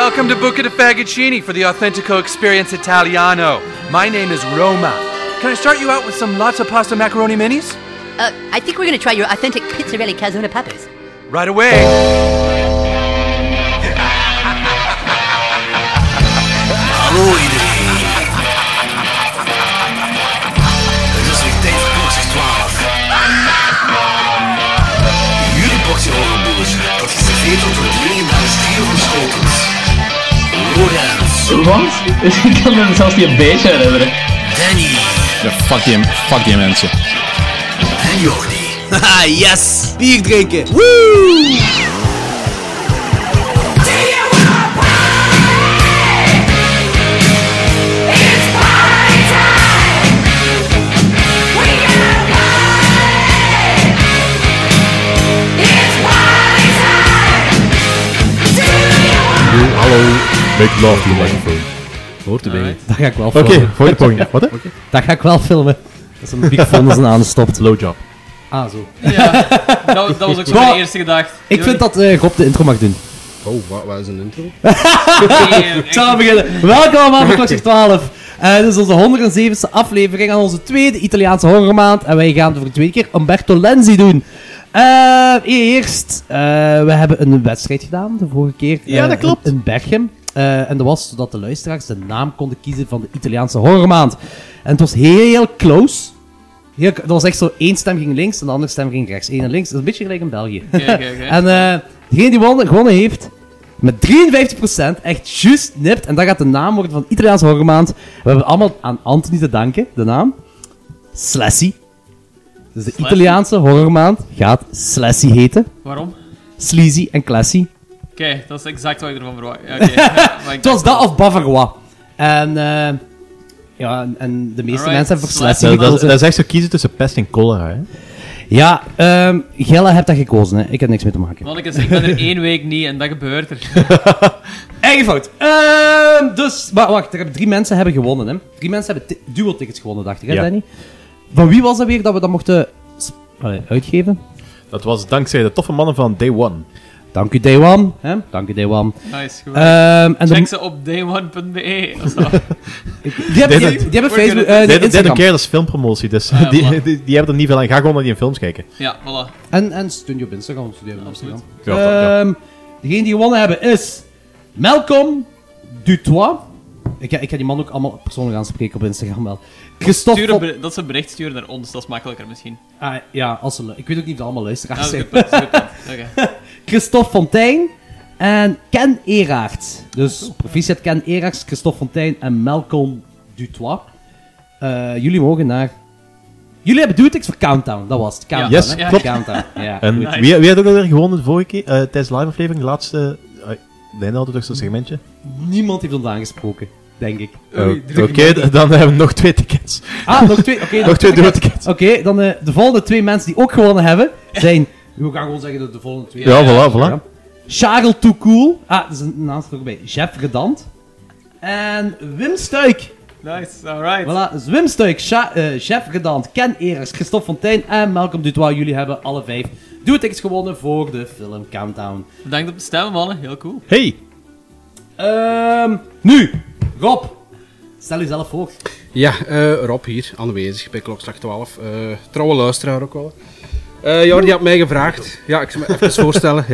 Welcome to Buca di Faggoncini for the Authentico Experience Italiano. My name is Roma. Can I start you out with some lots of pasta macaroni minis? I think we're gonna try your authentic Pizzarelli Calzone peppers. Right away. Hallo iedereen. Het is weer tijd voor klokslag 12. Jullie boxje horrorboers, dat geserveerd wordt door het legendarische trio van Schotens. Lorenz. Wat? Ik kan me zelfs niet een beetje herinneren. Danny. Ja, fuck die mensen. En Jordi. Haha, yes! Bier drinken! Woo! Hallo, make love to the microphone. Hoort erbij. Dat ga ik wel Oké, filmen. volgende poging. Wat? Dat ga ik wel filmen. Dat is een microfoon als een aanstopt. Low job. Ah, zo. Ja, dat was ook zo mijn eerste gedachte. Ik vind dat Rob de intro mag doen. Oh, wat is een intro? Ik zal beginnen. Welkom allemaal bij Klokslag 12. Dit is onze 107e aflevering aan onze tweede Italiaanse horrormaand. En wij gaan voor de tweede keer Umberto Lenzi doen. Eerst, we hebben een wedstrijd gedaan de vorige keer. Ja, dat klopt. In Berchem. En dat was zodat de luisteraars de naam konden kiezen van de Italiaanse horrormaand. En het was heel close. Dat was echt zo, één stem ging links en de andere stem ging rechts. Eén en links. Dat is een beetje gelijk in België. Kijk. En degene die gewonnen heeft, met 53%, echt juist nipt. En dat gaat de naam worden van Italiaanse horrormaand. We hebben allemaal aan Anthony te danken, de naam. Slessie. Dus de Italiaanse horrormaand gaat Slessie heten. Waarom? Sleazy en classy. Oké, dat is exact wat ik ervan verwacht. Ja, oké. Maar ik Het was dacht dat of Bavarois. En de meeste Alright, mensen hebben voor Slessie. Slessie gekozen. Dat is echt zo kiezen tussen pest en cholera, hè? Ja, Gelle hebt dat gekozen, hè. Ik heb niks mee te maken. Mannekes, ik ben er 1 week niet en dat gebeurt er. Eigen fout. Dus, maar wacht, er hebben 3 mensen hebben gewonnen, hè. 3 mensen hebben duo-tickets gewonnen, dacht ik, hè, Ja. Danny? Van wie was dat weer dat we dat mochten uitgeven? Dat was dankzij de toffe mannen van Day One. Dank u, Day One. Hè? Dank u, Day One. Nice, goed. En Check ze op day1.be. of zo. die hebben Facebook... Dit Instagram. een keer als filmpromotie, dus ja, die hebben er niet veel aan. Ga gewoon naar die films kijken. Ja, voilà. En Studio op Instagram. Studio op Absoluut. Instagram. Ja, Degene die gewonnen hebben is... Malcolm Dutois. Ik ga die man ook allemaal persoonlijk aanspreken op Instagram wel. Christophe... Dat ze een bericht sturen naar ons, dat is makkelijker misschien. Ja, ik weet ook niet of dat allemaal Ja, luisteraars dat is zijn. een goed punt, dat is een goed punt. Oké. Christophe Fontijn en Ken Eraerts. Dus proficiat Ken Eraerts, Christophe Fontijn en Malcolm Dutois. Jullie mogen naar... Jullie hebben duo-tickets voor Countdown, dat was het. Countdown, Yes, hè? klopt. Countdown, ja. En Nice. wie had ook alweer gewonnen de vorige keer? Tijdens de live-aflevering, de laatste... De ene had toch zo'n segmentje? Niemand heeft ons aangesproken, denk ik. Oké, dan hebben we nog 2 tickets. Nog 2? Oké, Nog 2 duo-tickets. Oké, dan de volgende 2 mensen die ook gewonnen hebben, zijn... We gaan gewoon zeggen de volgende 2. Ja, voilà. Charles Too Cool. Dat is een naam er ook bij. Jeff Redant. En Wim Stuik. Nice, alright. Voilà, dus Wim Stuik, Jeff Redant, Ken Eraerts, Christophe Fontijn en Malcolm Dutois. Jullie hebben alle 5 duo-tickets gewonnen voor de film Countdown. Bedankt op de stemmen, mannen. Heel cool. Hey! Nu, Rob. Stel jezelf voor. Ja, Rob hier, aanwezig bij Klokslag 12. Trouwe luisteraar ook wel. Jordi had mij gevraagd. Ja, ik zal me even voorstellen.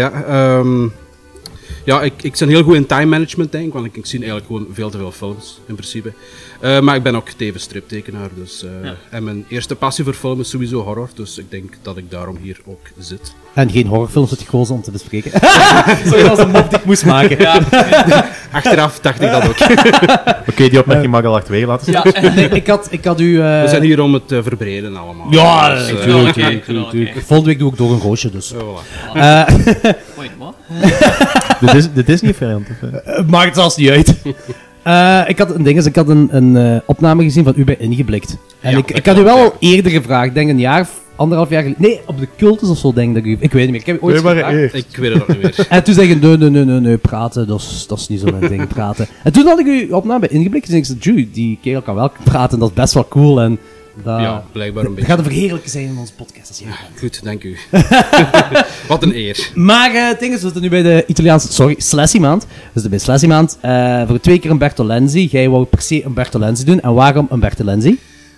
Ja, ik ben heel goed in time management, denk ik. Want ik zie eigenlijk gewoon veel te veel films, in principe. Maar ik ben ook tevens striptekenaar. Dus, en mijn eerste passie voor film is sowieso horror. Dus ik denk dat ik daarom hier ook zit. En geen horrorfilms had gekozen om te bespreken. Sorry, dat was een mop die ik moest maken. Ja, Achteraf dacht ik dat ook. Oké, die opmerking mag al achterwege laten staan. ja. Nee, ik had u... We zijn hier om het te verbreden allemaal. Ja, Dus, natuurlijk. oké. Volgende week doe ik door een roosje, dus. voilà. Wait, wat? De Disney-variant. Maakt het zelfs niet uit. Ik had een opname gezien van u bij Ingeblikt. En Ja, ik had u wel al eerder gevraagd, ik denk een jaar, 1,5 jaar geleden. Nee, op de cultus of zo denk ik. Ik weet niet meer. Ik heb u ooit gevraagd. Ik weet het ook niet meer. En toen zei je, nee, praten, dat is niet zo mijn ding, praten. En toen had ik u opname bij Ingeblikt gezien. Ik zei, die kerel kan wel praten, dat is best wel cool. En Ja, blijkbaar een Het beetje. gaat een verheerlijken zijn in onze podcast. Dat is heel fijn. Goed, dank u. Wat een eer. Maar het ding is, we zitten nu bij de Italiaanse... Slashy maand. We zitten bij Slashy maand. Voor 2 keer Umberto Lenzi. Jij wou per se Umberto Lenzi doen. En waarom Umberto Lenzi?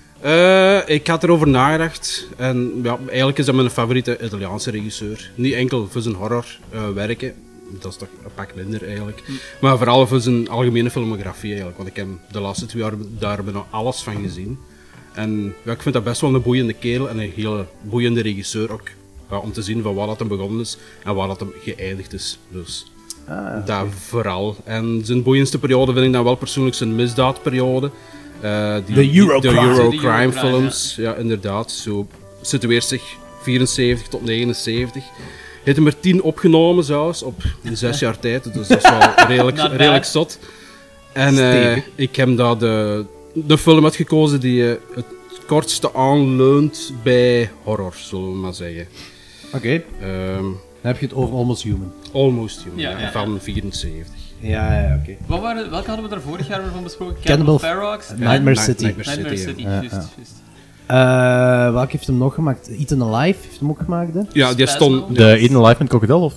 Ik had erover nagedacht. En ja, eigenlijk is dat mijn favoriete Italiaanse regisseur. Niet enkel voor zijn horrorwerken. Dat is toch een pak minder eigenlijk. Maar vooral voor zijn algemene filmografie eigenlijk. Want ik heb de laatste 2 jaar daar bijna alles van gezien. En ja, ik vind dat best wel een boeiende kerel en een hele boeiende regisseur ook. Ja, om te zien van waar dat hem begonnen is en waar dat hem geëindigd is. Dus dat vooral. En zijn boeiendste periode vind ik dan wel persoonlijk zijn misdaadperiode. De Eurocrime films, ja inderdaad. Zo situeert zich 74 tot 79. Heeft hem er 10 opgenomen zelfs, op 6 jaar tijd. Dus dat is wel redelijk zot. En ik heb daar de film uitgekozen die het kortste aanleunt bij horror, zullen we maar zeggen. Oké. Dan heb je het over Almost Human. Almost Human, Ja. van 74. Ja, oké. Welke hadden we daar vorig jaar weer van besproken? Cannibal Ferox? Nightmare City. Nightmare City, juist. Welke heeft hem nog gemaakt? Eaten Alive heeft hem ook gemaakt, hè? Ja, die stond... De Eden Alive met Crocodile, of?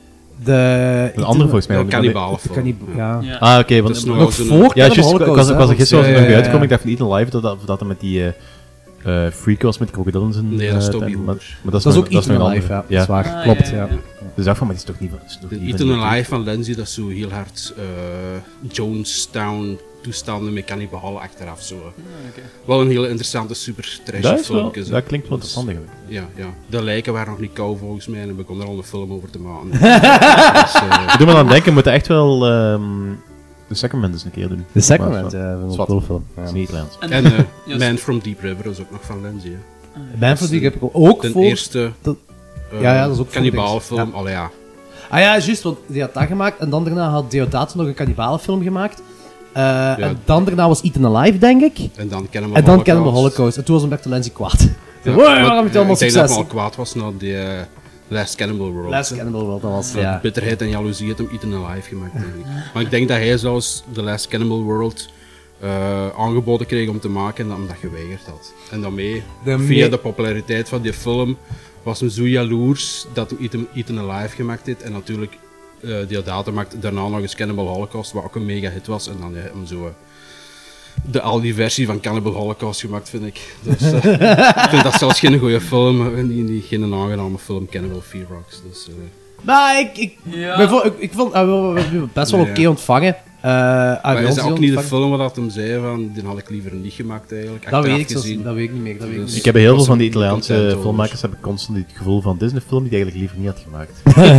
De andere volgens mij. Ja, cannibalenfilm. Ja. Ja. Ah, oké. Dat is nog Nog zo'n- voor Ja, Cannibal juist. Ik Holocaust, was er gisteren Ja, nog bij ja. uitgekomen. Ik dacht van Eden Alive dat hij met die freak was met krokodillen in zijn... Nee, dat is Toby maar Hooper. dat Dat is ook nog Eaten een Alive, andere. ja. Dat is waar. Ah, Klopt, ja, ja. ja. Dus daarvan, maar die is toch niet van... is toch De niet Eaten van die- Alive van Lenzi, dat is zo heel hard Jonestown toestanden met cannibalen achteraf. Zo. Wel een hele interessante, super trashy Dat is wel... filmpje. zo. Dat klinkt wel interessant eigenlijk. Ja. De lijken waren nog niet koud volgens mij en ik begon er al een film over te maken. Dus, Ik doe me aan denken, we moeten echt wel de Sacrament eens een keer doen. De Sacrament, Maar, ja, van een Zwat. film. Dat is niet Nederlands. en Yes. Man from Deep River is ook nog van Lenzi. Hè. Manfred die heb ik ook De voor... eerste dat- Ja, dat is ook voor cannibalenfilm. niks. Allee, ja. Ah ja, juist, want die had dat gemaakt. En dan daarna had Deodato nog een cannibalenfilm gemaakt. En dan daarna was Eaten Alive, denk ik. En dan Cannibal En dan Holocaust. Cannibal Holocaust. En toen was Umberto Lenzi kwaad. Ja, Wow, maar waarom heb je allemaal ik denk dat succes? hij al kwaad was na die Last Cannibal World. Last Cannibal World, dat was, Van ja. bitterheid en jaloezie heeft hem Eaten Alive gemaakt, denk ik. Maar ik denk dat hij zelfs The Last Cannibal World aangeboden kreeg om te maken en dat hem dat geweigerd had. En daarmee, via de populariteit van die film, was hem zo jaloers dat hij Eaten Alive gemaakt heeft. En natuurlijk, Deodato maakte daarna nog eens Cannibal Holocaust, wat ook een mega hit was. En dan heeft hem zo de Aldi-versie van Cannibal Holocaust gemaakt, vind ik. Dus, ik vind dat zelfs geen goede film, geen aangename film, Cannibal Ferox. Dus, Maar ik vond we hebben best wel Ja. oké ontvangen. maar is dat ook niet de ontvangen. film waar dat hem zei van, die had ik liever niet gemaakt eigenlijk, Dat achteraf weet ik zelfs gezien. niet, dat weet ik niet meer. Dat weet ik Dus- niet. Ik heb bij heel veel was van die er Italiaanse content over. filmmakers heb ik constant het gevoel van Disney-film die hij eigenlijk liever niet had gemaakt.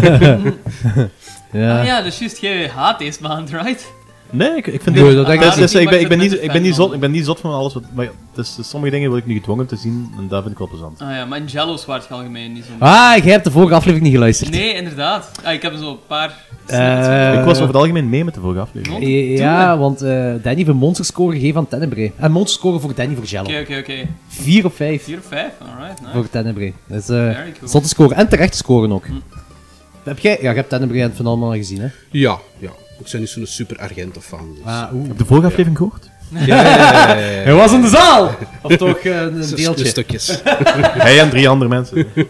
Ja. Ah ja, dus juist, jij haat deze maand, right? Nee, ik vind Nee, dit... dat denk dat ik is- niet. ik ben Maar niet- ik ben ik ben niet fan zot- ik ben niet zot van alles wat... Maar dus, sommige dingen wil ik nu gedwongen te zien en dat vind ik wel plezant. Ah ja, maar in Jello's was het algemeen niet zo. Ah, jij hebt de vorige aflevering niet geluisterd. Nee, inderdaad. Ah, ik heb er zo een paar... Ik was over het algemeen mee met de vorige aflevering. Ja, want Danny heeft een monsterscore gegeven aan Tenebrae. En monsterscore voor Danny voor Jello. Oké. 4 op 5 4 of 5, alright, nice. voor Tenebrae. Dat is Very cool. zotte score. En terechte scoren ook. Heb jij? Ja, je hebt Tenebrae en Van allemaal gezien, hè? Ja. Ik ben niet zo'n super Argento-fan. Dus. Oeh. Heb je de vorige aflevering gehoord? Hij was in de zaal! Of toch een deeltje? Stukjes. Hij en 3 andere mensen. Hoe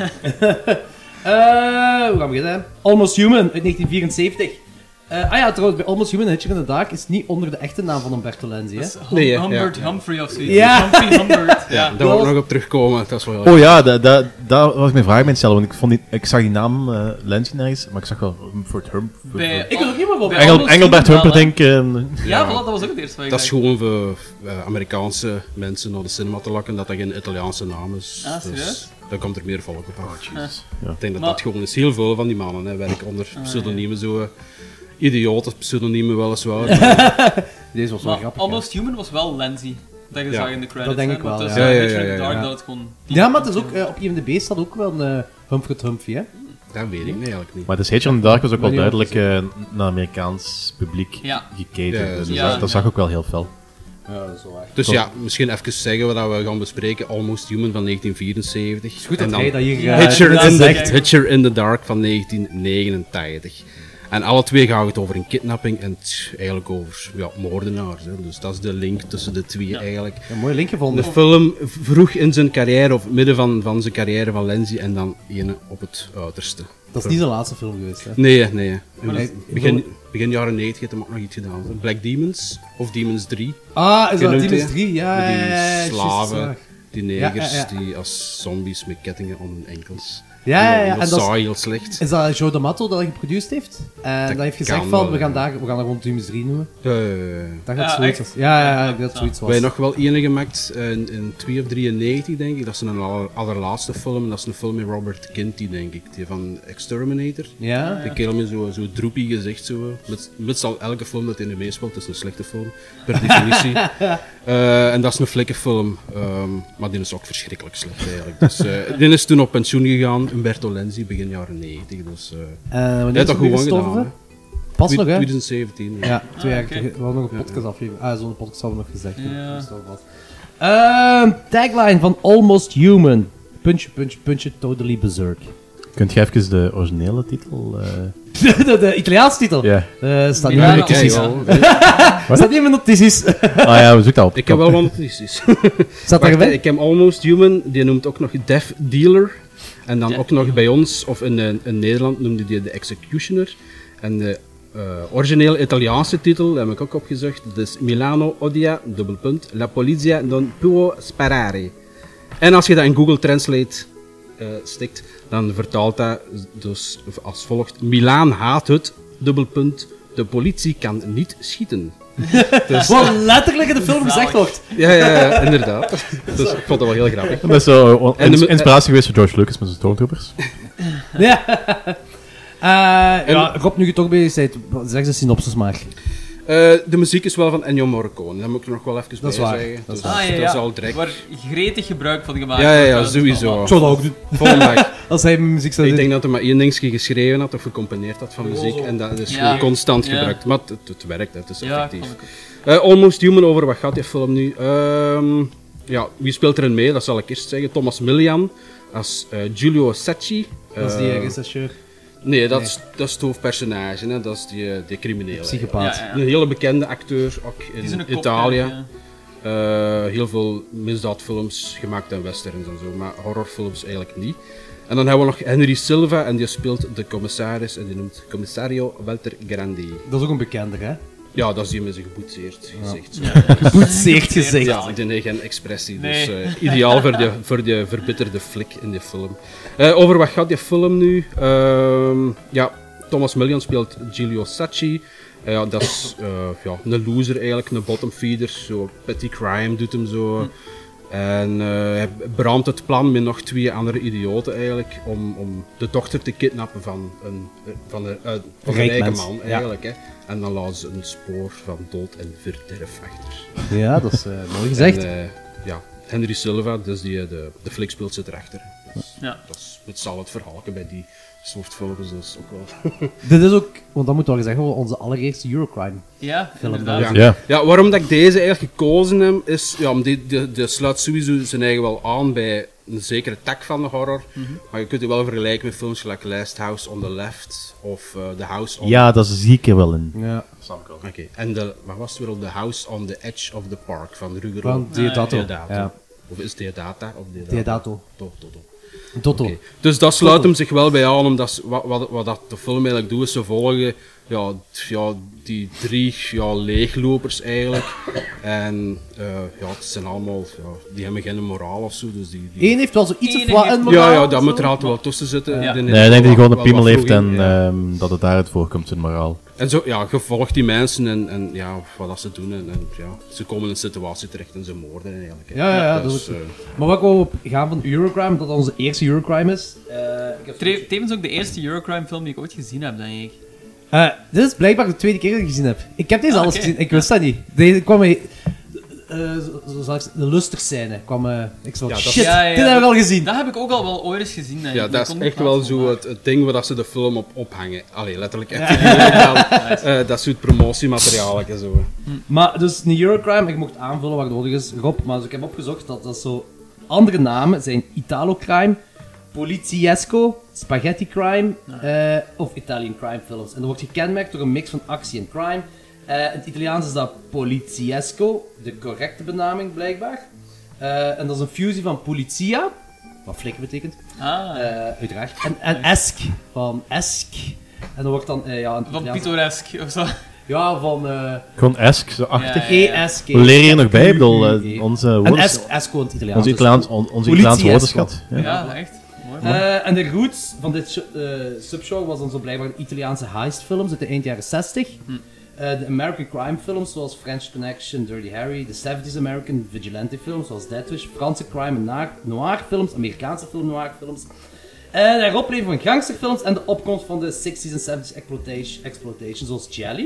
gaan we beginnen? Almost Human uit 1974. Trouwens, bij Almost Human Hitcher in the Dark is niet onder de echte naam van Humberto Lenzi, hè? Nee, ja, Humbert ja. Humphrey of zoiets. Ja. Humphrey Humbert. Ja. Daar wil ik nog op terugkomen. Dat is wel heel Oh ja, daar was ik mijn vraag bij stellen, want ik zag die naam Lenzi nergens, maar ik zag wel Humphrey. Bij- Ik wil ook iemand op. Bij Engelbert Almost Human Humper, wel, hè. denk ik. Ja, voilà, dat was ook het eerste wat ik Dat is dacht. gewoon voor Amerikaanse mensen naar de cinema te lokken, dat dat geen Italiaanse naam is. Ah, Dus serieus? daar komt er meer volk op af. Ja. Ik denk dat Maar- dat gewoon is. Heel veel van die mannen hè, werken onder pseudoniemen, zo idiote pseudoniemen weliswaar. maar- Deze was wel Maar grappig. Almost Human was wel Lenzi. Dat je Ja. zag in de credits. Dat denk hè, ik wel, maar ja. tussen Ja, ja, Hitcher in ja, the ja, Dark ja. dat het gewoon... Ja, maar het is ook op IMDb staat ook wel een Humphrey Humphrey, hè? Dat weet ik eigenlijk niet. Maar dus Hitcher in the Dark was ook wel Ben je ook duidelijk naar Amerikaans publiek Ja. gekeken. Ja, Dus ja. dat zag ook wel heel fel. Ja, dat is wel waar. Dus ja, misschien even zeggen wat we gaan bespreken. Almost Human van 1974. Goed En dat dan jij dat hier Hitcher inderdaad in, zegt. Hitcher in the Dark van 1989. En alle twee gaat het over een kidnapping en het eigenlijk over moordenaars. Hè. Dus dat is de link tussen de twee eigenlijk. Een mooi link gevonden. De film vroeg in zijn carrière, of midden van zijn carrière van Lenzi, en dan ene op het uiterste. Dat is niet de laatste film geweest, hè? Nee. Maar Begin jaren 90 heeft hij ook nog iets gedaan. Black Demons, of Demons 3. Ah, is dat Genoemd, Demons hè. 3? Ja, Met ja. die slaven, juist. die negers, Ja. die als zombies met kettingen om hun enkels. Ja. Dat En is dat saai, heel slecht. is dat Joe D'Amato dat geproduceerd heeft? En dat heeft gezegd kan van, wel, we gaan ja. dat gewoon Demons 3 noemen. Ja. Dat Ja, gaat zoiets echt? was. Ja, ik denk dat het zoiets was. Wij nog wel ene gemaakt in 2 of 93, denk ik. Dat is een allerlaatste film. Dat is een film met Robert Ginty, denk ik. Die van Exterminator. Ja? Die kerel met zo droepie gezicht. Zo. Met al elke film dat hij in meespeelt, het is een slechte film. Per definitie. En dat is een flikke film. Maar die is ook verschrikkelijk slecht eigenlijk. Dus, die is toen op pensioen gegaan, Umberto Lenzi, begin jaren 90. Dus, Wanneer hij heeft dat is hij gewoon gestorven? gedaan. Hè. Pas nog, hè? 2017. Ja. Ja, 2 jaar oké. terug. We hadden nog een podcast aflevering. Zo'n podcast hadden we nog gezegd. toen Ja. hij gestorven was. Tagline van Almost Human. Puntje, totally berserk. Kunt je even de originele titel... de Italiaanse titel. Ja. Staat niet in Milano. mijn notities. Kijk, Staat niet in mijn notities. Ah ja, we zoeken dat op. ik heb wel wat notities. Staat daar Wacht, erbij? ik heb Almost Human, die noemt ook nog Death Dealer. En dan Ja. ook nog bij ons, of in Nederland, noemde die de Executioner. En de originele Italiaanse titel, dat heb ik ook opgezocht, dat is Milano odia, : La polizia non può sparare. En als je dat in Google Translate stikt, dan vertaalt dat dus als volgt: Milaan haat het, : de politie kan niet schieten. Dus, Wat letterlijk in de film gezegd wordt. ja, inderdaad. Dus ik vond dat wel heel grappig. Dat is zo En de- inspiratie geweest voor George Lucas met zijn Stormtroopers. Ja. Rob, nu je toch bezig bent, zeg de synopsis maar. De muziek is wel van Ennio Morricone, dat moet ik er nog wel even Dat is bij waar, zeggen. dat is Dus Ah, ja. dat is al direct. Waar gretig gebruik van gemaakt Ja, wordt. sowieso. Ik zou dat ook doen. Volle bak. Als hij muziek zou Ik doen. denk dat hij maar één dingetje geschreven had of gecomponeerd had van muziek en dat is Ja. gewoon constant Ja. gebruikt. Maar het werkt, het is Ja, effectief. vond ik ook. Almost Human, over wat gaat die film nu? Wie speelt erin mee? Dat zal ik eerst zeggen. Thomas Millian als Giulio Sacchi. Dat is die rechercheur, Nee, dat is het hoofdpersonage, hè. Dat is die crimineel. psychopaat. Ja, ja. Een hele bekende acteur, ook Die is een in kop, Italië. ja. Heel veel misdaadfilms gemaakt en westerns en zo, maar horrorfilms eigenlijk niet. En dan hebben we nog Henry Silva en die speelt de commissaris en die noemt Commissario Walter Grandi. Dat is ook een bekender, hè? Ja, dat is die met zijn geboetseerd gezicht. Gepoetseerd gezegd. Ja, die heeft geen expressie, dus Nee. ideaal voor die verbitterde flik in die film. Over wat gaat die film nu? Thomas Millian speelt Giulio Sacchi. Dat is een loser eigenlijk, een bottom feeder, zo petty crime doet hem zo. En hij beraamt het plan met nog 2 andere idioten eigenlijk om de dochter te kidnappen van een rijke mens, man ja. eigenlijk. Hè. En dan laten ze een spoor van dood en verderf achter. Ja, dat is mooi gezegd. En, Henry Silva, dus de flik speelt zit erachter. Dus, Ja. dat is het zal het verhaal bij die soort films, dus ook wel. Dit is ook, want dat moet wel gezegd worden, onze allereerste Eurocrime. Ja, Film, inderdaad. Ja. Ja. Ja, waarom dat ik deze eigenlijk gekozen heb, is, die sluit sowieso zijn eigen wel aan bij een zekere tak van de horror, maar je kunt het wel vergelijken met films gelijk Last House on the Left of The House on... Ja, dat zie ik er wel in. Ja. Oké. En wat was het weer op The House on the Edge of the Park van Ruggero? Van Deodato. Deodato. Ja. Of is Deodata? Of Deodato. Toto. Toto. Oké. Dus dat sluit hem zich wel bij aan, omdat wat dat de film eigenlijk doet, is ze volgen die 3 leeglopers eigenlijk. En het zijn allemaal, die hebben geen moraal of zo. Dus die... Eén heeft wel zoiets of Eén wat heeft- een Ja, moraal dat of moet zo. er altijd wel tussen zitten. Ja. Die Nee, ik denk dat hij gewoon een wel piemel wat heeft en vroeging, ja. dat het daaruit voorkomt, zijn moraal. En zo, je volgt die mensen en wat dat ze doen. En ze komen in een situatie terecht en ze moorden eigenlijk. Hè. Ja, dat is ook Maar wat ik wou op gaan van Eurocrime, dat onze eerste Eurocrime is. Tevens ook de eerste Eurocrime film die ik ooit gezien heb, denk ik. Dit is blijkbaar de tweede keer dat ik gezien heb. Ik heb deze alles oké. gezien, ik wist dat niet. Deze kwam mij... de lusterscène kwam... ik zo, Ja, dat is- shit, Ja, ja, dit heb ik al gezien. Dat heb ik ook al wel ooit eens gezien. Denk Ja, ik. dat Ik is kon echt niet wel plaatsen, zo maar- het ding waar dat ze de film op ophangen. Allee, letterlijk. Dat is het promotiemateriaal en zo. Maar dus een Eurocrime, ik mocht aanvullen wat nodig is, Rob, maar dus ik heb opgezocht dat zo... Andere namen zijn Italocrime, Poliziesco, Spaghetti Crime of Italian Crime films. En dat wordt gekenmerkt door een mix van actie en crime. In het Italiaans is dat Poliziesco, de correcte benaming blijkbaar. En dat is een fusie van Polizia, wat flikker betekent, uiteraard, en esque, van esque. En dat wordt dan, Van pittoresk of zo. Ja, van... Gewoon esk, zo achtig. ESK. We leren hier nog bij, ik bedoel, onze En woordens... esco in het Italiaans. Onze Italiaans woordenschat. Ja, echt. Mooi. En de roots van dit subgenre was dan zo blijkbaar de Italiaanse heistfilms uit de eind jaren 60. De American crime films zoals French Connection, Dirty Harry. De 70s American vigilante films zoals Death Wish. Franse crime en noir films. Amerikaanse film noir films. De heropleving van gangsterfilms en de opkomst van de 60s en 70s exploitation zoals Jelly.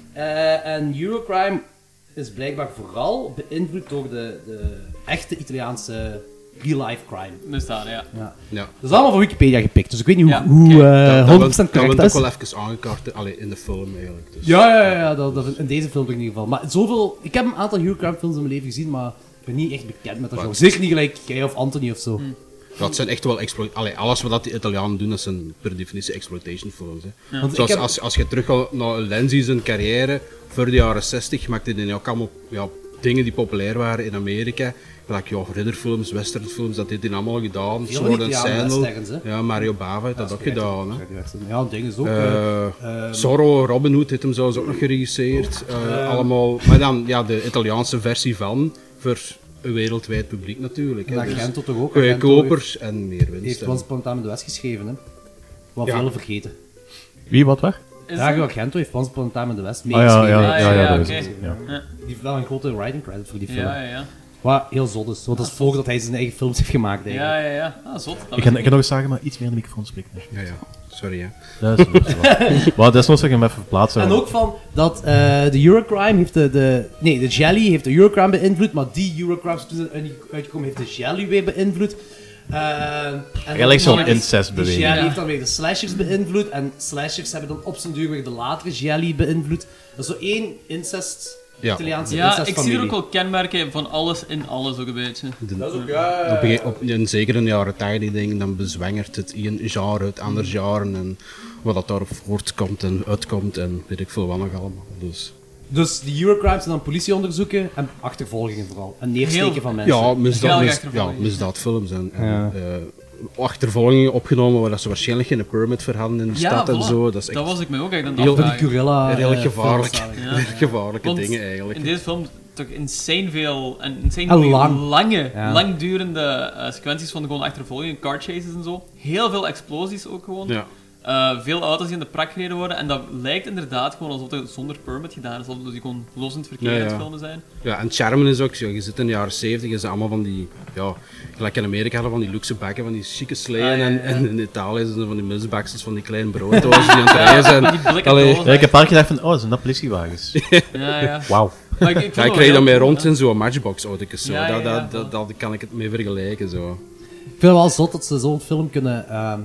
En Eurocrime is blijkbaar vooral beïnvloed door de echte Italiaanse real-life crime. Bestaan, ja. Dat is allemaal van Wikipedia gepikt, dus ik weet niet Ja, hoe 100% Dat wordt correct ook is. wel even aangekaart in de film eigenlijk. Dus. Ja, dat in deze film in ieder geval. Maar zoveel... Ik heb een aantal Eurocrime films in mijn leven gezien, maar ik ben niet echt bekend met dat genre. Zeker niet gelijk jij of Anthony of zo. Dat zijn echt wel alles wat die Italianen doen, dat zijn per definitie exploitation films. Hè. Want Zoals ik heb- als je terug gaat naar Lenzi zijn carrière, voor de jaren 60 maakte hij ook allemaal dingen die populair waren in Amerika. Like, ridderfilms, westernfilms, dat heeft hij allemaal gedaan. Veel Sword and Italianen Sandal. westerns, hè. Ja, Mario Bava heeft dat ook gedaan. Hè. Ja, een ding is ook... Zorro, Robin Hood heeft hem zelfs ook nog geregisseerd. Allemaal, maar dan de Italiaanse versie van, voor een wereldwijd publiek natuurlijk. En Hè. Dus Argento toch ook? goeie Argento kopers en meer winst. heeft hè. Once Upon a Time in the West geschreven, hè. Wat Ja. veel vergeten. Wie, wat, waar? Is Dario dat? Argento heeft Once Upon a Time in the West Ah ja, meegeschreven. dat is oké. het. Ja. Die heeft wel een grote writing credit voor die film. Ja. Wat heel zot is, want dat is voordat hij zijn eigen films heeft gemaakt eigenlijk. Ja. Ah, zot. Dat Ik ga nog eens zeggen, maar iets meer in de microfoon spreken. Ja. Sorry, hè. Dat is wel. Maar desnoods zeg ik hem even verplaatsen. En ook van dat de Eurocrime heeft de Jelly heeft de Eurocrime beïnvloed, maar die Eurocrimes toen ze uitgekomen heeft de Jelly weer beïnvloed. Eigenlijk zo'n Die incestbeweging. Jelly Ja. heeft dan weer de slashers beïnvloed en slashers hebben dan op zijn duur weer de latere Jelly beïnvloed. Dat is zo één incest, Ja. Italiaanse Ja, ik zie incestfamilie. er ook wel kenmerken van alles in alles ook een beetje. Dat is ook, Zeker in de jaren 80 denk ik, dan bezwangert het een genre het ander genre en wat dat daarop voortkomt en uitkomt en weet ik veel wat nog allemaal. Dus die Eurocrimes zijn dan politieonderzoeken en achtervolgingen vooral. En neersteken Heel- van mensen. Ja, Geweldige achtervolging. misdaadfilms en achtervolgingen opgenomen waar dat ze waarschijnlijk geen permit voor hadden in de stad en voilà. zo. Dat is echt Dat was ik me ook echt aan het Heel- Van die afvragen. gorilla redelijk gevaarlijk. films, Ja. gevaarlijke Want dingen eigenlijk. in deze film toch insane veel en insane En goeie, lang. lange, Ja. langdurende sequenties van gewoon achtervolgingen, car chases en zo. Heel veel explosies ook gewoon. Ja. Veel auto's die in de prak gereden worden en dat lijkt inderdaad gewoon alsof het zonder permit gedaan is, alsof die gewoon los in het verkeer Ja, aan het ja. filmen zijn. Ja, en het charme is ook, je zit in de jaren 70, is allemaal van die, gelijk in Amerika hadden van die luxe bakken, van die chique sleeën, Ah, ja, ja. en in Italië zijn ze van die misbaksels, van die kleine brooddozen die aan het rijden zijn. Die blikken Allee. dozen. Ja, ik heb een paar keer gedacht van, oh, zijn dat politiewagens? Ja. Wauw. Maar ik Ja, vind ik het wel reed heel dan mee cool, rond hè. in zo'n matchbox-auto's. Zo. Ja, ja, Dat kan ik het mee vergelijken. Zo. Ik vind het wel zot dat ze zo'n film kunnen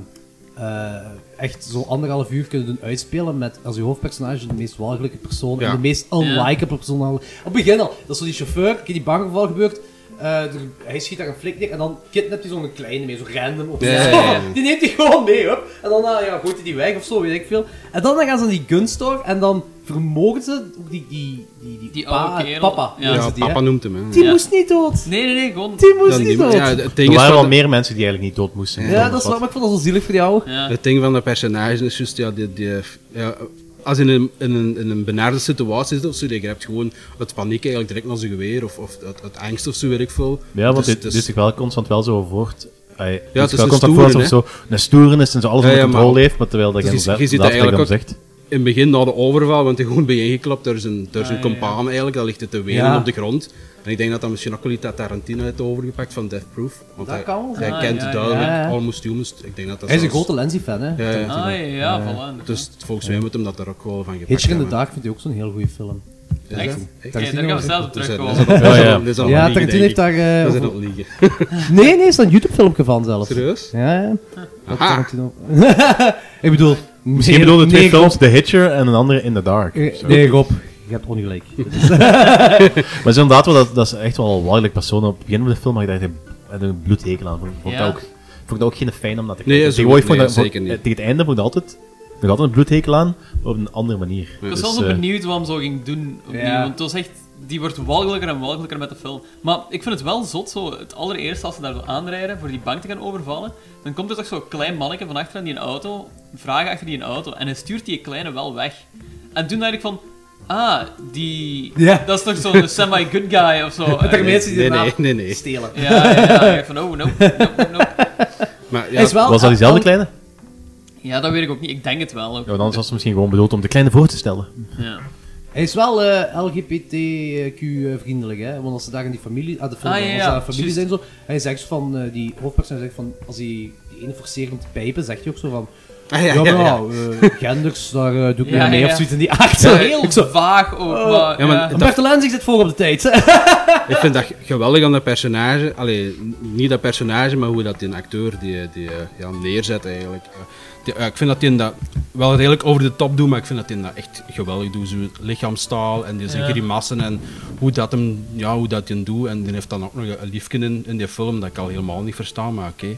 echt zo 1,5 uur kunnen doen uitspelen met als je hoofdpersonage de meest walgelijke persoon Ja. en de meest unlikable persoon. Op het begin al, dat is zo die chauffeur, die bankgeval gebeurt. Hij schiet daar een flik neer en dan kidnapt hij zo'n kleine mee, zo random. Op Ja. Die neemt hij gewoon mee, hup. En dan gooit hij die weg of zo, weet ik veel. En dan gaan ze naar die gunstore en dan vermoorden ze ook Die oude kerel. papa. Ja. noemen Ja, ze die, papa hè. noemt hem. Hè. Die Ja. moest niet dood. Nee, gewoon... Die moest Dan niet die- dood. ja, het Er ding is waren van wel de- meer mensen die eigenlijk niet dood moesten. Ja, dat is waar, maar ik vond dat zo zielig voor jou. Ja. Het ding van de personage is juist, als in een benarde situatie zit of zo, je hebt gewoon het paniek eigenlijk direct naar zijn geweer of het angst of zo, weet ik veel. Ja, want Dus- dit is zich wel constant wel zo voort. Het is is wel een constant voort stoere, of zo een stoeren is en zo alles Ja, onder ja, controle maar- heeft, maar terwijl dat Dus je je ziet inderdaad, eigenlijk dan ook- zegt. in het begin na de overval, want hij gewoon bij ingeklopt door zijn compaan eigenlijk, dat ligt het te wenen Ja. op de grond. En ik denk dat dat misschien ook wel iets dat Tarantino heeft overgepakt van Death Proof. Want Dat hij, kan wel hij zijn. kent Ah, ja, duidelijk ja. Almost Humans. Ik denk dat dat Hij is een zelfs- grote Lenzi-fan, hè. Ja, ja. Ja, voilà. Dus volgens mij moet hem dat er ook wel van gepakt Hitcher in the hebben. Dark vind ik ook zo'n heel goede film. Is Echt? dat? Kijk, daar gaan we zelfs op Dus dat is terugkomen. dat- Ja, ja. dat is al Ja, liegen, Tarantino heeft denk ik. daar... Dat is al liegen. Nee, er is een YouTube-filmpje van zelfs. Serieus? Ja, ja. Dat Aha. Tarantino... ik bedoel... Misschien bedoelde twee films, The Hitcher en een andere In the Dark. Zo. Nee, Rob. Je hebt ongelijk. Maar het is inderdaad wel, dat is echt wel een walgelijk persoon. Op het begin van de film had ik daar een bloedhekel aan. Ik vond Ja. dat ook vond dat ook geen fijn om dat te Nee, kijken. zo- Tegenwoordig vond nee, ik dat- zeker niet. Tegen het einde vond ik altijd een bloedhekel aan, maar op een andere manier. Ik was Dus, wel zo benieuwd wat hem zo ging doen opnieuw, Ja. want het was echt... Die wordt walgelijker en walgelijker met de film. Maar ik vind het wel zot, zo, het allereerste als ze daar zo aanrijden voor die bank te gaan overvallen, dan komt er toch zo'n klein manneke van achter aan die auto, vragen achter die auto, en hij stuurt die kleine wel weg. En toen dacht ik van... Ja. Dat is toch zo'n semi-good guy of zo. Met de mensen die de naam Nee. stelen. Ja. Ik van, oh, nope. Maar Hij is wel... was dat diezelfde kleine? Ja, dat weet ik ook niet. Ik denk het wel ook. Ja, dan was het misschien gewoon bedoeld om de kleine voor te stellen. Ja. Hij is wel LGBTQ-vriendelijk, hè? Want als ze daar in die familie... de film, Ah, ja, als ja, ze daar familie juist. zijn zo... Hij zegt van... die hoofdpersoon zegt van... Als hij die ene forceert om te pijpen, zegt hij ook zo van... Genders, daar doe ik niet Ja, mee ja. of zoiets in die aard. Zo heel vaag ook, maar... Ja, maar ja. Bert Lensing zit voor op de tijd. Ik vind dat geweldig aan dat personage. Allee, niet dat personage, maar hoe dat die acteur die neerzet eigenlijk. Ik vind dat hij dat wel redelijk over de top doet, maar ik vind dat hij dat echt geweldig doet. Zo lichaamstaal en zijn grimassen en hoe dat hem doet. En die heeft dan ook nog een liefje in die film dat ik al helemaal niet versta, maar oké.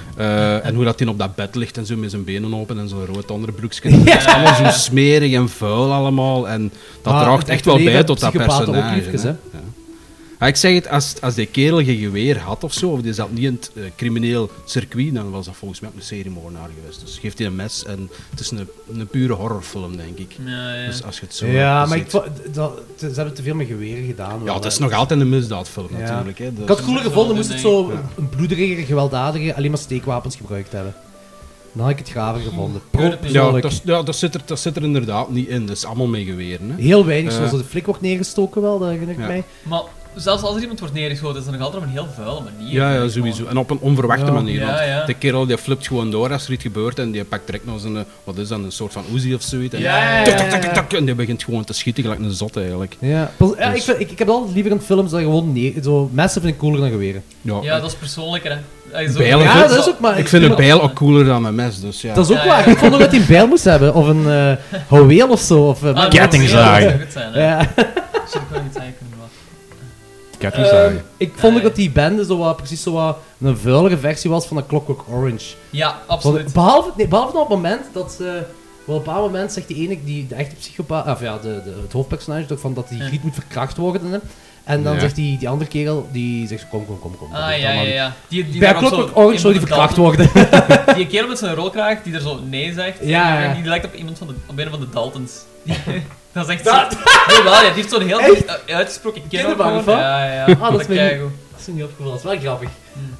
En hoe dat hij op dat bed ligt en zo met zijn benen open en zo'n rood onderbroekje. Dat is allemaal zo smerig en vuil allemaal. En dat draagt echt wel bij tot dat personage. Hè. Ja. Ja, ik zeg het, als die kerel geen geweer had of zo, of die zat niet in het crimineel circuit, dan was dat volgens mij ook een seriemoordenaar geweest. Dus geeft hij een mes en het is een pure horrorfilm, denk ik. Ja. Dus als je het zo Ja, maar ziet. ze hebben te veel met geweren gedaan. Ja, wel, het is hè. nog altijd een misdaadfilm Ja. natuurlijk. Hè. Dus- Ik had het cooler gevonden, moest het zo Ja. een bloederiger, gewelddadiger, alleen maar steekwapens gebruikt hebben. Dan had ik het gaver gevonden. Ja, Persoonlijk. dat zit er inderdaad niet in. Dat is allemaal mee geweren. Hè. Heel weinig, zoals de flik wordt neergestoken wel, dat herinner ik Ja. mij. Maar zelfs als er iemand wordt neergeschoten, is dat nog altijd op een heel vuile manier. Ja, denk ik sowieso. gewoon. En op een onverwachte Ja. manier. Ja, Want ja. de kerel die flipt gewoon door als er iets gebeurt en die pakt direct nog zijn, wat is dat, een soort van Uzi of zoiets. En, Ja. tak, en die begint gewoon te schieten gelijk een zot eigenlijk. Ja, ik heb altijd liever in films dat gewoon zo messen vind ik cooler dan geweren. Ja, dat is persoonlijker, hè. Bijlen Ja, vind- dat is ook maar... Ik vind een bijl ook cooler dan een mes, dus ja. Dat is ook Ja, waar. ja. Ik vond ook dat hij een bijl moest hebben. Of een houweel of zo. Of, kettingzaag. Dat zou goed zijn, hè. Ja. Zou ik wel niet zeggen kunnen, maar... Kettingzagen. Ik vond ook dat die bende zo wat, precies zo wat een vuilere versie was van een Clockwork Orange. Ja, absoluut. Behalve dan op het moment dat ze... Wel, op een bepaald moment zegt die ene, de echte psychopaat... Of ja, het hoofdpersonage toch van dat die griet moet verkracht worden. Hè. En dan Ja. zegt die andere kerel, die zegt kom. dat Ah, doet ja. allemaal niet. Die Bij daar ook zo Clockwork Orange zou die iemand verkracht Dalton- worden. Die kerel met zijn rolkraag, die er zo nee zegt, Ja. die lijkt op iemand op een van de Daltons. Dat is echt zo... Nee, wel, ja, die heeft zo'n heel goed uitgesproken kerel. Kinderwagen gewoon. van? Ja. dat is mijn- keigoed. Dat is niet opgevallen, dat is wel grappig.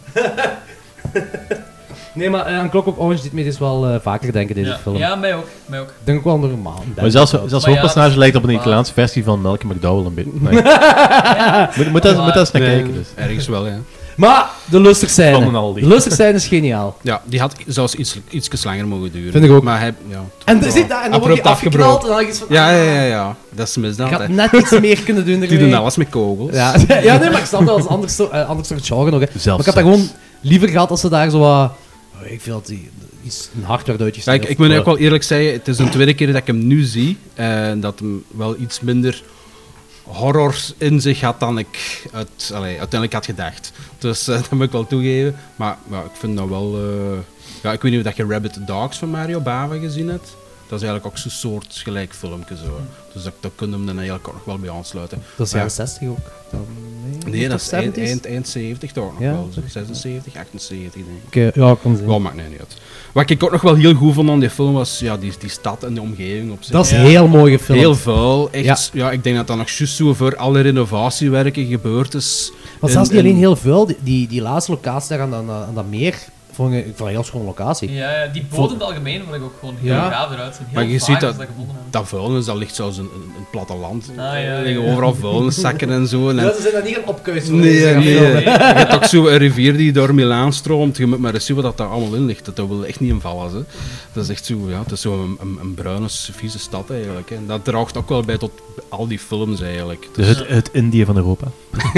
Nee, maar aan Clockwork Orange dit me dus wel vaker denken, deze Ja. film. Ja, mij ook. Ik denk ook wel normaal. Maar zelfs Maar ja, hoofdpersonage dat lijkt op een is- Italiaanse versie van Malcolm McDowell een beetje. Nee. Moet dat eens naar kijken. Dus. Ergens wel, ja. Maar de lustig Van een zijn. Aldi. De lustig zijn is geniaal. Ja, die had zelfs iets langer mogen duren. Vind ik ook. Maar hij, ja, En, toch zit wel daar, en dan wordt hij abrupt afgeknald en dan heb je iets van... Ja. Dat is misdaad, Ik had hè. net iets meer kunnen doen Die ermee. doen alles met kogels. Ja. Ja, nee, maar ik snap dat als ander soort genre nog. Hè. Zelfs Maar ik had dat gewoon liever gehad als ze daar zo wat... Ik vind dat die iets een hart werd uitgestuurd. Kijk, ik moet ook wel eerlijk zeggen, het is de tweede keer dat ik hem nu zie. En dat hem wel iets minder horror in zich had dan ik uiteindelijk had gedacht. Dus dat moet ik wel toegeven. Maar ja, ik vind dat wel... ik weet niet of je Rabbit Dogs van Mario Bava gezien hebt. Dat is eigenlijk ook zo'n soort gelijk filmpje zo. Dus dat kunnen we hem dan eigenlijk ook nog wel bij aansluiten. Dat is Maar jaren 60 ook. nee, dat is toch 70's? eind 70 toch nog Ja, wel. toch? 76, 78 denk ik. Oké, ja, kan zijn. Wel, maakt niet uit. Wat ik ook nog wel heel goed vond aan die film was ja, die stad en de omgeving op zich. Dat is heel mooi gefilmd. Heel vuil. Echt, Ja. ja. Ik denk dat dat nog juist zo voor alle renovatiewerken gebeurd is. Maar zelfs niet alleen heel vuil, die laatste locatie daar aan dat meer, vond ik een heel schone locatie. Ja, die boot in het algemeen vond ik ook gewoon heel Ja. gaaf eruit zien. Heel Maar je vaak ziet als dat, gevonden hebben. dat vuilnis, dat ligt zelfs in een platteland. ja, Er liggen ja. overal vuilniszakken en zo. En ze zijn dat niet gaan opkuisen. nee. Je hebt ook zo een rivier die door Milaan stroomt. Je moet maar eens zien wat dat daar allemaal in ligt. Dat wil echt niet invallen. Hè. Dat is echt zo, ja, het is zo een bruine, vieze stad eigenlijk. Hè. En dat draagt ook wel bij tot al die films eigenlijk. Dus, Het Indië van Europa.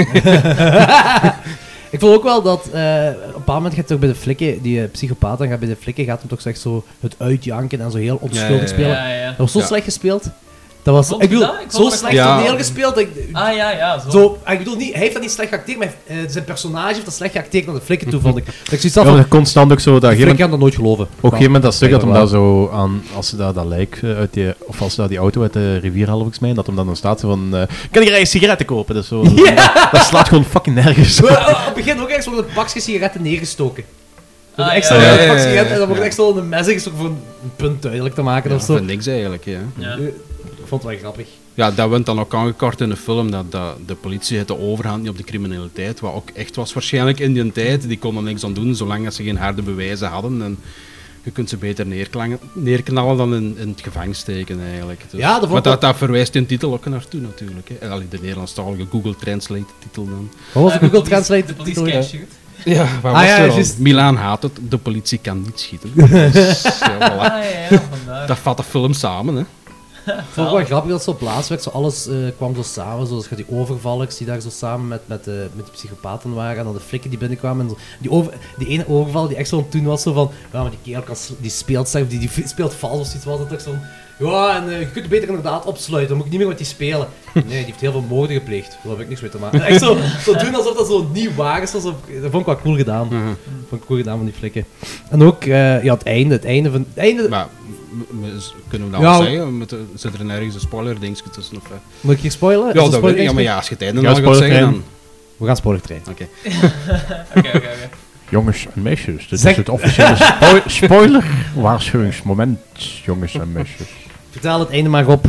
Ik vond ook wel dat, op een bepaald moment gaat toch bij de flikken, die psychopaat dan gaat bij de flikken, gaat hem toch echt zo het uitjanken en zo heel onschuldig Ja. spelen. Ja, ja. Dat was zo Ja. slecht gespeeld. Dat was, Vond ik je bedoel, dat? Ik zo vond dat slecht Ja. toneel gespeeld. Ja, zo. Zo, ik bedoel, niet, hij heeft dat niet slecht geacteerd, maar zijn personage heeft dat slecht geacteerd naar de flikken toe, vond ik. Dat ik zoiets had Ja, van, maar constant ook zo, dat die gegeven flikken kan dat nooit geloven. Op een gegeven moment dat stuk dat hem Ja, daar zo aan, als ze dat lijk uit die, of als ze daar die auto uit de rivier halen volgens mij, dat hem dan staat zo van, kan ik hier sigaretten kopen? Dat, is zo, dat slaat gewoon fucking nergens op. Op het begin ook echt zo een pakje sigaretten neergestoken. Een Ah, extra ja. pakje sigaretten en dan wordt echt zo een mes ingestoken voor een punt duidelijk te maken of zo. Van niks eigenlijk, ja. Ja. Ik vond het wel grappig. Ja, dat werd dan ook aangekaart in de film, dat de politie het de overhand niet op de criminaliteit, wat ook echt was waarschijnlijk in die tijd. Die konden niks aan doen, zolang dat ze geen harde bewijzen hadden. En je kunt ze beter neerknallen dan in het gevangen steken, eigenlijk. Dus, Ja, maar dat verwijst in de titel ook naartoe, natuurlijk. Hè. En allee, de Nederlandstalige Google Translate titel dan. Wat was de Google Translate? De police titel? can't shoot. Ja, wat Ah, was ja, er al? juist. Milaan haat het, de politie kan niet schieten. Dus, ja, voilà. Vandaar. Dat vat de film samen, hè. Ik vond het wel grappig dat het zo plaats werd. Zo alles kwam zo samen. Zoals die overvallers die daar zo samen met de psychopaten waren. En dan de flikken die binnenkwamen. En zo. Die ene overvaller die echt zo toen was zo van... Ja, maar die kerel die speelt zelf, die speelt vals of zoiets. Was dat ook zo van... Ja, en je kunt het beter inderdaad opsluiten. Dan moet ik niet meer met die spelen. Nee, die heeft heel veel moorden gepleegd. Daar heb ik niks mee te maken. Echt zo doen alsof dat zo niet waar is. Dat vond ik wel cool gedaan. Vond ik cool gedaan van die flikken. En ook het einde van... Maar kunnen we dat Ja, al zeggen? Zit er nergens een spoiler-dingetje tussen? Of, Moet ik hier spoilen? Is ja, er dat weet ik. Ja, spoiler- maar ja, als je het einde Ja, al gaat spoiler zeggen, trein. dan... We gaan spoiler trainen. Oké. Oké. Jongens en meisjes, dit Zeg- is het officiële spoiler waarschuwingsmoment, jongens en meisjes. Vertel het einde maar op.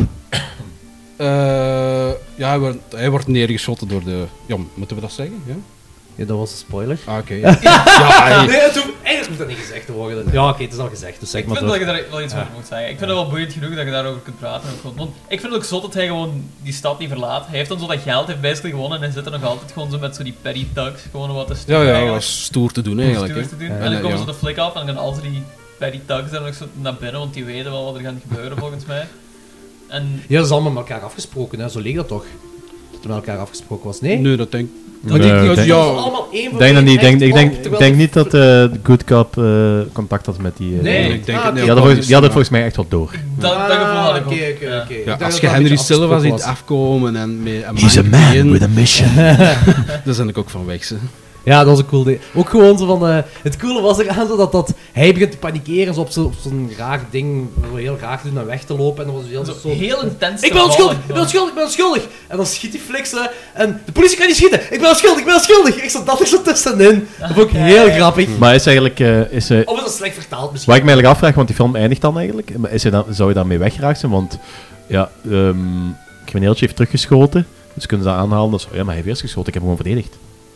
Ja, hij wordt neergeschoten door de... Ja, moeten we dat zeggen? Ja? Ja, dat was een spoiler. Ah, oké. Ja, hey. Nee, eigenlijk moet dat niet gezegd worden. Ja, oké, het is al gezegd, dus zeg Ik maar vind dat door. je daar wel iets over moet zeggen. Ik vind het wel boeiend genoeg dat je daarover kunt praten. Ook gewoon. Want ik vind het ook zot dat hij gewoon die stad niet verlaat. Hij heeft dan zo dat geld, heeft basically gewonnen en hij zit er nog altijd gewoon zo met zo die petty thugs. Gewoon wat te Ja, sturen ja, eigenlijk. was stoer te doen eigenlijk. Stoer Hè. te doen. Ja. En dan komen Ja. ze de flik af en dan gaan al die petty thugs daar nog zo naar binnen, want die weten wel wat er gaat gebeuren volgens mij. En Ja, dat is allemaal met elkaar afgesproken, hè. Zo leek dat toch? Dat het met elkaar afgesproken was, nee? Nee, dat denk ik... Maar Nee, die ik die denk- stonden allemaal één voor denk dat één niet, echt ik op, terwijl denk de- niet dat de Good Cop contact had met die... Nee, ik denk Ah, het oké. niet. die hadden het volgens mij echt wel door. dat gevoel had ik ook. Oké. Ja. Ik Ja, dacht als dat je dat Henry een beetje Silva afgesproken ziet was. afkomen en met een He's a Mike man Ian, with a mission. daar ben ik ook van weg. Ze. Ja, dat was een cool ding. Ook gewoon zo van... het coole was eraan zo dat hij begint te panikeren, zo op zo'n raar ding, zo heel raar te doen en weg te lopen. En dan was hij Zo zo... heel intens. Ik ben onschuldig, ik ben onschuldig, ik ben onschuldig. En dan schiet die fliksen en de politie kan niet schieten. Ik ben onschuldig, ik ben onschuldig. Ik zat dat er zo tussenin. Dat vond ik heel grappig. Maar is eigenlijk... Of is dat slecht vertaald misschien? Wat ik me eigenlijk afvraag, want die film eindigt dan eigenlijk. Maar zou je daarmee weggeraakt zijn? Want ja, crimineeltje heeft teruggeschoten. Dus kunnen ze dat aanhalen. Dat is, ja, maar hij heeft eerst geschoten. Ik heb hem gewoon verdedigd.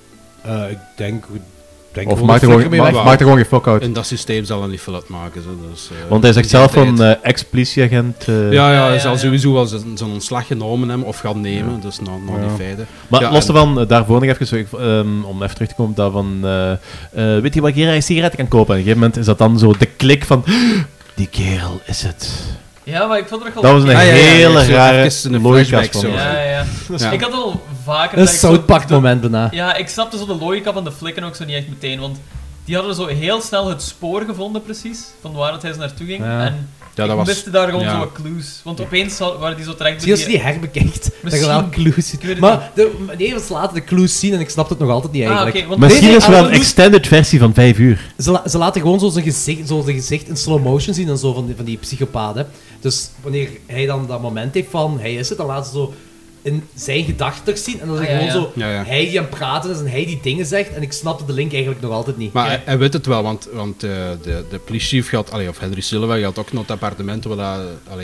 Ik denk Of maakt er gewoon geen fuck out. In dat systeem zal hij niet veel uitmaken. Zo. Dus, Want hij zegt in die zelf van tijd- ex-politieagent. Ja, hij ja, zal ja. sowieso wel zo'n ontslag genomen hebben of gaan nemen. Dus na die feiten. Maar Ja, los en- ervan, daarvoor nog even, om even terug te komen, daarvan, weet je waar ik hier een sigaretten kan kopen? En op een gegeven moment is dat dan zo de klik van, die kerel is het. Ja, maar ik vond het toch Dat wel... was een Ah, ja, hele zo rare even een logica flashback van. zo. Ja. Ja. Ik had wel vaker... Een dat ik zo- zoutpak moment bijna. Ja, ik snapte zo de logica van de flikken ook zo niet echt meteen, want die hadden zo heel snel het spoor gevonden precies, van waar het hij zo naartoe ging. Ja. En Ja, ik dat was... miste daar gewoon ja. zo wat clues. Want opeens waren die zo terecht... Zie als je die herbekijkt, dat je Misschien. wel clues ziet. Ik weet het Maar even laten de clues zien en ik snap het nog altijd niet eigenlijk. oké, want Misschien Nee, is er wel maar een extended versie van 5 uur. Ze laten gewoon zo zijn gezicht in slow motion zien en zo van die psychopaten. Dus wanneer hij dan dat moment heeft van hij is het, dan laten ze zo in zijn gedachten zien. En dan is het Ah, ja, gewoon ja. zo Ja, ja. hij die aan het praten is en hij die dingen zegt. En ik snapte de link eigenlijk nog altijd niet. Maar hij weet het wel, want de politiechief gaat, of Henry Silva gaat ook naar het appartement waar dat,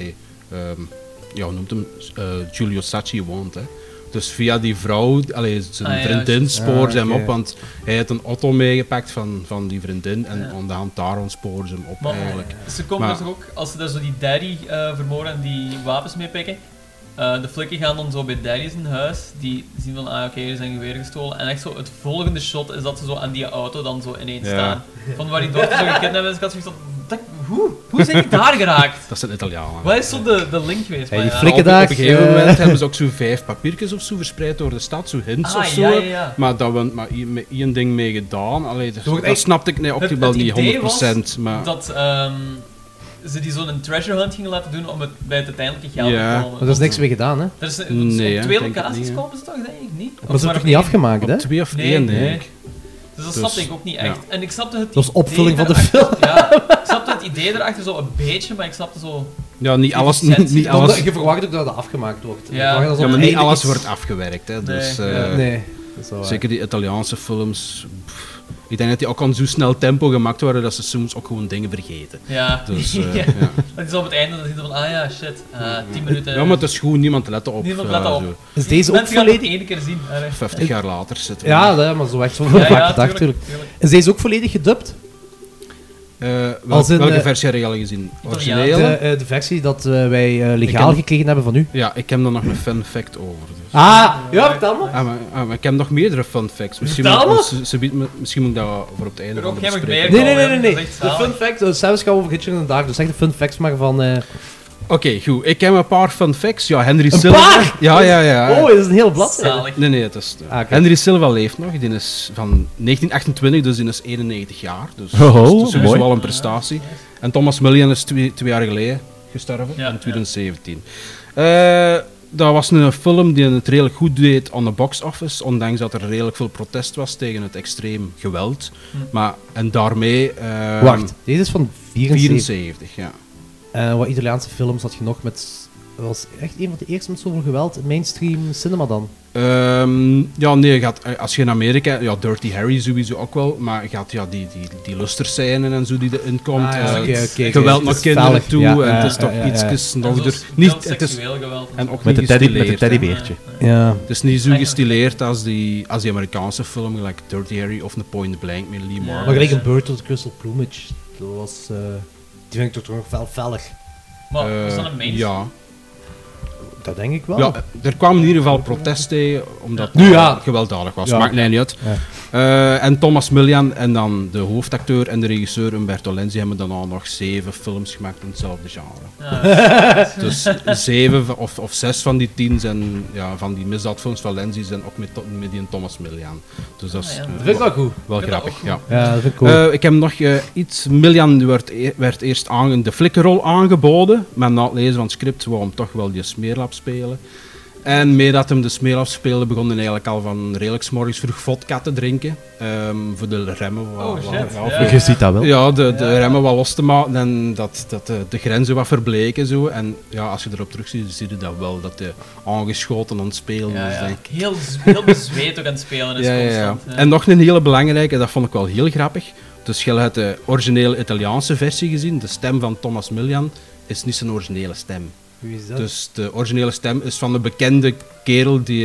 ja, hoe noemt hem, Giulio Sacchi woont. Hè. Dus via die vrouw, zijn Ah, ja, vriendin, juist. spoort ze hem oké. op, want hij heeft een auto meegepakt van die vriendin en aan de hand daarom sporen ze hem op Maar eigenlijk. ze komen Maar- dus ook, als ze daar zo die daddy vermoorden en die wapens mee pikken, de flikken gaan dan zo bij daddy zijn huis, die zien van, oké, er zijn geweer gestolen. En echt zo, het volgende shot is dat ze zo aan die auto dan zo ineens Ja. staan. Van waar die dochter zo gekidnapt is, ik had zoiets van, hoe zijn die daar geraakt? Dat zijn Italianen. Wat is zo de link geweest? Hey, Maar die ja. flikken Op daar, een gegeven moment hebben ze ook zo 5 papiertjes of zo verspreid door de stad, zo hints Ah, of zo. ja, ja, ja. Maar daar werd maar met één ding mee gedaan. Dat wordt snapte ik ook Het wel niet idee 100%. Maar dat ze die zo'n treasure hunt gingen laten doen om het bij het uiteindelijke geld Ja. te komen. Maar er is niks mee gedaan, hè? Er is Nee, op 2 denk ik locaties niet, hè. komen ze toch, denk ik niet? Maar ze is toch niet afgemaakt, hè? Op 2 of Nee, 1, nee. denk ik. Dus dat Dus, snapte ik ook niet echt. ja. En ik snapte het Dat was opvulling van de idee film. erachter- Ja, ik snapte het idee erachter zo een beetje, maar ik snapte zo... Ja, niet alles... Efficiëntie. Niet alles Je verwacht ook dat het afgemaakt wordt. Je Ja. verwacht dat ze ja, op maar het niet einde alles iets- wordt afgewerkt. Hè. Dus, Nee, ja. Nee, dat is wel waar. zeker die Italiaanse films... ik denk dat die ook aan zo'n snel tempo gemaakt worden dat ze soms ook gewoon dingen vergeten. Ja. Dus, ja. ja. Dat is op het einde, dan zie je van, ah ja, shit, 10 minuten... Ja, maar het is gewoon niemand let op. Niemand let op. Zo. Is deze ook Mensen gaan het volledig... één keer zien. 50 jaar later zitten we. Ja, maar zo echt zo Ja, vaak ja, gedacht, tuurlijk. natuurlijk. Is deze ook volledig gedubt? Als in, welke versie heb je al gezien? Originele? De versie dat wij Ik legaal ken- gekregen hebben van u. Ja, ik heb er nog een fun fact over. Dus. Ah, ja, vertel me. Maar ik heb nog meerdere fun facts. Misschien Vertel misschien moet ik dat voor op het einde Er ook van de geen bespreking. meer. Nee. Dat is echt De zalig. fun fact, zelfs gaan we over Hitcher in de Dag, dus zeg de fun facts maar van... Oké, goed. Ik heb een paar fun facts. Ja, Henry Een Silva. paar? Ja. Oh, dat is een hele bladzijde. Zalig. Nee, het is... Ah, oké. Henry Silva leeft nog. Die is van 1928, dus die is 91 jaar. Dus Oh, dat is sowieso mooi. wel een prestatie. En Thomas Millian is 2 jaar geleden gestorven, Ja, in 2017. Dat was een film die het redelijk goed deed aan de box office, ondanks dat er redelijk veel protest was tegen het extreem geweld. En daarmee... Wacht, deze is van 74. 74, ja. Wat Italiaanse films had je nog met... Dat was echt een van de eerste met zoveel geweld in mainstream cinema dan. Ja, nee, als je in Amerika... Ja, Dirty Harry sowieso ook wel, maar je gaat die lusterscènes en zo die erin komt. Oké. Geweld Het naar is kinderen vellig. toe, Ja, en het is toch ja. ietsjes nog... En zo Niet, heel het is, seksueel geweld. en ook Met niet het gestileerd, hè. teddybeertje. Ja. Het is niet zo gestileerd als die Amerikaanse film, gelijk Dirty Harry of The Point Blank met Lee Marvin. Maar gelijk een Bird of the Crystal Plumage, dat was... die vind ik toch nog wel vellig. Maar was dat een mainstream? Ja. Dat denk ik wel. Ja, er kwamen in ieder geval protest tegen, omdat Nu het ja. gewelddadig was. Ja. Maakt niet uit. En Thomas Millian en dan de hoofdacteur en de regisseur Umberto Lenzi hebben daarna nog 7 films gemaakt in hetzelfde genre. Dus 7 of 6 van die 10 zijn van die misdaadfilms van Lenzi zijn ook met die Thomas Millian. Dus dat is Dat vind ik wel goed. wel Ik vind dat grappig. ook Ja. Ja, dat vind ik cool. Ik heb nog iets. Millian werd eerst de flikkerrol aangeboden, maar na het lezen van het script wou hem toch wel die smeerlap spelen. En mee dat hem de smeerlap speelde, begon hij eigenlijk al van redelijk 's morgens vroeg vodka te drinken. Voor de remmen. Je ziet dat wel. Ja, de remmen wat los te maken en dat de grenzen wat verbleken. Zo. En ja, als je erop terug ziet, zie je dat wel, dat hij aangeschoten aan het spelen is. Denk ik. Heel bezweet ook aan het spelen is constant. Ja. En nog een hele belangrijke, dat vond ik wel heel grappig. Dus je hebt de originele Italiaanse versie gezien. De stem van Thomas Millian is niet zijn originele stem. Wie is dat? Dus de originele stem is van een bekende kerel die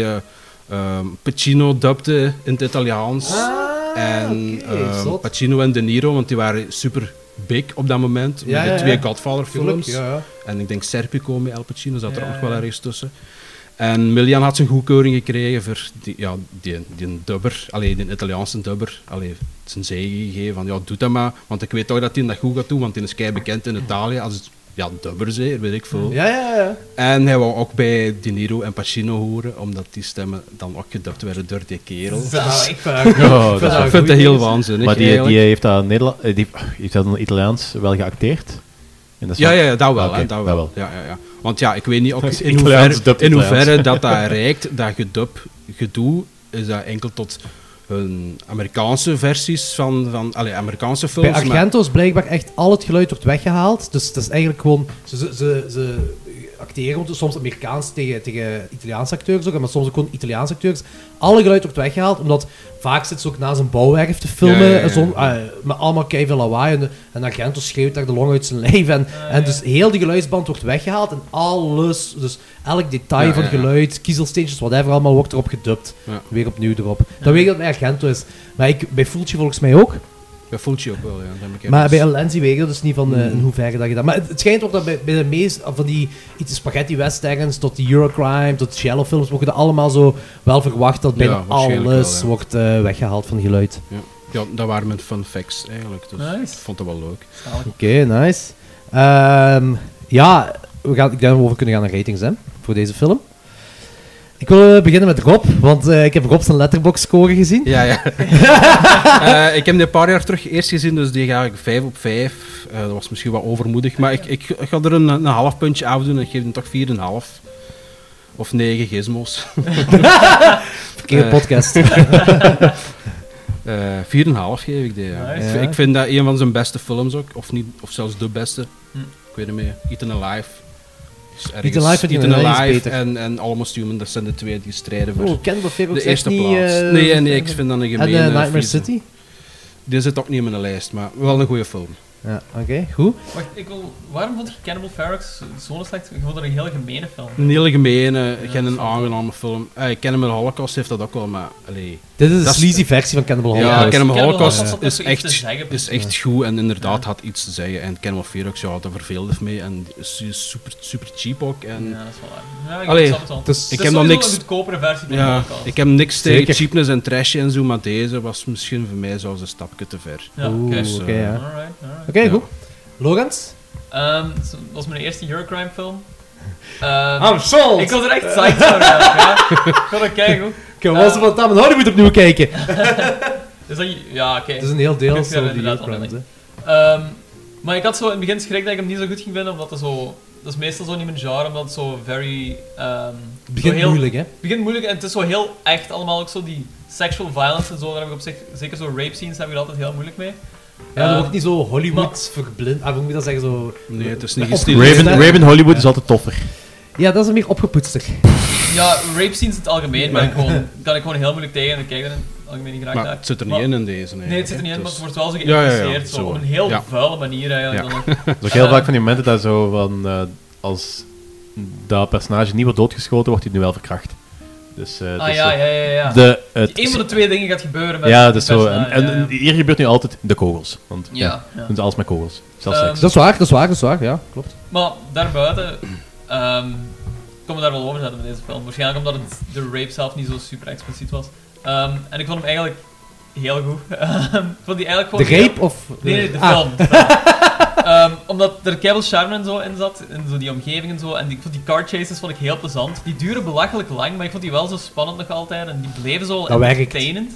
Pacino dubte in het Italiaans. En zot. Pacino en De Niro, want die waren super big op dat moment. Ja, met de ja, 2 ja. Godfather-films. Ja. En ik denk Serpico met Al Pacino zat er ook nog wel ergens tussen. En Millian had zijn goedkeuring gekregen voor die dubber, die Italiaanse dubber, zijn zegen gegeven van ja, doe dat maar, want ik weet toch dat hij dat goed gaat doen, want hij is kei bekend in Italië als dubberzeer, weet ik veel. Ja. En hij wou ook bij De Niro en Pacino horen, omdat die stemmen dan ook gedubt werden door die kerel. Oh, dat is Ik vind het heel waanzinnig. Maar die eigenlijk. heeft dat in het Italiaans wel geacteerd? En dat is Ja, wel- ja, dat wel. Oké, hè, dat dat wel. Ja. Want ja, ik weet niet ook Dat is in Italiaans, dubbed in Italiaans. hoeverre dat reikt, dat gedoe, is dat enkel tot hun Amerikaanse versies van Amerikaanse films. Bij Argento is blijkbaar echt al het geluid wordt weggehaald. Dus het is eigenlijk gewoon... Ze acteren soms Amerikaans tegen Italiaanse acteurs ook, maar soms ook gewoon Italiaanse acteurs. Alle geluid wordt weggehaald, omdat vaak zit ze ook naast een bouwwerf te filmen, Ja. met allemaal keiveel lawaai. En Argento schreeuwt daar de long uit zijn lijf. En dus heel die geluidsband wordt weggehaald en alles, dus elk detail van geluid, kiezelsteentjes, whatever, allemaal wordt erop gedubt. Ja. Weer opnieuw erop. Dan weet je dat het bij Argento is. Maar bij Fulci volgens mij ook. Dat voelt je ook wel, ja. Dat heb ik Maar ergens- bij Lenzi weet ik dat dus niet van in hoeverre dat je dat... Maar het schijnt ook dat bij de meest van die spaghetti westerns tot die Eurocrime, tot shallow films, mogen dat allemaal zo wel verwacht dat bijna waarschijnlijk alles wel, ja. wordt weggehaald van geluid. Ja, dat waren mijn fun facts eigenlijk. Dus Nice. ik vond het wel leuk. Oké, nice. Ja, ik denk dat we over kunnen gaan naar ratings hè, voor deze film. Ik wil beginnen met Rob, want ik heb Rob zijn Letterboxd score gezien. Ja. Ik heb die een paar jaar terug eerst gezien, dus die ga ik 5 op 5. Dat was misschien wat overmoedig, maar ik ga er een half puntje afdoen en ik geef hem toch 4,5. Of 9 gizmos. Verkeerde podcast. 4,5 geef ik die, ja. Nice. Ik vind dat een van zijn beste films ook, of zelfs de beste. Ik weet niet meer. Eaten Alive. Eaten Alive vind ik Eaten nog eens Alive beter. en Almost Human, dat zijn de twee die strijden voor Oh, Cannibal Ferox de echt eerste niet... plaats. Nee, ik vind dat een gemene... En Nightmare vieze. City? Die zit ook niet in mijn lijst, maar wel een goede film. Ja, oké, goed. Wacht, waarom vond je Cannibal Ferox zo'n slecht? Ik vond dat een heel gemene film. Een hele gemene, geen aangename film. Cannibal Holocaust heeft dat ook wel, maar... Allee. Dit is Dat een is- sleazy versie van Cannibal Ja, Holocaust. Cannibal Cannibal Holocaust Holocaust had is toch iets te zeggen, is echt goed en inderdaad had iets te zeggen. En Cannibal Ferox, ja, daar verveelde mee en is super cheap ook. En, Ja, dat is wel waar. Ja, ik Allee, snap het wel. dus Het ik is heb nog sowieso niks- een goedkopere versie van ja, Holocaust. ik heb niks tegen Zeker. cheapness en trashy en zo, maar deze was misschien voor mij zelfs een stapje te ver. Ja, Oeh, oké. Dus, oké, ja. Alright. Oké, Ja. goed. Lorenz? Dat was mijn eerste Eurocrime film. I'm sold! Ik was er echt psyched voor. Ja. Ik vond het keigoed. Ik ga wel zo van Tam en Hollywood opnieuw kijken. Dus dat, ja, oké. Het is een heel deel Ik zo vind die het inderdaad wel Eurocrimes, middeling. Maar ik had zo in het begin schrik dat ik hem niet zo goed ging vinden, omdat het zo... Dat is meestal zo niet mijn genre, omdat het zo very... Het begint zo heel, moeilijk, hè? Het begint moeilijk en het is zo heel echt allemaal ook zo die sexual violence en zo. Daar heb ik op zich... Zeker zo rape scenes heb ik er altijd heel moeilijk mee. Ja, dat wordt niet zo Hollywood verblind. Ah, hoe moet je dat zeggen? Zo... Nee, het is niet Op- gestileerd. Raven Hollywood is altijd toffer. Ja, dat is meer opgepoetster. Ja, rape scenes in het algemeen kan ik gewoon heel moeilijk tegen en ik kijk er in het algemeen niet graag Maar naar. het zit er niet Maar- in deze. Nee, het zit er niet in, maar Dus- het wordt wel zo Ja, ja, ja, geïnteresseerd, zo zo. op een heel Ja. vuile manier eigenlijk. Ja. Dan ook. Dat is ook heel vaak van die momenten dat zo van... als dat personage niet wordt doodgeschoten, wordt hij nu wel verkracht. Dus, Ah dus, ja. Eén van de twee dingen gaat gebeuren met ja, het dat is zo. personage, En hier gebeurt nu altijd de kogels. Want Ja. doen ze alles met kogels. Zelfs Ehm, seks. Dat is waar, ja, klopt. Maar daarbuiten komen we daar wel over zetten met deze film. Waarschijnlijk omdat de rape zelf niet zo super expliciet was. En ik vond hem eigenlijk heel goed. Ik vond die eigenlijk De gewoon rape of... Nee, de Ah. film. Omdat er keiveel charme en zo in zat, in zo die omgeving en zo. En ik vond die car chases vond ik heel plezant. Die duren belachelijk lang, maar ik vond die wel zo spannend nog altijd. En die bleven zo Dat werkt. entertainend.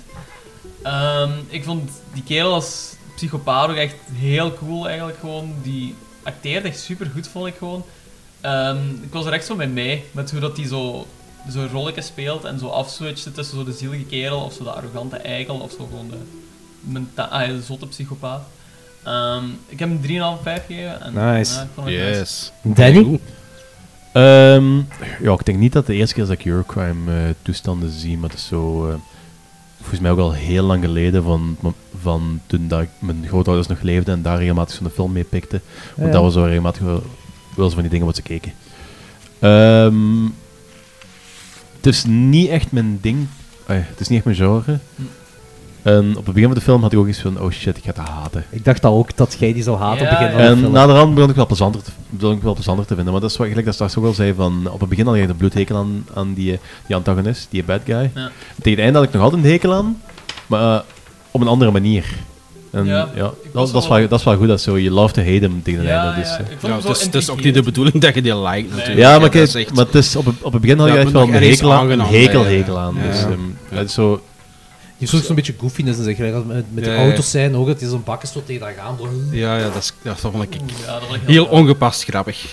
Ik vond die kerel als psychopaat ook echt heel cool eigenlijk gewoon. Die acteerde echt super goed, vond ik gewoon. Ik was er echt zo mee, met hoe dat die zo rolletje speelt en zo afswitchte tussen zo de zielige kerel of zo de arrogante eikel of zo gewoon de zotte psychopaat. Ik heb hem 3,5 gegeven. En, Nice. ja, ik vond het nice. Yes. Danny? Ja, ik denk niet dat de eerste keer dat ik Eurocrime toestanden zie, maar het is zo... volgens mij ook al heel lang geleden van toen dat mijn grootouders nog leefden en daar regelmatig zo'n film mee pikten. Want Ja. dat was zo regelmatig wel zo van die dingen wat ze keken. Het is niet echt mijn ding. Het is niet echt mijn genre. En op het begin van de film had ik ook iets van, oh shit, ik ga het haten. Ik dacht dat ook, dat jij die zou haten op Ja, het begin ja. van de En film. naderhand begon ik wel plezanter te vinden. Maar dat is wat gelijk dat straks ook al zei, van op het begin had ik de bloedhekel aan die antagonist, die bad guy. Ja. Tegen het einde had ik nog altijd een hekel aan, maar op een andere manier. En Ja, ja, ik was dat is wel- wel goed, dat zo, je love to hate hem tegen het einde. Dus, ik vond Ja, hem zo het is ook niet de intrigerend. bedoeling dat je die liked natuurlijk. ja, maar dat kijk, is echt- maar het is op het begin had je Ja, echt moet wel nog een ergens hekel aan. aangenaam Hekel aan. zijn, ja. Dus, Ja. het is zo... Je zoekt zo'n beetje goofiness in zich, gelijk als met die Ja, ja. auto's zijn ook, dat die zo'n bakken zo tegen dat gaan. Ja, dat vond ik Ja, dat vond ik heel tof. ongepast grappig.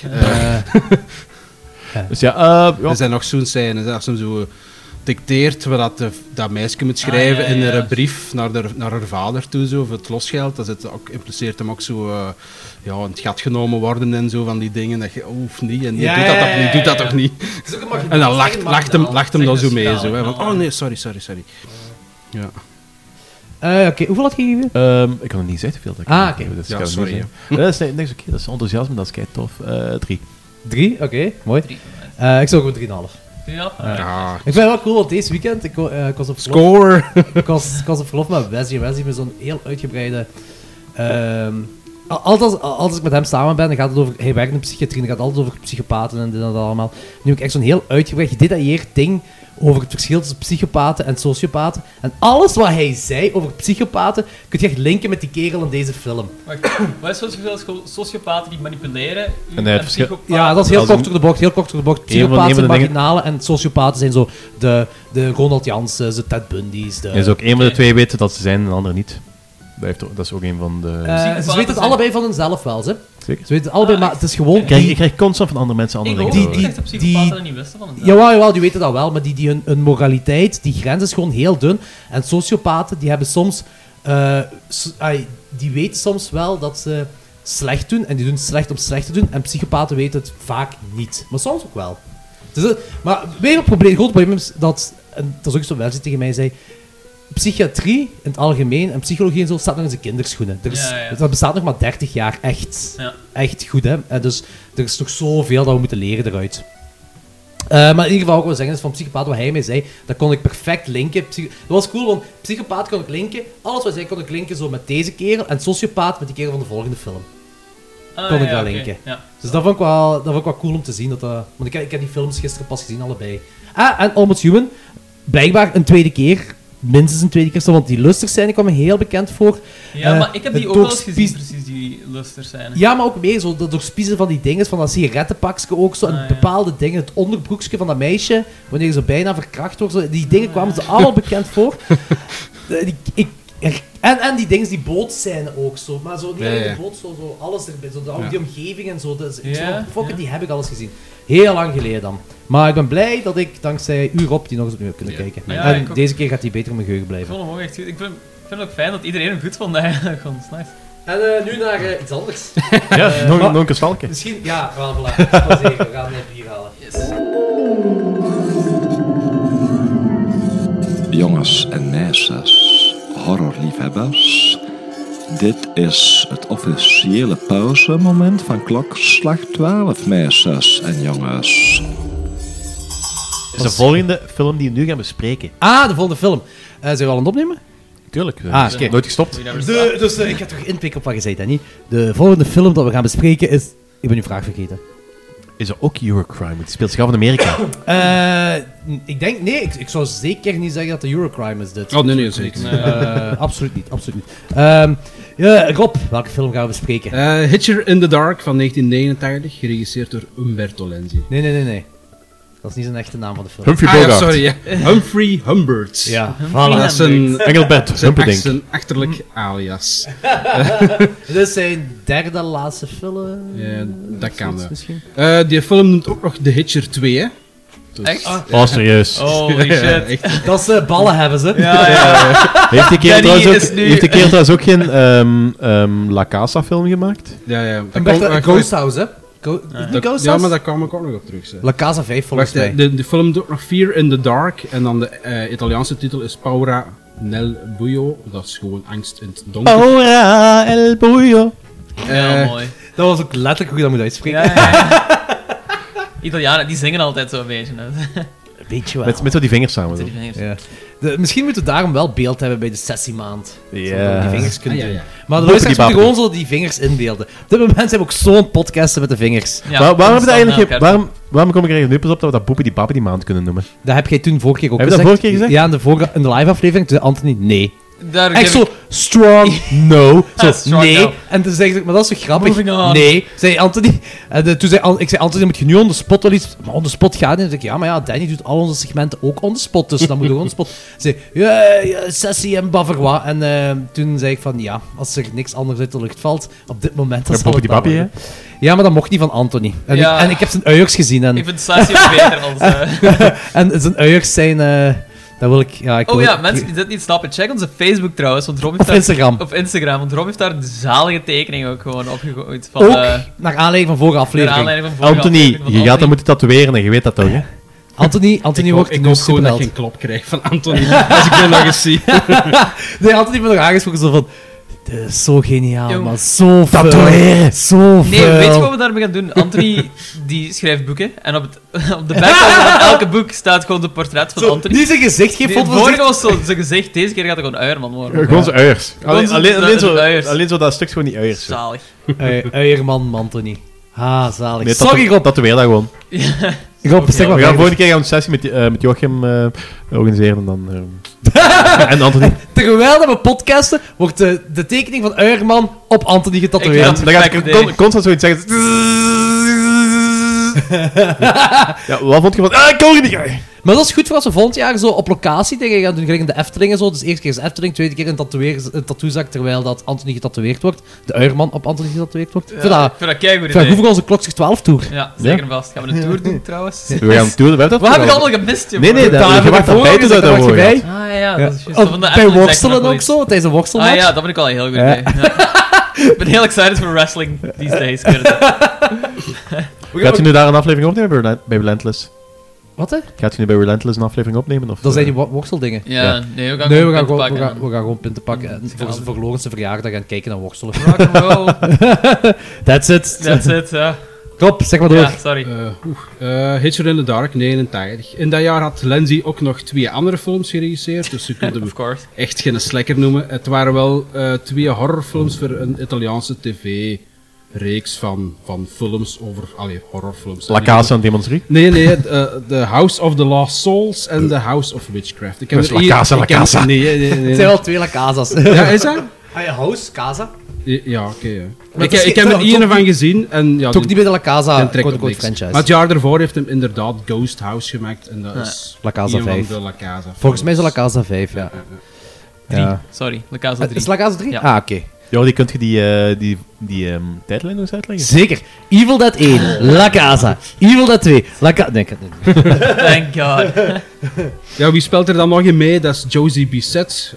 Dus ja, Er zijn nog zo'n scènes, hè, als ze zo dicteert wat dat meisje moet schrijven ja, in ja. een brief naar haar vader toe, zo, voor het losgeld. Dat impliceert hem ook zo in het gat genomen worden en zo van die dingen. Dat je, hoeft niet, en Ja, doet dat ja, toch niet, ja, doet dat ja. toch niet. En dan lacht hem dan zo mee, zo, hè, van, oh nee, sorry. Ja. Oké, hoeveel had je gegeven? ik kan het niet zeggen hoeveel dat ik Ah, kan oké. geven, dus Ja, ik ga het sorry, niet zeggen. Dat is niks oké, dat is enthousiasme, dat is kei tof. 3. 3, oké, mooi. 3. Ik zou gewoon 3,5. Ja. Ja. Ik vind het wel cool, want deze weekend, ik was op verlof, Score! ik was op verlof met Wesley. Wesley met zo'n heel uitgebreide... Als ik met hem samen ben, dan gaat het over... Hij werkt in psychiatrie, dan gaat het altijd over psychopaten en dit en dat allemaal. Nu heb ik echt zo'n heel uitgebreid gedetailleerd ding over het verschil tussen psychopaten en sociopaten. En alles wat hij zei over psychopaten, kun je echt linken met die kerel in deze film. Wacht, wat is het verschil? Sociopaten die manipuleren En en het verschil- psychopaten? Ja, dat is heel Als kort een- door de bocht, heel kort door de bocht. Een Psychopaten van zijn de dingen- marginalen en sociopaten zijn zo de Ronald Janssens, de Ted Bundy's. Er is ook één van de twee weten dat ze zijn en de ander niet. Dat is ook een van de... Ze weten het allebei van hunzelf wel, ze. Zeker? Ze weten het allebei, maar het is gewoon... Ik krijg constant van andere mensen andere Ik dingen ook. te Ik horen. dacht dat psychopaten dat niet wisten van het. Jawel, die weten dat wel, maar die hun moraliteit, die grens is gewoon heel dun. En sociopaten, die hebben soms... die weten soms wel dat ze slecht doen, en die doen slecht om slecht te doen. En psychopaten weten het vaak niet. Maar soms ook wel. Dus, maar weer het grote probleem is dat... En dat is ook zo'n versie tegen mij zei... Psychiatrie in het algemeen en psychologie en zo staat nog in zijn kinderschoenen. Dat bestaat nog maar 30 jaar echt goed, hè. En dus er is nog zoveel dat we moeten leren eruit. Maar in ieder geval ook wel zeggen is van psychopaat, wat hij mij zei, dat kon ik perfect linken. Dat was cool, want psychopaat kon ik linken. Alles wat hij zei kon ik linken zo met deze kerel en sociopaat met die kerel van de volgende film. Kon ik dat linken. Ja. Dus dat vond ik wel cool om te zien. Want ik heb die films gisteren pas gezien, allebei. En Almost Human, blijkbaar een tweede keer. Minstens een tweede keer zo, want die lusterscène kwam me heel bekend voor. Ja, maar ik heb die het ook wel eens gezien, doorspies- precies, die lusterscène. Ja, maar ook meer zo, dat doorspiezen van die dingen, van dat sigarettenpakje ook zo, en ja. bepaalde dingen, het onderbroekje van dat meisje, wanneer ze bijna verkracht wordt, zo, die dingen kwamen ze allemaal bekend voor. En die dingen, die bootscène ook zo, maar zo niet alleen de boot, zo alles erbij, zo die omgeving en zo, die heb ik alles gezien. Heel lang geleden dan. Maar ik ben blij dat ik dankzij u, Rob, die nog eens opnieuw heb kunnen kijken. Ja, en ik ook. deze keer gaat hij beter in mijn geheugen Ik blijven. vond hem ook echt goed. Ik vind het ook fijn dat iedereen hem goed vond eigenlijk. Gewoon, is nice. En nu naar iets anders. Ja, nog een kristalke. Misschien, ja, wel, voilà. Pas even, we gaan het bier halen. Jongens en meisjes, horrorliefhebbers. Dit is het officiële pauzemoment van klokslag 12, meisjes en jongens. Is de volgende film die we nu gaan bespreken. Ah, de volgende film. Zijn we al aan het opnemen? Tuurlijk. Oké. Nooit gestopt. Ik ga toch inpikken op wat je zei, Danny. De volgende film dat we gaan bespreken is... Ik ben uw vraag vergeten. Is er ook Eurocrime? Die speelt zich af in Amerika. Ik denk... Nee, ik zou zeker niet zeggen dat de Eurocrime is dit. Oh, nee, zeker. Absoluut niet, absoluut niet. Rob, welke film gaan we bespreken? Hitcher in the Dark van 1989, geregisseerd door Umberto Lenzi. Nee. Dat is niet zijn echte naam van de film. Humphrey Ja, Bogart. sorry. Ja. Humphrey Humbert. Ja, Dat is zijn, Engelbert Humperdinck. zijn achterlijk alias. Dit is zijn derde laatste film. Ja, dat kan. Zoiets misschien. Die film noemt ook nog The Hitcher 2, hè. Dus, Echt? Oh, serieus. Holy ja, shit. echt. Dat ze ballen hebben, ze. Heeft die kerel Danny trouwens is ook, nu- heeft die kerel trouwens ook geen La Casa film gemaakt? Ja. Ghost House, hè? Die Ghost Ja, House? maar daar kwam ik ook nog op terug. Zeg. La Casa 5 volgens Wacht, mij. de film doet nog Fear in the Dark. En dan de Italiaanse titel is Paura nel buio. Dat is gewoon angst in het donker. Ora el buio. Heel mooi. Dat was ook letterlijk hoe je dat moet uitspreken. Ja. Italianen, die zingen altijd zo'n beetje. Hè. Weet je wel. Met zo die vingers samen. Die Zo. vingers. Ja. Misschien moeten we daarom wel beeld hebben bij de sessiemaand. Zodat we die vingers kunnen Ah, ja, doen. ja. Maar de Boppen luisteraars die moeten gewoon zo die vingers inbeelden. Op dit moment hebben we ook zo'n podcasten met de vingers. Ja, waarom hebben we dat eigenlijk constant geen- waarom kom ik er eigenlijk nu pas op dat we dat Boepie die Papi die maand kunnen noemen? Dat heb jij toen vorige keer ook Heb je dat gezegd. vorige keer gezegd? Ja, in de live aflevering zei Anthony nee. Daar Echt geef zo ik- strong no. Zo Strong nee. no. En toen zei ik, maar dat is zo grappig. Moving on. Nee, zei Anthony. En toen zei ik zei Anthony, moet je nu on the spot wel iets. Maar on the spot gaat niet. En toen zei ik, ja, maar ja, Danny doet al onze segmenten ook on the spot. Dus dan moet je on the spot. Zei ja, sessie en bavarois. En toen zei ik van ja, als er niks anders uit de lucht valt op dit moment. Dan Met zal Boepie het die dat Papi, hè? worden. Ja, maar dat mocht niet van Anthony. En, Ja. ik heb zijn uiers gezien. En, Ik vind Sassi ook beter als... en zijn uiers zijn. Dat wil ik. Ja, ik Oh wil- ja, mensen die dit niet snappen, check onze Facebook trouwens. Want Rob heeft Of daar... Instagram. Op Instagram, want Rob heeft daar een zalige tekening ook gewoon opgegooid. Van, Ook naar naar aanleiding van vorige aflevering. aanleiding van vorige Anthony, aflevering van je gaat Anthony. dat moeten tatoeëren en je weet dat toch, hè? Anthony wordt Ik nu hoop gewoon dat superheld. ik geen klop krijg van Anthony. Als ik dat nog eens zie. Nee, Anthony heeft me nog aangesproken zo van... Dit is zo geniaal, Jong. man. Zo veel. Tatoeëren. Zo Nee, veel. weet je wat we daarmee gaan doen? Anthony die schrijft boeken en op de backcover van elke boek staat gewoon het portret van Zo, Anthony. niet zijn gezicht geeft, De vond van vorige was zo zijn gezicht, deze keer gaat hij gewoon uierman worden. Gewoon zijn uiers. Gewoon zijn uiers. Alleen zo dat stuk gewoon die uiers. zo. Zalig. Uierman, Anthony. Ah, zalig. Nee, Sorry, Rob. tatoeëer dat gewoon. Rob, zeg maar We gaan verder. volgende keer een sessie met Joachim organiseren en dan... en Anthony. Terwijl dat we podcasten, wordt de tekening van Uierman op Anthony getatoeëerd. Dan gaat hij constant zoiets zeggen. Ja, wat vond je van... ik hoor je niet. Maar dat is goed voor als we volgend jaar zo op locatie dingen gaan doen. Gelijk in de Efteling en zo. Dus eerste keer is de Efteling, tweede keer een tattoozak terwijl dat Anthony getatoeëerd wordt. De Uierman op Anthony getatoeëerd wordt. Ik vind dat keigoed goed voor onze Klokzicht 12 tour. Ja, zeker en vast. Gaan we een tour doen, trouwens? We gaan doen. We hebben Wat heb ik allemaal gemist, joh? Nee, je wacht daarvoor erbij toen gezegd, dat daar wacht je bij. Ah ja, dat is juist. Of Van de bij Efteling worstelen zegt er nog ook zo, tijdens een worstelmatch. Ah ja, daar ben ik al heel goed bij. Ja. Ik ben heel excited voor wrestling these days. Gaat u nu daar een aflevering opnemen bij Relentless? Wat hè? Gaat u nu bij Relentless een aflevering opnemen? Of, Dat zijn die worsteldingen. Ja, nee, we gaan Nee, gewoon we pinten pakken. gaan gewoon pinten pakken en voor Loren's verjaardag gaan kijken naar worstelen. Rock'n'roll. That's it. That's it, ja. Rob, zeg maar door. Ja, sorry. Hitcher in the Dark, 89. In dat jaar had Lenzi ook nog 2 andere films geregisseerd, dus je kunt hem Of course. echt geen slekker noemen. Het waren wel 2 horrorfilms voor een Italiaanse tv-reeks van films over horrorfilms. La Casa en Demons 3? Nee, The House of the Lost Souls en The House of Witchcraft. Ik heb Dus er La één- Casa, La ik heb- Casa. Nee. Het zijn wel 2 La Casa's. Ja, is dat? House, Casa. Ja, oké. Ja. Maar Ik het is heb er toch- één toch van gezien en ja, Toch niet bij de La Casa die trekt op quote-unquote niks. franchise. Maar het jaar daarvoor heeft hem inderdaad Ghost House gemaakt en dat is La Casa een van 5. de La Casa. Volgens mij is het La Casa 5, ja. 3. Ja. Sorry, La Casa 3. Is La Casa 3? Ja. Ah, oké. Jordi, kunt je die tijdlijn nog eens uitleggen? Zeker. Evil Dead 1, La Casa. Evil Dead 2, La Casa... Nee, ik kan het niet. Thank God. Ja, wie speelt er dan nog in mee? Dat is Josie Bissett.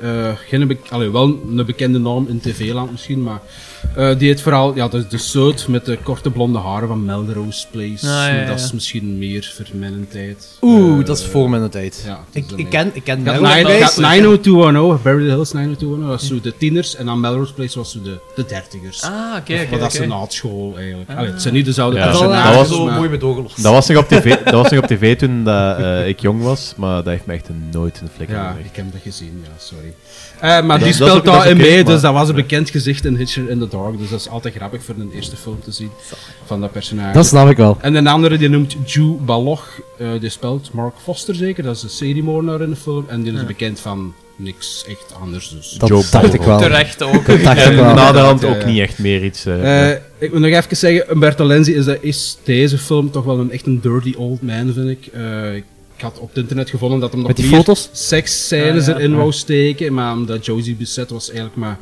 Wel een bekende naam in tv-land misschien, maar die heeft vooral de soort met de korte blonde haren van Melrose Place. Ja. Dat is misschien meer voor mijn tijd. Oeh, dat is voor mijn tijd. Ja, het is Ik ken Gaat Melrose Place. 90210, Beverly Hills 90210, dat is zo de tieners. En dan Melrose Place was zo de dertigers. Ah, oké, Maar dat is een oké. naad-school eigenlijk. Het zijn niet dezelfde Ja, personages, dat was zo maar- mooi met doorgelost. Dat was nog op tv toen dat, ik jong was, maar dat heeft me echt nooit een flikker Ja, gebracht. ik heb dat gezien, ja, sorry. Maar Dat die is speelt ook- dat is daarin oké, mee, maar- dus dat was een bekend gezicht in Hitcher in the Dark. Dus dat is altijd grappig voor een eerste film te zien van dat personage. Dat snap ik wel. En een andere die noemt Ju Balog, die speelt Mark Foster zeker, dat is de seriemoordenaar in de film. En die is bekend van niks echt anders. Dus. Dat Joe dacht ik Ball. wel. Terecht ook. Dat dacht ik En wel. naderhand Ja, ook ja. niet echt meer iets... Ik moet nog even zeggen, Umberto Lenzi is deze film toch wel echt een dirty old man, vind ik. Ik had op het internet gevonden dat hem nog Met die meer foto's? seksscènes Ja, ja. erin wou steken, maar omdat Josie Bissett was eigenlijk maar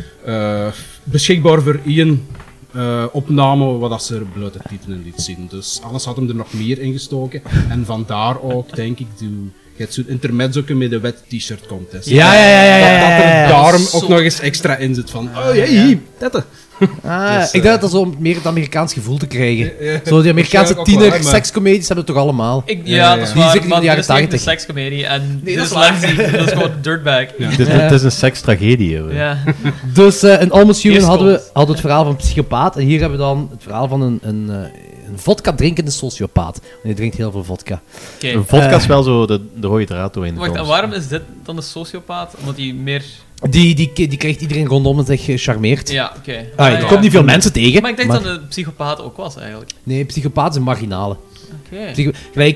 beschikbaar voor één opname wat dat ze er blote tieten in liet zien. Dus alles had hem er nog meer in gestoken. En vandaar ook, denk ik, je hebt zo'n intermezzo met de wet t-shirt contest. Ja. Dat er daarom Zo. ook nog eens extra in zit van, oh jee, tette. Ah, Dus, ik dacht dat zo meer het Amerikaans gevoel te krijgen. Zo die Amerikaanse waarschijnlijk ook wel, tiener maar- sekscomedies hebben we toch allemaal. Ja, dat is Die waar. zit in de Maar jaren dit is niet 80. een sekscomedie en dit dat is is waar. Lenzi. Dat is gewoon dirtbag. Het is een sekstragedie. Hoor. Ja. Dus in Almost Human Eerst hadden we komt. het verhaal van een psychopaat. En hier hebben we dan het verhaal van een vodka drinkende sociopaat. En die drinkt heel veel vodka. Oké. Een vodka is wel zo de rode draad door in de Wacht, en films. waarom is dit dan de sociopaat? Omdat hij meer... Die krijgt iedereen rondom en zich gecharmeerd. Ja, oké. Er komt niet veel mensen tegen. Maar ik denk dat een psychopaat ook was, eigenlijk. Nee, psychopaat zijn marginalen. Oké. Gelijk,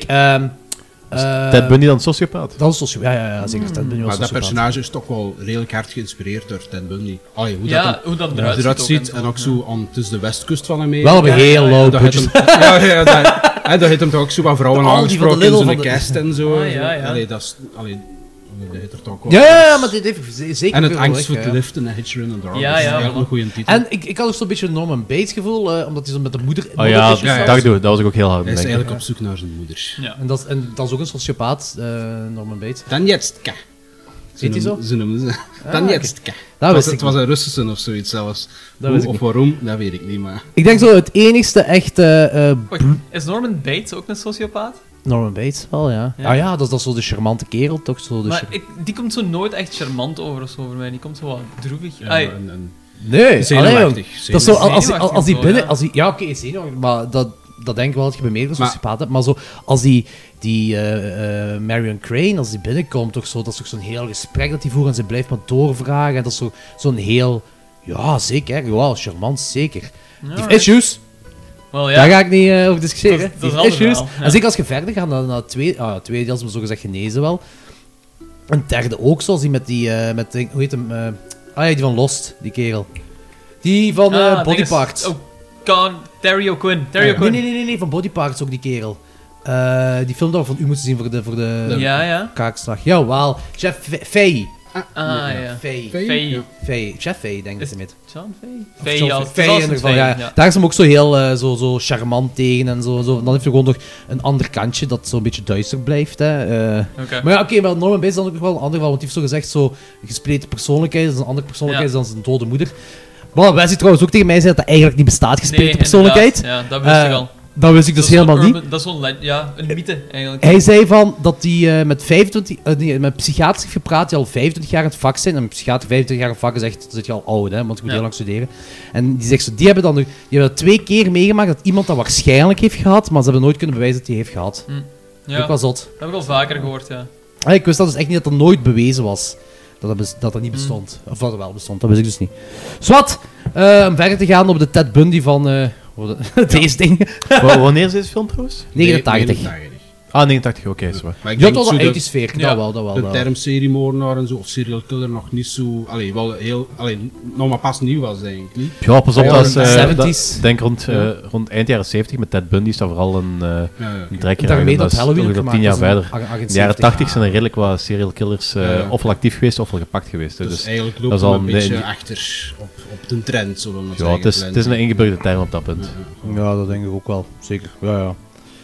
Ted Bundy dan sociopaat? dat is sociopaat. Ja, zeker. Ted Bundy was Maar dat sociopaat. personage is toch wel redelijk hard geïnspireerd door Ted Bundy. Allee, hoe Ja, dat hoe dat hem eruit eruit ziet ziet ook en ook zo aan tussen de westkust van Amerika. Wel op een heel low Dat heeft budget. hem, dat heeft hem toch ook zo wat vrouwen De Aldi van de aangesproken in Lidl zijn van de- cast en zo. Ah, ja. Allee, dat is... Allee, dat heeft er toch ook wel. Ja, maar dit heeft zeker En het veel angst weg, voor ja. het liften en Hitcher in the Dark. Ja, dat is ja, eigenlijk voilà. een goede titel. En ik had ook zo'n beetje een Norman Bates gevoel, omdat hij zo met de moeder... Oh ja, moeder- ja, ja. dat was ik ook heel hard Hij aan is het denken. eigenlijk op zoek naar zijn moeder. Ja. En dat is ook een sociopaat, Norman Bates. Danjetska. Heet hij zo? Ze noemen ze. Danjetska. Dat wist Het ik was niet. een Russische of zoiets zelfs. Dat wist ik Of waarom, dat weet ik niet, maar... Ik denk zo het enigste echte... Wacht, is Norman Bates ook een sociopaat? Norman Bates wel, ja. Ja. Ah ja, dat is zo de charmante kerel, toch? Zo de Maar die komt zo nooit echt charmant over of zo voor mij. Die komt zo wat droevig. Ja, Ai, Nee, allee, zenuwachtig. jong. Dat is zo, als Zenuwachtig die zo, binnen... ja. Als die, ja, oké, zenuwachtig, maar dat denk ik wel dat je bij meerdere Maar- sociopaten hebt. Maar zo, als die Marion Crane, als die binnenkomt, toch zo, dat is toch zo'n heel gesprek dat die voert en ze blijft maar doorvragen. En dat is zo'n heel... Ja, zeker, ja, charmant, zeker. Die heeft issues. Wel, ja. Daar ga ik niet over discussiëren. Dat is Die een issues. ander verhaal, ja. En zeker als je verder gaat naar het tweede deel, is me zo gezegd genezen wel. Een derde ook, zoals die met die, hoe heet hem? Die van Lost, die kerel. Die van Body dinges. Parts. Oh, Terry O'Quinn. Terry O'Quinn. Nee, van Body Parts ook die kerel. Die film dat we van u moeten zien voor de Ja. kaakslag. Jawel, Chef Faye. Ja. Faye. Faye. Chef Faye, denk ik Is- dat hij met. John Faye? Of Faye, John ja. Faye in ieder geval, ja. Daar is hem ook zo heel zo charmant tegen en zo. Dan heeft hij gewoon nog een ander kantje dat zo een beetje duister blijft. Hè. Oké. Maar ja, oké, maar Norman Bates is dan ook nog wel een ander verhaal, want hij heeft zo gezegd zo gespleten persoonlijkheid, dat is een andere persoonlijkheid dan zijn dode moeder. Maar Wesley trouwens ook tegen mij zei dat dat eigenlijk niet bestaat, gespleten persoonlijkheid. Ja, dat wist ik al. Dat wist ik dus helemaal niet. Dat is zo'n een mythe, eigenlijk. Hij zei van dat hij met psychiaters heeft gepraat die al 25 jaar in het vak zijn. En een psychiater 25 jaar in het vak is echt, dan zit je al oud, hè, want je moet heel lang studeren. En die zegt zo, die hebben dat 2 keer meegemaakt dat iemand dat waarschijnlijk heeft gehad, maar ze hebben nooit kunnen bewijzen dat hij heeft gehad. Ja, Ook wel zot. dat heb ik al vaker gehoord, ja. Ik wist dat dus echt niet dat er nooit bewezen was. Dat niet bestond. Of dat er wel bestond, dat wist ik dus niet. Zwat, om verder te gaan op de Ted Bundy van deze dingen. Wanneer is deze film trouwens? 89. 89, oké, zwaar. Maar ik Ja, denk toch zo wel 80's sfeer, dat wel. De term seriemoordenaar en zo, of serial killer nog niet zo... wel heel... nog maar pas nieuw was, denk ik. Niet? Ja, pas op, dat is... 70's. denk rond eind jaren 70 met Ted Bundy is dat vooral een trekker. Daarmee dat is Halloween ongeveer gemaakt 10 jaar is in verder. 78. In de jaren 80 zijn er redelijk wat serial killers ofwel actief geweest ofwel gepakt geweest. hè. Dus eigenlijk dat loopt is het al een beetje nee, achter op de trend, zullen we maar ja, zeggen. het is een ingeburgerde term op dat punt. Ja, dat denk ik ook wel. Zeker. Ja.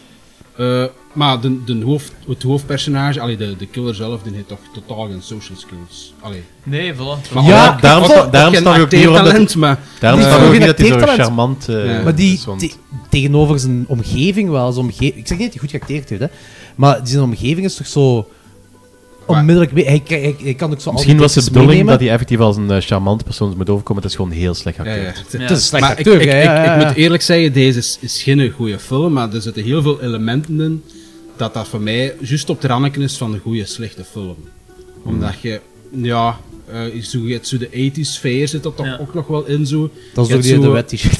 Maar het hoofdpersonage, de killer zelf, die heeft toch totaal geen social skills. Nee, voilà. Maar Ja, daarom snap ik ook niet waarom dat... maar... Daarom Die snap ik ook geen niet dat hij zo acteertalent. charmant Maar die is, want- tegenover zijn omgeving wel. Ik zeg niet dat hij goed geacteerd heeft, hè. Maar zijn omgeving is toch zo... Onmiddellijk... Hij kan ook zo... Misschien was de de bedoeling dat hij effectief als een charmante persoon moet overkomen. Het is gewoon heel slecht geacteerd. Het is een slecht Maar acteur, ik moet eerlijk zeggen, deze is geen goede film, maar er zitten heel veel elementen in dat voor mij juist op de randje is van een goede, slechte film. Omdat je, je hebt zo de 80s sfeer zit er toch ook nog wel in zo. Dat is Je ook hebt die de zo- wet t-shirt.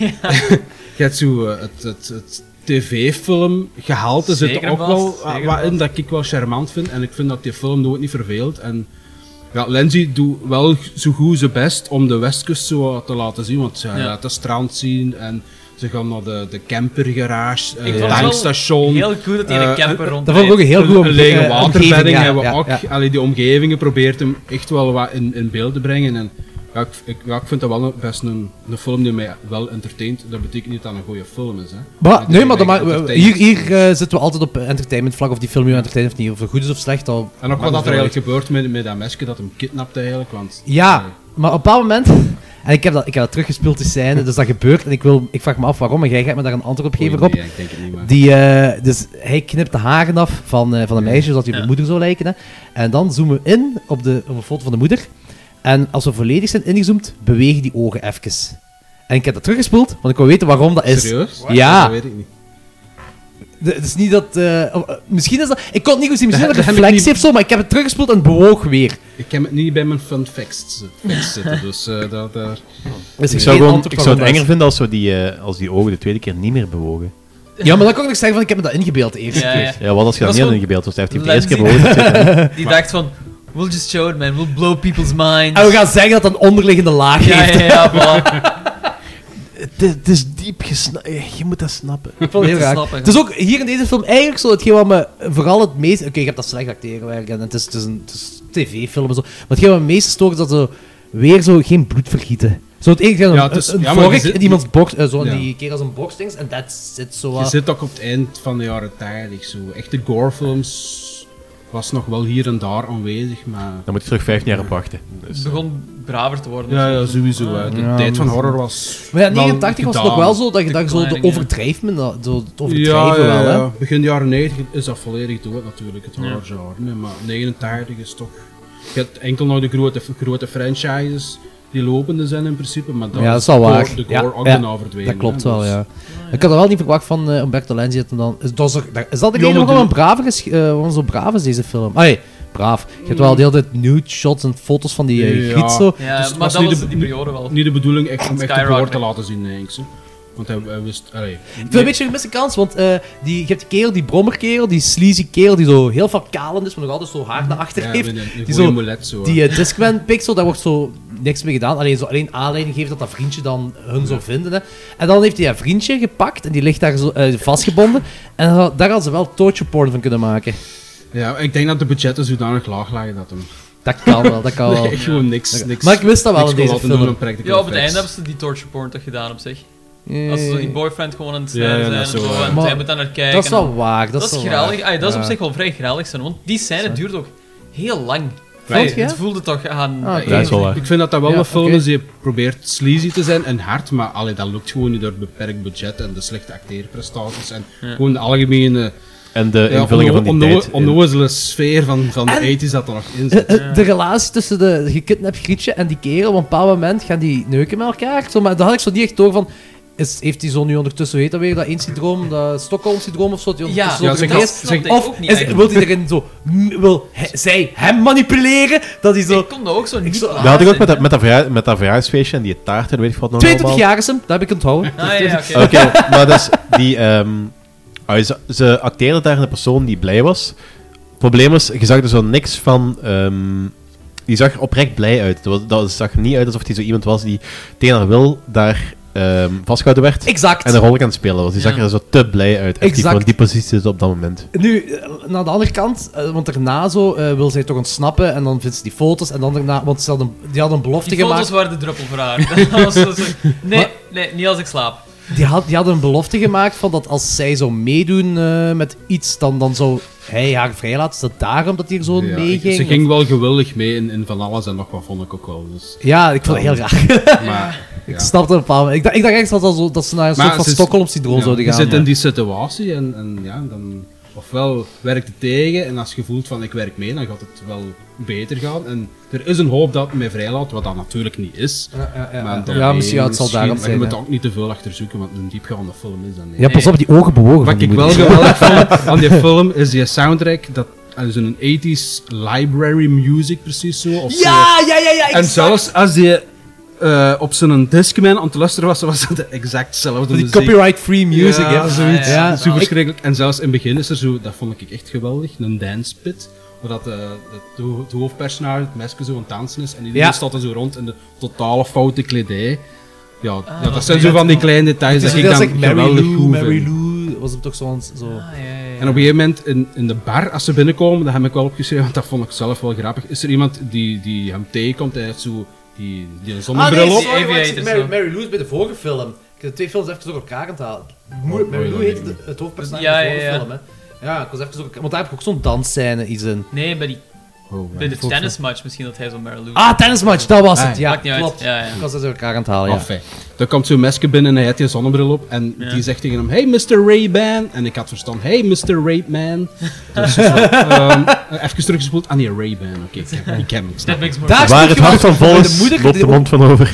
Je hebt zo het tv-film gehalte zit Zeker er ook vast, wel zeker wat in vast. dat ik wel charmant vind. En ik vind dat die film nooit niet verveelt. En ja, Lindsay doet wel zo goed zijn best om de Westkust zo te laten zien. Want ze laat het strand zien en ze gaan naar de campergarage, Ik het vond het tankstation. Heel goed dat hij een camper rond. Dat vond ik ook een heel goed Een lege waterbedding omgeving, ja, hebben we ja, ook. ja. Allee, die omgevingen probeert hem echt wel wat in beeld te brengen. En ja, ik vind dat wel best een film die mij wel entertaint. Dat betekent niet dat het een goede film is. Hè. Maar, nee, maar Entertainment. hier zitten we altijd op entertainment vlak, of die film je entertaint of niet, of het goed is of slecht. En ook wat dat er eigenlijk gebeurt met dat meisje dat hem kidnapt eigenlijk. Want, Ja, maar op een bepaald moment... En ik heb dat teruggespeeld, die scène, dus dat gebeurt. En ik vraag me af waarom, en jij gaat me daar een antwoord op geven, Rob. Nee, ik denk het niet, maar... Dus hij knipt de haren af van een meisje, zodat hij op de moeder zou lijken. Hè. En dan zoomen we in op een foto van de moeder. En als we volledig zijn ingezoomd, bewegen die ogen even. En ik heb dat teruggespoeld, want ik wil weten waarom dat is. Serieus? Ja. Dat weet ik niet. Het is niet dat... misschien is dat... Ik kon het niet goed zien, misschien dat Dat het heb ik reflex niet- heeft zo, maar ik heb het teruggespoeld en het bewoog weer. Ik heb het niet bij mijn fun facts zitten, dus dat... Dus Ik zou het enger vinden als die ogen de tweede keer niet meer bewogen. Ja, maar dan kan ik nog zeggen van, ik heb me dat ingebeeld de eerste keer. Ja, wat als je dat Dat is niet had gewoon ingebeeld was? Hij heeft die de eerste keer Lindsay. bewogen. Die dacht van, we'll just show it man, we'll blow people's minds. En we gaan zeggen dat het een onderliggende laag heeft. Ja, voilà. Het is diep gesnapt. Je moet dat snappen. Ik vond het heel te raar. snappen, Het is ook hier in deze film eigenlijk zo hetgeen wat me vooral het meest... Oké, je hebt dat slecht acteren werk en het is een tv-film en zo. Maar hetgeen wat me het meest stoort is dat ze weer zo geen bloed vergieten. Zo het enige, Ja, het is- een ja, maar vork je zit- in iemands borst, zo Ja. die keer als een borstings en that's it, zo Je wat. zit ook op het eind van de jaren 80 zo. Echte gorefilms was nog wel hier en daar aanwezig, maar... Dan moet je terug 15 jaar op wachten. Dus, Het begon braver te worden. Ja, sowieso. Hè. De Ja, tijd van maar- horror was... Maar ja, wel 89 was het gedaan. nog wel zo dat je daar zo de Declining, ja. overdrijven, zo het overdrijven wel, hè. Begin jaren 90 is dat volledig dood natuurlijk, het horrorgenre. Nee, maar 89 is toch... Je hebt enkel nog de grote franchises die lopende zijn in principe, maar dan Ja, dat is wel waar. de Ja, gore ook ja, bijna verdwenen. Dat klopt hè, wel, dus- ja. Ik had er wel niet verwacht van Umberto Lenzi dat hem dan... Is dat de Ja, reden maar waarom een brave zo braaf is, deze film? Ah, nee, braaf. Je hebt wel de hele tijd nude shots en foto's van die Ja. giet zo. Ja, Dus het maar was dat niet was de- die periode wel. Niet de bedoeling echt om echt de Skyrocket. gore te laten zien, denk ik. Zo. Want hij wist... Allee, Ik vind een beetje een gemiste kans, want je hebt die kerel, die brommerkerel, die sleazy kerel die zo heel vaak kalend is, maar nog altijd zo haar naar achter heeft. Een Die goeie zo- mulet zo. Die Discman pixel, daar wordt zo niks mee gedaan. Alleen aanleiding geeft dat dat vriendje dan hun zou vinden. Hè. En dan heeft hij een vriendje gepakt en die ligt daar zo, vastgebonden. En daar hadden ze wel torture porn van kunnen maken. Ja, ik denk dat de budgetten zodanig laag lagen dat hem... Dat kan wel, dat kan wel. Nee, gewoon niks. Maar ik wist dat wel in niks deze kon laten doen film. om practical Ja, op het effects. einde hebben ze die torture porn toch gedaan op zich. Eh, Als ze zo die boyfriend gewoon aan het Ja, snijden ja, zijn dat en is zo. zo, En maar hij moet dan naar kijken. Dat is wel en- waar. Dat is wel geweldig. waar. Dat is op Ja. zich wel vrij geweldig zijn, want die scène duurt ook heel lang. Vond je? Het voelde toch aan... Ah, oké. Dat is wel waar. Ik vind dat wel Ja, een film oké. is die probeert sleazy te zijn en hard, maar allee, dat lukt gewoon niet door het beperkt budget en de slechte acteerprestaties en gewoon de algemene En de invullingen van die tijd. onnozele sfeer van de 80's dat er nog in zit. De relatie tussen de gekidnapt Grietje en die kerel, op een bepaald moment gaan die neuken met elkaar. Zo, maar daar had ik zo niet echt door van... Heeft hij zo nu ondertussen, weet dat weer, dat 1-syndroom, dat Stockholm-syndroom of zo? Die Ja, ondertussen ja, zo zeg- erin is? dat snapte ik Of ook niet is, eigenlijk. wil hij erin zo... Wil zij hem manipuleren? Dat hij zo... Ik kon dat ook zo niet zo- Dat had ik ook met dat verjaarsfeestje en die taart en weet ik wat nog 22 allemaal. jaar is hem, dat heb ik onthouden. Ah, ja, oké. Oké, maar dus die... ze acteerde daar een persoon die blij was. Het probleem is, je zag er zo niks van... die zag er oprecht blij uit. Dat zag er niet uit alsof hij zo iemand was die tegen haar wil daar vastgehouden werd. Exact. En een rol aan het spelen was. Die zag Ja. er zo te blij uit. Echt die Exact. voor die positie zit op dat moment. Nu, naar de andere kant, want daarna zo wil zij toch ontsnappen en dan vindt ze die foto's en dan daarna, want die hadden een belofte Die gemaakt. foto's waren de druppel voor haar. Dat was zo- nee, niet als ik slaap. Die hadden een belofte gemaakt van dat als zij zou meedoen met iets, dan zou hij haar vrijlaten. Is dat daarom dat hij er zo Ja, meeging? ze ging wel gewillig mee in van alles en nog wat, vond ik ook wel. Dus. Ja, ik vond het heel raar. Maar, Ik snapte een bepaald moment. Ik dacht echt dat ze naar een Maar soort van ze is- Stockholm-syndroom zouden je gaan. zit in maar- die situatie en ja, dan ofwel werkt het tegen en als je voelt van ik werk mee, dan gaat het wel beter gaan. En er is een hoop dat het mij vrijlaat, wat dat natuurlijk niet is. Maar dan Ja, nee, misschien het zal daarom maar zijn. je moet hè. er ook niet te veel achter zoeken, want een diepgaande film is dat niet. Ja, pas op, die ogen bewogen van Wat die ik wel moeder. geweldig vond aan die film is die soundtrack, dat is een 80s library music precies zo. Of Ja. en exact. zelfs als die op zijn Discman aan het luisteren was het exact hetzelfde Die muziek. copyright-free music, Ja, hè. zoiets. Ja. Super verschrikkelijk. En zelfs in het begin is er zo, dat vond ik echt geweldig, een dance pit. Waar dat het hoofdpersonage, het meisje, zo aan het dansen is. En iedereen Ja. staat er zo rond in de totale foute kledij. Ja, dat dat zijn weet zo van die ik kleine details Het dat is ik dan like Mary geweldig Lou, goed Mary vind. Lou, was hem toch zo... Ah, ja. En op een gegeven moment in de bar, als ze binnenkomen, dat heb ik wel opgeschreven, want dat vond ik zelf wel grappig. Is er iemand die hem tegenkomt en hij heeft zo die zonnebril op? sorry, Aviator, zo. Mary Lou is bij de vorige film. Ik heb de twee films even door elkaar aan het halen. Mary Lou heette het hoofdpersonage Ja, in de vorige ja. film, hè. Ja, ik was even zo... Want daar heb ik ook zo'n dansscène iets in. Nee, bij Oh, de tennismatch misschien dat hij zo Mary Lou... Ah, tennismatch, dat was Ah, het. Ja, maakt niet uit. klopt. Ja, ja. Ik was dat door elkaar aan het halen, ja. Enfin. Dan komt zo'n mesje binnen en hij heeft die zonnebril op. En Ja. die zegt tegen hem, hey Mr. Ray-Ban. En ik had verstaan, hey Mr. Rape-Man. Dus even teruggespoeld. Ah nee, Ray-Ban. Oké, ik ken hem. Ik snap That makes more Daar sense. Waar het hart van vol de is, moeder loopt de die mond van over.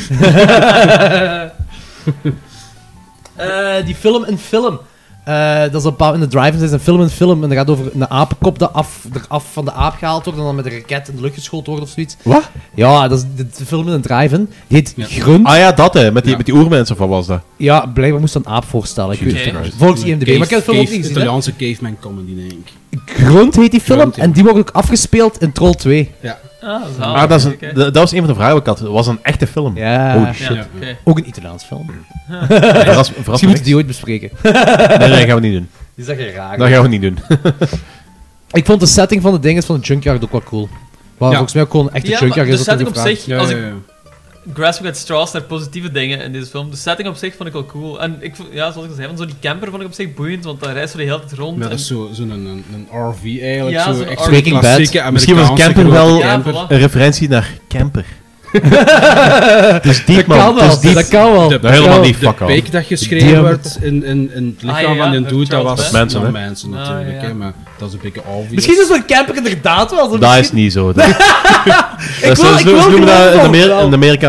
Die film in film. Dat is op in de drive-in is een film in film. En dat gaat over een apenkop dat eraf van de aap gehaald wordt. En dan met een raket in de lucht geschoten wordt of zoiets. Wat? Ja, dat is de film in een drive-in. Die heet Ja. Grunt. Ah ja, dat hè, met Ja. die oermensen, of wat was dat? Ja, blijkbaar moest dat een aap voorstellen. Ik weet Oké. het niet. Volgens IMDb. Maar ik heb de film ook niet gezien. hè. Italiaanse caveman comedy, denk ik. Grunt heet die film. Grunt, ja. En die wordt ook afgespeeld in Troll 2. Ja. Ah, dat is Ah, dat, is een, oké. dat was een van de vragen die ik had. Dat was een echte film. Ja. Holy Ja, shit. oké. Ook een Italiaans film. Dat was Misschien moeten we die ooit bespreken. Nee, dat gaan we niet doen. Die zag je raar. Dat gaan we niet doen. Ik vond de setting van de dingen van de Junkyard ook wel cool. Waar Ja. volgens mij ook gewoon een echte Ja, maar Junkyard de is. dat setting op gevraagd. zich, Ja, als ja, ik ja. grasping at straws naar positieve dingen in deze film, de setting op zich vond ik wel cool. En ik, ja, zoals ik al zei, van zo die camper vond ik op zich boeiend, want daar reist zo de hele tijd rond. Ja, en- dat is zo'n een RV eigenlijk. Ja, zo zo'n echt RV. zo'n Breaking klassieke Bad. Misschien was Amerikaanse camper grote wel- ja, camper. voilà. Een referentie naar camper. Dus diep, Dat man. kan Het is wel, diep. dat kan wel. De, Nou, helemaal niet, de fuck off. peek dat geschreven Die- werd in het lichaam Ah, ja, van die met dude, dat Charles was Band. Mensen, hè? mensen natuurlijk. Ah, ja. Hè, maar dat is een beetje obvious. Misschien is zo'n camper inderdaad wel. Zo Dat is misschien- niet zo. Ik wil Ze noemen dat in wel.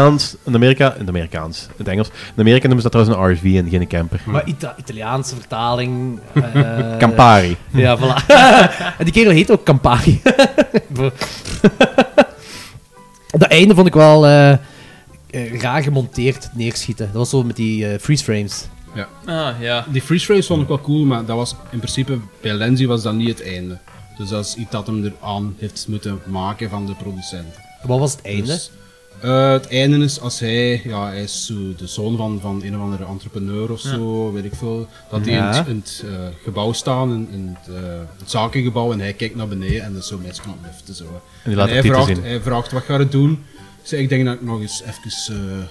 het Engels. In Amerika noemen ze dat trouwens een RV en geen camper. Maar Italiaanse vertaling. Campari. Ja, voilà. En die kerel heet ook Campari. Dat einde vond ik wel raar gemonteerd, het neerschieten. Dat was zo met die freeze frames. Ja. Ah, ja. Die freeze frames vond ik wel cool, maar dat was in principe bij Lenzi was dat niet het einde. Dus dat is iets dat hem eraan heeft moeten maken van de producent. Wat was het einde? Dus, het einde is als hij is zo de zoon van een of andere entrepreneur of zo, weet ik veel. Dat die in het gebouw staan, in het zakengebouw, en hij kijkt naar beneden en dat is zo mensen aan het liften. Zo. En die laat de titel zien. Hij vraagt wat ga je doen. Ik denk dat ik nog eens even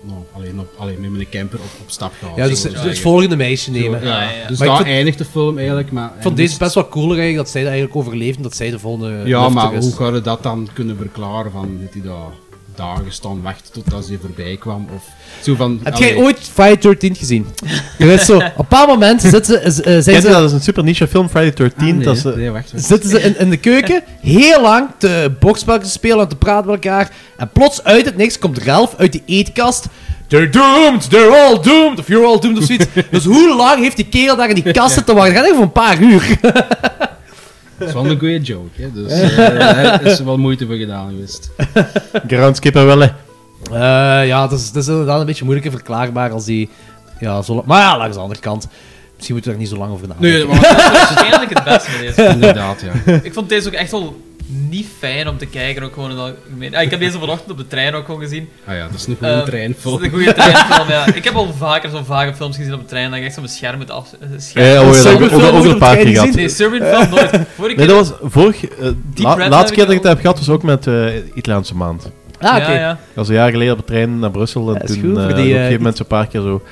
alleen met mijn camper op stap ga. Ja, dus het volgende meisje nemen. Zo, ja. ja. Dus Maar daar eindigt de film eigenlijk. Maar Ik vond deze best wel cooler eigenlijk, dat zij dat eigenlijk overleeft en dat zij de volgende ja, lifter maar is. hoe ga je dat dan kunnen verklaren? Van, heeft hij daar dagen staan wachten totdat ze voorbij kwam? Of zo van, Heb jij ooit Friday 13 gezien? Je weet zo, op een bepaald moment zijn Dat is een super niche film, Friday 13. Nee, dat is, wacht. zitten ze in de keuken heel lang te bokspelletjes te spelen en te praten met elkaar. En plots uit het niks komt Ralph uit die eetkast. They're doomed, they're all doomed, of you're all doomed of zoiets. Dus hoe lang heeft die kerel daar in die kast zitten wachten? Dat gaat even voor een paar uur. Dat is wel een goede joke, hè? Dus daar is er wel moeite voor gedaan geweest. Groundskipper wel, hè. Ja, dat is inderdaad een beetje moeilijker verklaarbaar als die... Ja, zo lang... Maar ja, langs de andere kant. Misschien moeten we er niet zo lang over nadenken. Nee, maar Dat is waarschijnlijk het beste met deze. inderdaad, ja. Ik vond deze ook echt wel niet fijn om te kijken. Ook gewoon in het algemeen. Ik heb deze vanochtend op de trein ook gewoon gezien. Ah ja, dat is een goede treinfilm. Dat is een goede treinfilm, ja. Ik heb al vaker zo'n vage films gezien op de trein dat ik echt zo mijn scherm moet Ja, oh, ja, Serbian film ook moet een op paar het keer einde gehad. Nee, Serbian film nooit. Vorige Nee, keer... dat was Red laatste keer heb dat ik ik het heb gehad was ook met Italiaanse maand. Ah, oké. Ja, ja. Dat was een jaar geleden op de trein naar Brussel en Ja, is toen goed, voor op die, een gegeven moment zo'n paar keer zo...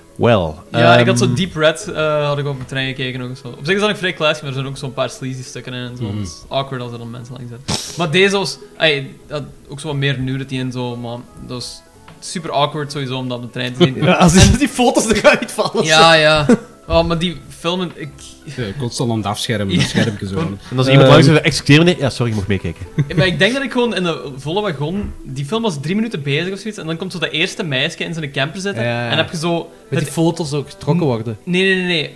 Ja, ik had zo Deep Red had ik op de trein gekeken ook zo. Op zich is dat nog vrij classic, maar er zijn ook zo'n paar sleazy stukken in en zo. Het is awkward als er dan mensen langs zitten. Maar deze was... had ook zo wat meer nudity en zo, maar dat was super awkward sowieso om dat op de trein te zien. Ja, als die foto's eruit vallen. Ja. Oh, maar die filmen... Ja, constant aan het afschermen, dat schermpje zo. En als iemand langs zegt, excuseer meneer, ja sorry, je mag meekijken. Maar ik denk dat ik gewoon in de volle wagon... Die film was 3 minuten bezig of zoiets, en dan komt zo dat eerste meisje in zijn camper zitten, Ja. en heb je zo... Met die foto's ook getrokken worden. Nee.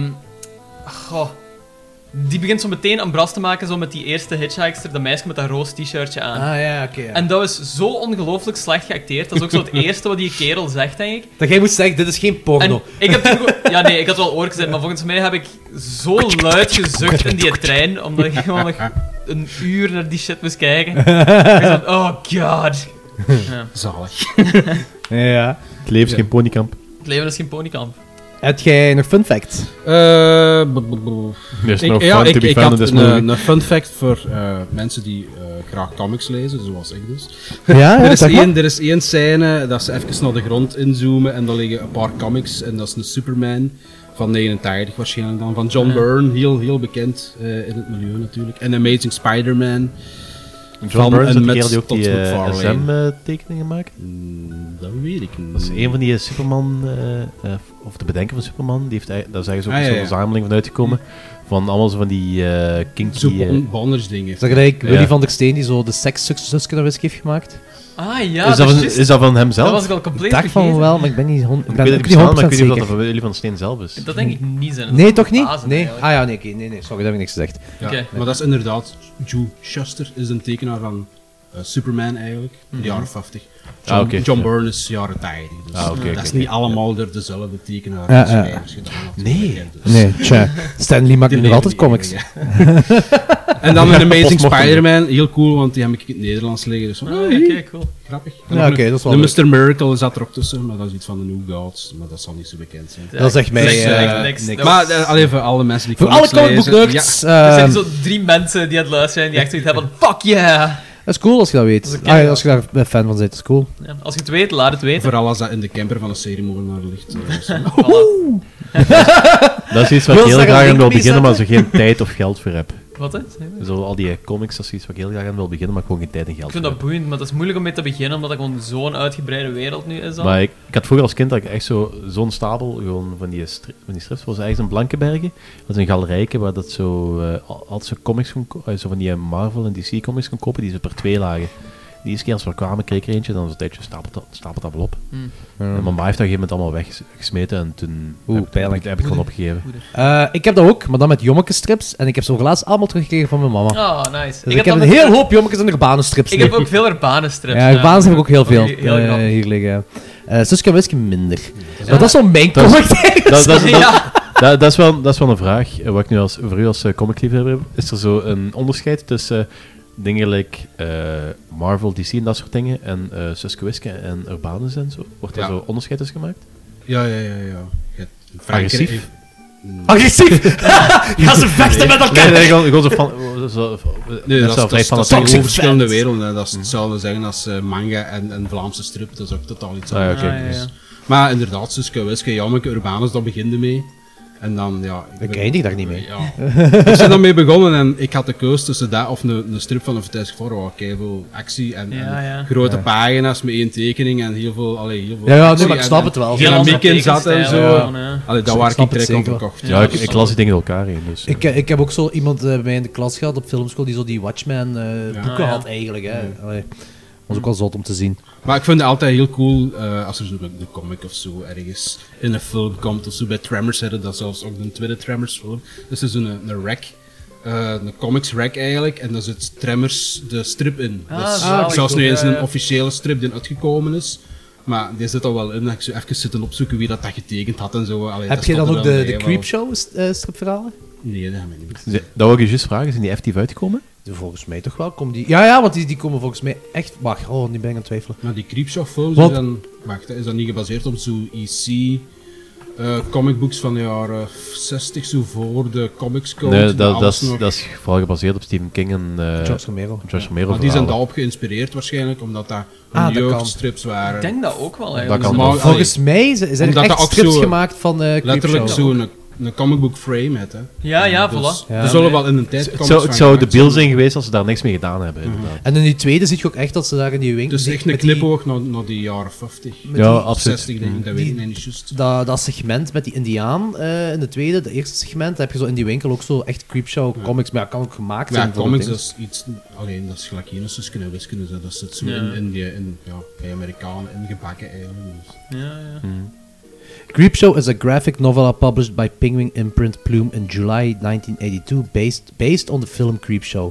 Goh. Die begint zo meteen een bras te maken zo met die eerste hitchhiker, dat meisje met dat roze t-shirtje aan. Ah ja, oké. En dat is zo ongelooflijk slecht geacteerd. Dat is ook zo het eerste wat die kerel zegt, denk ik. Dat jij moet zeggen, dit is geen En porno. ik heb toen gewoon... Ja, nee, ik had wel oor gezet, maar volgens mij heb ik zo luid gezucht in die trein, omdat ik gewoon nog een uur naar die shit moest kijken. Ik dacht, oh god. Ja. Zalig. Ja. Het leven is geen ponykamp. Het leven is geen ponykamp. Heb jij nog fun facts? There's no fun to be Ik found in had this movie. een fun fact voor mensen die graag comics lezen, zoals ik dus. Ja, Er is één scène dat ze even naar de grond inzoomen en daar liggen een paar comics en dat is een Superman van 89 waarschijnlijk dan, van John Byrne, heel bekend in het milieu natuurlijk. En Amazing Spider-Man. John Byrne is en de met kerel die ook Todd die McFarlane. SM-tekeningen maakt. Dat weet ik niet. Dat is een van die Superman, of de bedenker van Superman, die heeft, daar zijn ze ook zo'n verzameling van uitgekomen. Van allemaal zo van die kinky... Zo bondage dingen. Zeg gelijk Ja. Willy van der Steen die zo de sekszuske naar whisky heeft gemaakt? Ah ja, is dat van hem zelf? Dat was ik al compleet Ik dacht van vergeten. wel, maar ik ben niet 100% Ik weet het niet bestaan, maar ik weet niet of dat zeker. van Willy van der Steen zelf is. Dat denk ik niet zijn. Nee, toch niet? Bazen, Nee? eigenlijk. Ah ja, nee, nee, sorry, dat heb ik niks gezegd. Ja, Oké. maar dat is inderdaad... Joe Shuster is een tekenaar van Superman eigenlijk, in de jaren 50. John Byrne is jaren 80. Dus dat is niet allemaal door dezelfde tekenaar en schrijvers gedaan. Nee. Nee, tja. Stan Lee maakt nu nog altijd comics. En dan een Amazing Spider-Man, heel cool, want die heb ik in het Nederlands liggen. Dus Oké, cool. grappig. Ja, oké, dat is wel De leuk. Mr. Miracle zat er ook tussen, maar dat is iets van de New Gods, maar dat zal niet zo bekend zijn. Dat zegt mij niks. niks. Maar alleen voor alle mensen die Voor alle comics lezen, comicboek-nerds, Er zijn zo 3 mensen die aan het luisteren zijn die echt zoiets hebben van fuck yeah! dat is cool als je dat weet. Dat is een Als je daar fan van bent, dat is cool. Ja, als je het weet, laat het weten. Vooral als dat in de camper van een seriemoordenaar ligt. Dat is iets wat Wil ik heel ze daar graag een aan wil link mee beginnen, maar zo geen tijd of geld voor heb. Wat hè? Zo al die comics, dat is iets wat ik heel graag aan wil beginnen, maar gewoon geen tijd en geld Ik vind voor dat boeiend, maar het is moeilijk om mee te beginnen, omdat het gewoon zo'n uitgebreide wereld nu is heb. al. Maar ik had vroeger als kind dat ik echt zo'n stapel gewoon van die strips was eigenlijk in Blankenbergen. Dat is een galerijke waar dat zo altijd zo comics zo van die Marvel en DC comics kon kopen, die ze per 2 lagen. De eerste keer als we er kwamen, kreeg ik er eentje, dan was het tijdje stapelt dat wel op. En mijn ma heeft dat op een gegeven moment allemaal weggesmeten en toen pijnlijk. heb ik gewoon opgegeven. Ik heb dat ook, maar dan met jommeke-strips. En ik heb ze laatst allemaal teruggekregen van mijn mama. Oh, nice. Dus ik heb een heel hoop jommekes en urbanenstrips. Ik heb ook veel urbanenstrips. Ja, urbanens heb ik ook heel veel Heel grappig. hier liggen. Suske en Wiske minder. Maar dat is wel mijn comic. Dat is wel een vraag, wat ik nu voor u als comicliefhebber heb. Is er zo een onderscheid tussen dingen like Marvel, DC en dat soort dingen, en Suske Wiske en Urbanus en zo? Wordt daar zo onderscheid tussen gemaakt? Ja. Agressief? Agressief? Gaan ze vechten met elkaar? Nee, gewoon zo Nee, dat is toxic twee verschillende werelden. Dat is hetzelfde zeggen als manga en Vlaamse strip. Dat is ook totaal iets anders. Okay. Maar inderdaad, Suske Wiske, Jammeke, Urbanus, dat begint mee. En dan, Ik eindig daar niet mee. Ja. Ik ben daarmee begonnen en ik had de keus tussen dat of een strip van een Fantastic Four, waar veel actie en grote pagina's met één tekening en heel veel actie. Nee, maar ik snap het wel. Dynamiek in zat en zo. Ja. Daar waar ik direct aan verkocht. Ja, ik las die dingen in elkaar in. Dus, Ik heb ook zo iemand bij mij in de klas gehad op filmschool die zo die Watchmen boeken had eigenlijk. Hè. Was ook wel zot om te zien. Maar ik vind het altijd heel cool als er zo een comic of zo ergens in een film komt. Of zo bij Tremors hadden dat zelfs ook een tweede Tremors film. Dus er is een rack, een comics rack eigenlijk. En daar zit Tremors de strip in. Zelfs nu eens een officiële strip die uitgekomen is. Maar die zit al wel in. Ik zou even zitten opzoeken wie dat getekend had en zo. Heb je dan ook de Creepshow stripverhalen? Nee, dat hebben we niet. Dat wil ik je juist vragen, zijn die effectief uitgekomen? Volgens mij toch wel. Ja, want die komen volgens mij echt... Wacht, nu ben ik aan het twijfelen. Maar die Creepshow films is dan... Wacht, is dat niet gebaseerd op zo EC... comicbooks van de jaren 60, zo voor de Comics Code? Nee, dat is vooral gebaseerd op Stephen King en George Romero. Maar die zijn daarop geïnspireerd waarschijnlijk, omdat dat hun jeugdstrips waren. Ik denk dat ook wel Dat eigenlijk. kan Volgens mij zijn er echt strips gemaakt van letterlijk zo'n een comic book frame het, hè. Ja, dus, voilà. Er zullen wel in een tijd het zou de beeld zijn geweest als ze daar niks mee gedaan hebben, inderdaad. En in die tweede zie je ook echt dat ze daar in die winkel... Dus echt een knipoog naar die jaren 50. Absoluut. 60, denk ik, dat weet ik niet juist. Dat segment met die indiaan in de tweede, de eerste segment, heb je zo in die winkel ook zo echt Creepshow comics, maar dat kan ook gemaakt zijn. Ja, comics is iets... Alleen, dat is gelijk hier, dus kunnen wiskunde, dat zit zo bij Amerikanen ingebakken eigenlijk. Dus. Creepshow is a graphic novella published by Penguin imprint Plume in July 1982, based on the film Creepshow.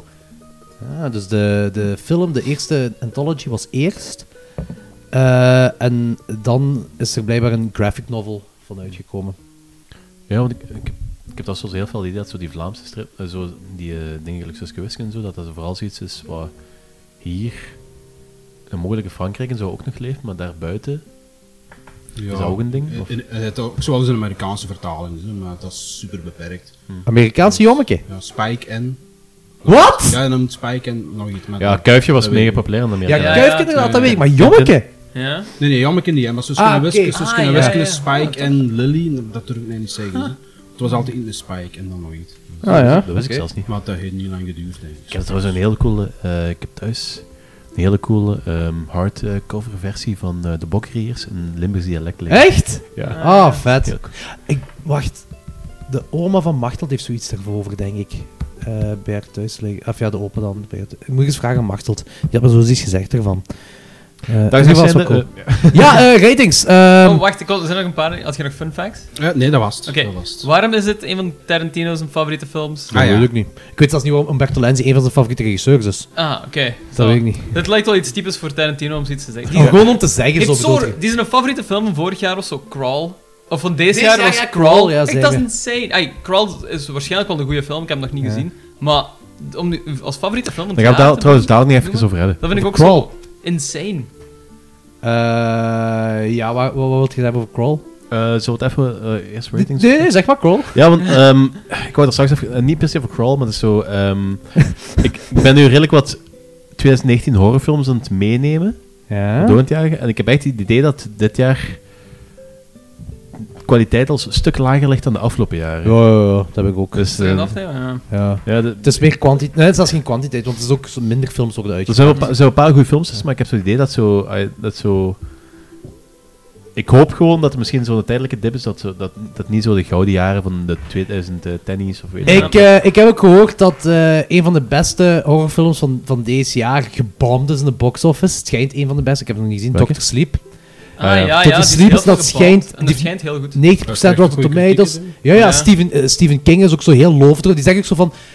Dus de film, de eerste anthology was eerst. En dan is er blijkbaar een graphic novel van uitgekomen. Ja, want ik heb dat zo heel veel idee dat zo die Vlaamse strip, zo die dingen gelijk Suske Wiske en zo, dat vooral zoiets is wat hier een mogelijke Frankrijk en zo ook nog leeft, maar daarbuiten... Ja, is dat ook een ding? Het ook zoals een Amerikaanse vertaling, maar dat is super beperkt. Amerikaanse jommeke? Ja, Spike en... Wat? Ja, je noemt Spike en nog iets. Ja, Kuifje was mega populair in Amerika. Ja, Kuifje inderdaad, dat weet ik, maar jommeke? Ja? Nee, Jommeke niet, maar Suske en Wiske, Spike en Lily, dat durf ik niet zeggen. Het was altijd in de Spike en dan nog iets. Dat wist ik zelfs niet. Maar dat heeft niet lang geduurd, denk ik. Ik heb trouwens een hele coole... ik heb thuis een hele coole hardcover versie van de Bokkeriers in Limburgs dialect liggen. Echt? Ja. Vet. Wacht, de oma van Machteld heeft zoiets daarvoor, denk ik. Bij haar thuis liggen. Of ja, de opa dan. Ik moet eens vragen aan Machteld. Die had me zo iets gezegd ervan. Ratings. Wacht, er zijn nog een paar. Had je nog fun facts? Nee, dat was het. Oké. Waarom is het een van Tarantino's favoriete films? Dat weet ik niet. Ik weet zelfs niet waarom Umberto Lenzi een van zijn favoriete regisseurs is. Oké. Dat weet ik niet. Het lijkt wel iets typisch voor Tarantino om zoiets te zeggen. Gewoon om te zeggen, zo bedoel ik. Die zijn favoriete film van vorig jaar was zo Crawl. Of van deze jaar was ja, Crawl. Ja, dat is insane. Crawl is waarschijnlijk wel een goede film, ik heb hem nog niet gezien. Maar als favoriete film van Daar gaan we het trouwens daar niet even over hebben. Dat vind ik ook zo insane. Wat wil je hebben over Crawl? Zullen we het even eerst ratings? Nee, zeg maar Crawl. Ja, want ik wou er straks even, niet per se over Crawl, maar het is zo... ik ben nu redelijk wat 2019 horrorfilms aan het meenemen. Ja. Door het jaar. En ik heb echt het idee dat dit jaar kwaliteit als een stuk lager ligt dan de afgelopen jaren. Ja, dat heb ik ook. Dus, het is meer kwantiteit. Nee, het is zelfs geen kwantiteit, want het is ook zo minder films worden uitgebracht. Er zijn een paar goede films, maar ik heb zo'n idee dat zo... Ik hoop gewoon dat er misschien zo'n tijdelijke dip is, dat niet zo de gouden jaren van de 2010 is. Of weet ik heb ook gehoord dat een van de beste horrorfilms van deze jaar gebomd is in de box-office. Het schijnt een van de beste, ik heb het nog niet gezien, Dr. Sleep. Dr. Sleep, dat schijnt heel goed. 90% Rotten Tomatoes. Ja, Stephen King is ook zo heel lovend. Die zegt ook zo van...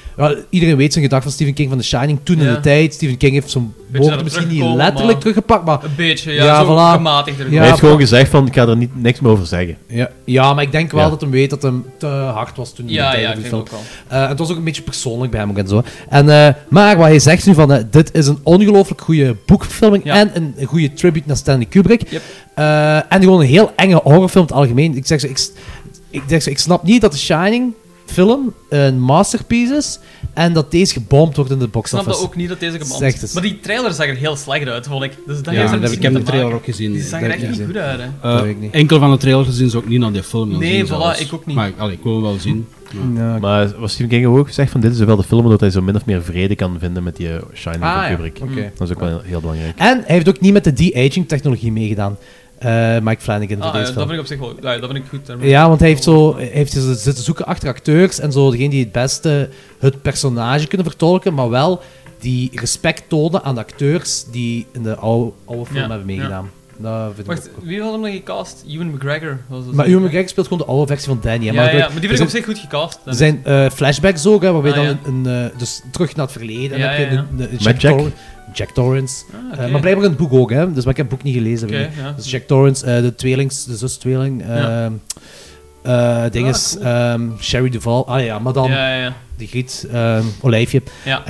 Ja, iedereen weet zijn gedacht van Stephen King van The Shining toen in de tijd. Stephen King heeft zo'n woorden daarop misschien niet teruggekomen, letterlijk maar- teruggepakt, maar... Een beetje, Ja, zo voilà. gematigd er. Ja, Hij heeft voilà. gewoon gezegd van, ik ga er niks meer over zeggen. Ja, maar ik denk wel Ja. dat hij weet dat hem te hard was toen in de Ja, tijd ja, van ik die denk film. ook wel. En het was ook een beetje persoonlijk bij hem ook en zo. Maar wat hij zegt nu van, dit is een ongelooflijk goede boekverfilming Ja. en een goede tribute naar Stanley Kubrick. Yep. En gewoon een heel enge horrorfilm in het algemeen. Ik snap niet dat The Shining film een masterpiece is en dat deze gebomd wordt in de Ik box snap office. dat ook niet dat deze geband Zeg is. het. Maar die trailer zag er heel slecht uit, vond ik. Dus dat Ja, heeft er ik misschien heb mee de te trailer maken. ook gezien. Die zag er Dat echt heb ik niet gezien. goed uit, hè. Dat weet ik niet. Enkel van de trailer gezien zou ik niet naar die film gaan Nee, zien. voilà, zelfs. ik ook niet. Maar ik wil hem wel zien. Ja, Maar was Stephen King ook gezegd van, dit is wel de film dat hij zo min of meer vrede kan vinden met die Shining van Kubrick. oké. Dat is ook wel heel belangrijk. En hij heeft ook niet met de de-aging technologie meegedaan. Mike Flanagan voor Ah, deze ja, film. dat vind ik op zich wel... Ja, dat vind ik goed. daarmee. Ja, want hij heeft zitten zoeken achter acteurs en zo degene die het beste het personage kunnen vertolken, maar wel die respect tonen aan de acteurs die in de oude film Ja, hebben meegedaan. Dat vind ik Wacht, ook. wie had hem nog gecast? Ewan McGregor. Was het Maar zo? Ewan McGregor speelt gewoon de oude versie van Danny. Hè, Ja, ja, er- maar die er vind ik zijn- op zich goed gecast. Er zijn flashbacks ook, hè, waarbij Ah, dan ja. dus terug naar het verleden. Ja, en dan heb je ja, een Met Jack? Jack Torrance. Ah, oké. Maar blijkbaar in het boek ook, hè. Dus, maar ik heb het boek niet gelezen. Oké, weet ik niet. ja. Dus Jack Torrance, de zus-tweeling. Dinges, cool. Sherry Duval. Ah ja, maar dan Ja, ja. die Griet, Olijfje. Ja.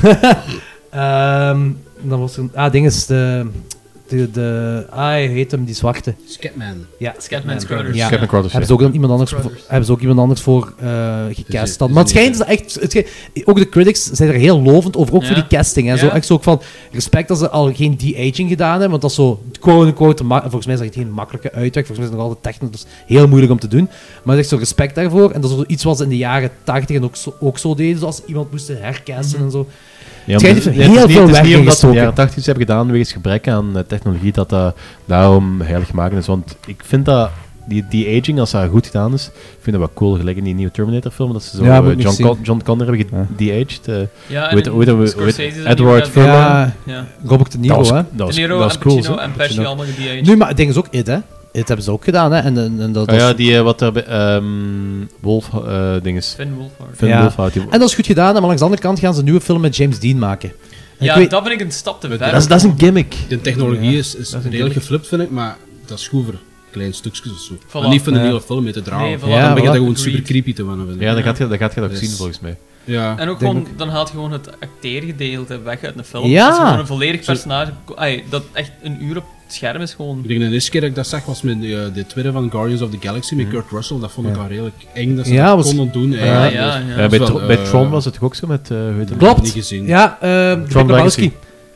Dan was er dinges, hij heet hem, die zwarte. Scatman. Ja, Scatman Crothers. Ja. Scatman Crothers, Hebben ze ook iemand anders voor, gecast dan. Maar het schijnt dat echt... ook de critics zijn er heel lovend over, ook Ja. voor die casting. Hè. Ja. Zo, echt zo ook van respect dat ze al geen de-aging gedaan hebben, want dat is zo quote-unquote... Volgens mij is dat geen makkelijke uitweg, volgens mij is het nog altijd technisch, dus heel moeilijk om te doen. Maar er is echt zo respect daarvoor. En dat is iets wat ze in de jaren 80 en ook zo deden, zoals iemand moest hercasten en zo. Ja, Het schijnt maar heel veel het is werk niet in omdat ze in de gestoken. jaren 80 iets hebben gedaan wegens gebrek aan technologie dat dat daarom heilig maken is. Want ik vind dat die aging, als dat goed gedaan is, ik vind dat wel cool. Gelijk in die nieuwe Terminator film, dat ze zo Ja, moet ik niet John Connor hebben Ja. de-aged. Ja, Hoe heet- hoe heet- Scorsese is er Edward niet Furlong. Ja, Ja. Robert De Niro, hè. Dat De Niro was en cool. Pacino zo. en Pesci allemaal de Nu, maar het ding is ook It, hè. It hebben ze ook gedaan, hè. En dat Ah ja, was- die wat er bij Wolf dinges. Finn Wolfhard. Finn Ja. Wolfhard. En dat is goed gedaan, maar langs de andere kant gaan ze een nieuwe film met James Dean maken. En Ja, ik weet- dat vind ik een stap te ver. Dat is een gimmick. De technologie is een redelijk gimmick. geflipt, vind ik, maar dat is goed voor kleine stukjes of zo. Voilà. Maar niet van de Ja. hele film mee te dragen. Nee, voilà. Dan Ja, begint dat voilà. gewoon Agreed. super creepy te worden. vind ik. Ja, dat gaat je nog Dus- zien volgens mij. Ja. En ook Denk gewoon, dan haalt je gewoon het acteergedeelte weg uit een film. Ja. Dat is gewoon een volledig personage. Dat echt een uur op het scherm is gewoon... Ik denk de eerste keer dat ik dat zag was met de tweede van Guardians of the Galaxy met Kurt Russell. Dat vond ik al redelijk eng dat ze Ja, dat was- konden doen. Ja, eigenlijk. ja, Dus- ja. Ja, bij, wel, bij Tron was het toch ook zo met... hoe heet het? Klopt. Niet gezien. Ja, Tron Lebowski.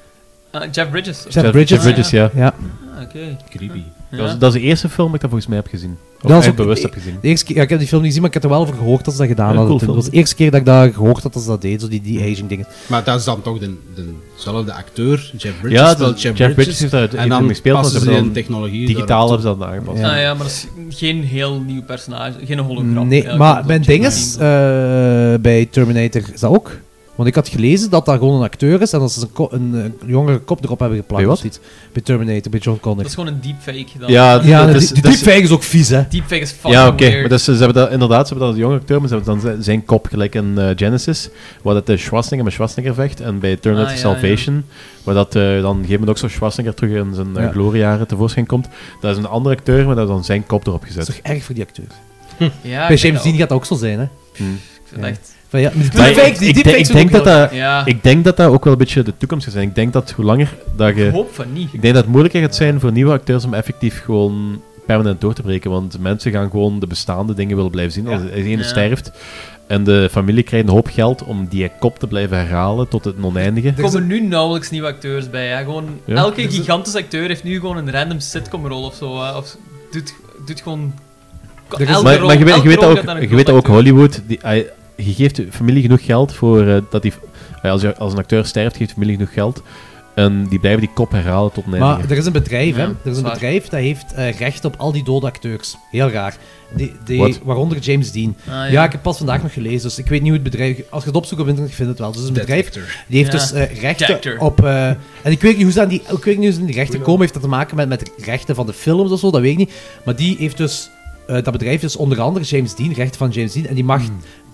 Jeff Bridges. Jeff Bridges. Bridges, ja. Ja. Ah, oké. Creepy. Ja. Dat is de eerste film dat ik dat volgens mij heb gezien. Of Dat is echt ook- bewust heb gezien. De eerste keer, ja, ik heb die film niet gezien, maar ik heb er wel over gehoord dat ze dat gedaan Ja, hadden. cool toen. film. Dat was de eerste keer dat ik dat gehoord had dat ze dat deden, zo die aging dingen. Maar dat is dan toch dezelfde acteur, Jeff Bridges. Ja, speelt Jeff Bridges heeft daar en dan gespeeld, maar ze passen ze hebben die dan technologie digitaal daarop hebben ze dat aangepast. Ja. Ah ja, maar dat is geen heel nieuw personage. Geen hologram. Nee, eigenlijk. maar Dat mijn is ding Jeff is, Bridges. bij Terminator is dat ook. Want ik had gelezen dat dat gewoon een acteur is en dat ze een jongere kop erop hebben geplakt. Bij wat? of iets. Bij Terminator, bij John Connor. Dat is gewoon een deepfake. Dan. Ja, Ja, dat die is- die dat is- deepfake is ook vies, hè. Deepfake is fucking Ja, oké. weird. Maar dus, ze hebben dat, inderdaad, ze hebben dat als jonge acteur, maar ze hebben dan zijn kop gelijk in Genesis, waar dat Schwarzenegger met Schwarzenegger vecht, en bij Terminator Ah, ja, Salvation, waar dat dan op een gegeven moment ook zo Schwarzenegger terug in zijn Ja. gloriejaren tevoorschijn komt. Dat is een andere acteur, maar dat is dan zijn kop erop Dat gezet. is toch erg voor die acteur. Ja, Bij ik denk James Dean ook. gaat dat ook zo zijn, hè. Ik vind het echt... Van, ja, maar die Maar deepfakes, die ik deepfakes denk doen ook dat heel- dat... Ja, Ik denk dat dat ook wel een beetje de toekomst gaat zijn. Ik denk dat hoe langer dat ik je... hoop van niet. Ik denk dat het moeilijker gaat zijn voor nieuwe acteurs om effectief gewoon permanent door te breken. Want mensen gaan gewoon de bestaande dingen willen blijven zien. Als de ene Ja. sterft en de familie krijgt een hoop geld om die kop te blijven herhalen tot het oneindige. Er komen nu nauwelijks nieuwe acteurs bij. Hè. Gewoon, Ja. elke gigantische acteur heeft nu gewoon een random sitcom-rol of zo. Hè. Of doet gewoon... Er is- elke Maar, rol- maar je weet, elke je weet rol dat gaat naar ook, een je weet dat ook groot acteur. Hollywood... Je geeft de familie genoeg geld voor dat die... als een acteur sterft, geeft de familie genoeg geld. En die blijven die kop herhalen tot een Maar eindige. er is een bedrijf, hè. Ja, Er is een zwaar. bedrijf dat heeft recht op al die dode acteurs. Heel raar. Wat? Waaronder James Dean. Ah, Ja, ik heb pas vandaag nog gelezen, dus ik weet niet hoe het bedrijf... Als je het opzoekt op internet, vind je het wel. Dus een bedrijf die heeft Ja. dus rechten Detector. op... en ik weet niet hoe ze aan die, ik weet niet hoe ze aan die rechten komen. Heeft dat te maken met rechten van de films of zo? Dat weet ik niet. Maar die heeft dus... dat bedrijf is onder andere James Dean, rechten van James Dean. En die mag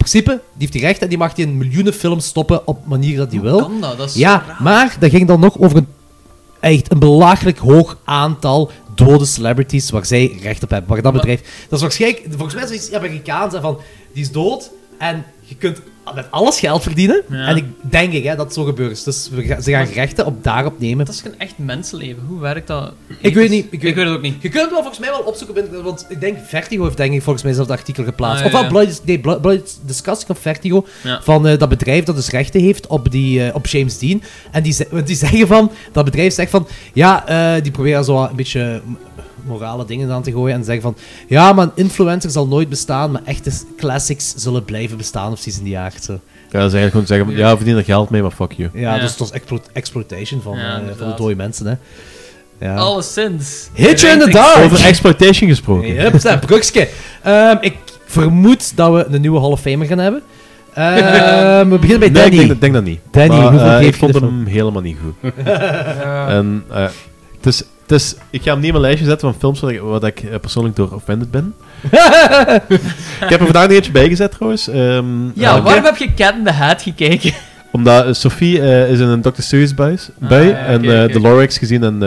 principe, die heeft die rechten en die mag die in miljoenen films stoppen op manier dat hij wil. Kan dat? Dat is Ja, zo raar. maar dat ging dan nog over een belachelijk hoog aantal dode celebrities waar zij recht op hebben, waar dat bedrijf... Dat is waarschijnlijk, volgens mij is het iets Amerikaans, hè, van, die is dood en je kunt met alles geld verdienen. Ja. En ik denk dat het zo gebeurt. Dus ze gaan rechten daarop nemen. Dat is geen echt mensenleven. Hoe werkt dat? Ik weet niet. Ik weet het ook niet. Je kunt het wel volgens mij wel opzoeken, want ik denk Vertigo heeft denk ik volgens mij zelf dat artikel geplaatst. Ah, ja, Ofwel Blood Discussing of Vertigo, Ja. van dat bedrijf dat dus rechten heeft op James Dean. En die zeggen van, dat bedrijf zegt van, ja, die proberen zo een beetje morale dingen aan te gooien en zeggen van, ja, maar een influencer zal nooit bestaan, maar echte classics zullen blijven bestaan of zoiets in die aard. Zo. Ja, dat is eigenlijk gewoon zeggen, ja, we verdienen er geld mee, maar fuck you. Ja, dus dat is exploitation van de inderdaad. dode mensen, hè. Ja. Alleszins. Hitje in the dark! Over exploitation gesproken. Yep, dat brugske. Ik vermoed dat we een nieuwe Hall of Famer gaan hebben. We beginnen bij Danny. Ik denk dat niet. Danny, Maar, hoeveel ik geef je vond de hem helemaal niet goed. En ik ga hem niet in mijn lijstje zetten van films waar ik persoonlijk door offended ben. Ik heb er vandaag nog eentje bijgezet trouwens. Waarom heb je Cat in the Hat gekeken? Omdat Sophie is in een Dr. Seuss bui en The Lorax gezien en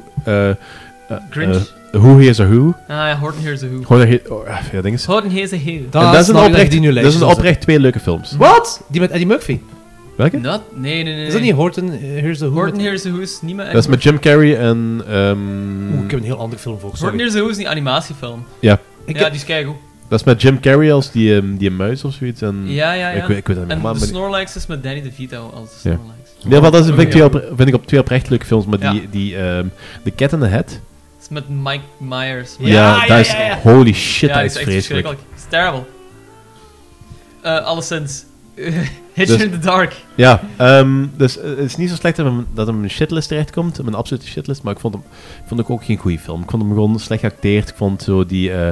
Grinch? Who Hears a Who. Horton Hears a Who. Ja, dinges. Horton Hears a Who. En dat is een oprecht 2 leuke films. Wat? Die met Eddie Murphy? Welke? Nee. Is dat niet Horton Hears a Who? Horton Hears a Who is niet met... Dat is met Jim Carrey en... ik heb een heel andere film voor, Horton sorry. Hears a Who is een animatiefilm. Ja. Die is keigoed. Dat is met Jim Carrey als die muis of zoiets. En Ja. Ik weet het niet En meer. de Snorlax is met Danny DeVito als de Ja. Snorlax. Nee, maar dat vind ik op 2 oprecht leuke films. Maar The Cat in the Hat... Dat is met Mike Myers. dat is... Holy shit, Ja, dat die is echt vreselijk. verschrikkelijk. Het is terrible. Alleszins. Hitcher Dus- in the Dark. Ja, dus het is niet zo slecht dat hem in mijn shitlist terechtkomt, in mijn absolute shitlist, maar ik vond hem ook geen goede film. Ik vond hem gewoon slecht geacteerd. Ik vond zo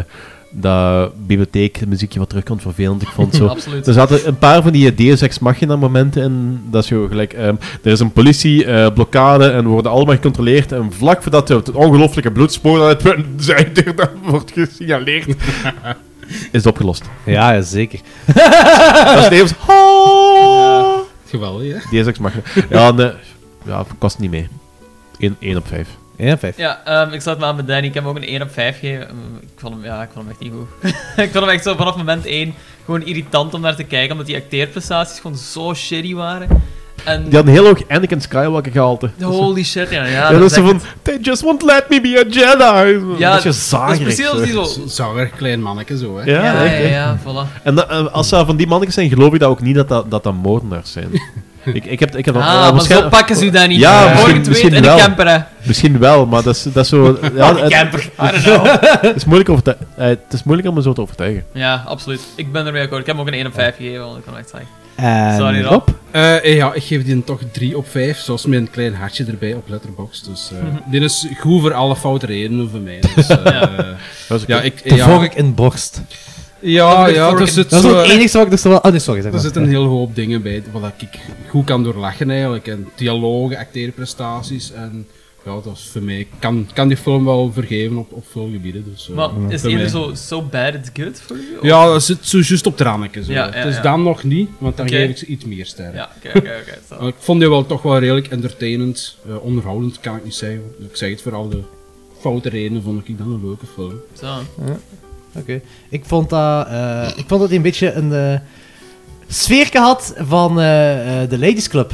dat bibliotheekmuziekje wat terugkomt vervelend. Ik vond zo... Absoluut. Er zaten een paar van die Deus Ex Machina momenten in. Dat is zo gelijk... er is een politieblokkade en we worden allemaal gecontroleerd. En vlak voordat het ongelooflijke bloedspoor aan het zijn wordt gesignaleerd, is het opgelost. Ja, zeker. Dat is Deus... Geweldig, hè? Deus Ex Machina. Ja, nee. Ja, kost niet mee. 1 op 5. 1 op 5. Ja, ik zat me aan met Danny. Ik heb hem ook een 1 op 5 gegeven. Ik vond hem echt niet goed. Ik vond hem echt zo vanaf moment 1 gewoon irritant om naar te kijken, omdat die acteerprestaties gewoon zo shitty waren. En Die had een heel hoog Anakin Skywalker gehalte. holy shit, ja. Dat is zo echt- van, they just won't let me be a Jedi. Ja, dat is dat zagerig. is precies als die zo... Zager, klein manneke zo, hè? Ja, echt, hè. Ja, voilà. En als ze van die mannetjes zijn, geloof ik dat ook niet dat moordenaars zijn. ik heb dat Maar zo pakken ze u dan niet. Ja, Morgen misschien twee in de wel. camper, hè. Misschien wel, maar dat is zo... Ja, Camper, I don't know. het is moeilijk om me zo te overtuigen. Ja, absoluut. Ik ben ermee akkoord. Ik heb hem ook een 1 op 5 gegeven, want ik kan echt zeggen. En Sorry, Rob. Rob? Ja, ik geef die toch 3 op 5, zoals met een klein hartje erbij op Letterboxd. Dus dit is goed voor alle foute redenen voor mij. Dus, Dat is oké. De vork in borst. Ja, vork er in- zit Dat is zo... het enige wat ik er zo wel... Oh nee, sorry. Zeg Er maar. zitten een hele hoop dingen bij waar ik goed kan door lachen eigenlijk. En dialogen, acteerprestaties en... Ja, dat is voor mij... Kan die film wel vergeven op veel gebieden. Dus, Maar is het voor eerder mij- zo bad it's good voor u? Of- Ja, dat zit zo juist op het randje. Zo. Ja, ja, Het is ja. dan nog niet, want dan Oké. geef ik ze iets meer sterren. Ja, oké. Zo. Ik vond die wel toch wel redelijk entertainend. Onderhoudend kan ik niet zeggen. Ik zeg het, voor al de foute redenen vond ik dan een leuke film. Zo. Oké. Ik vond dat hij een beetje een sfeerke had van de Ladies Club.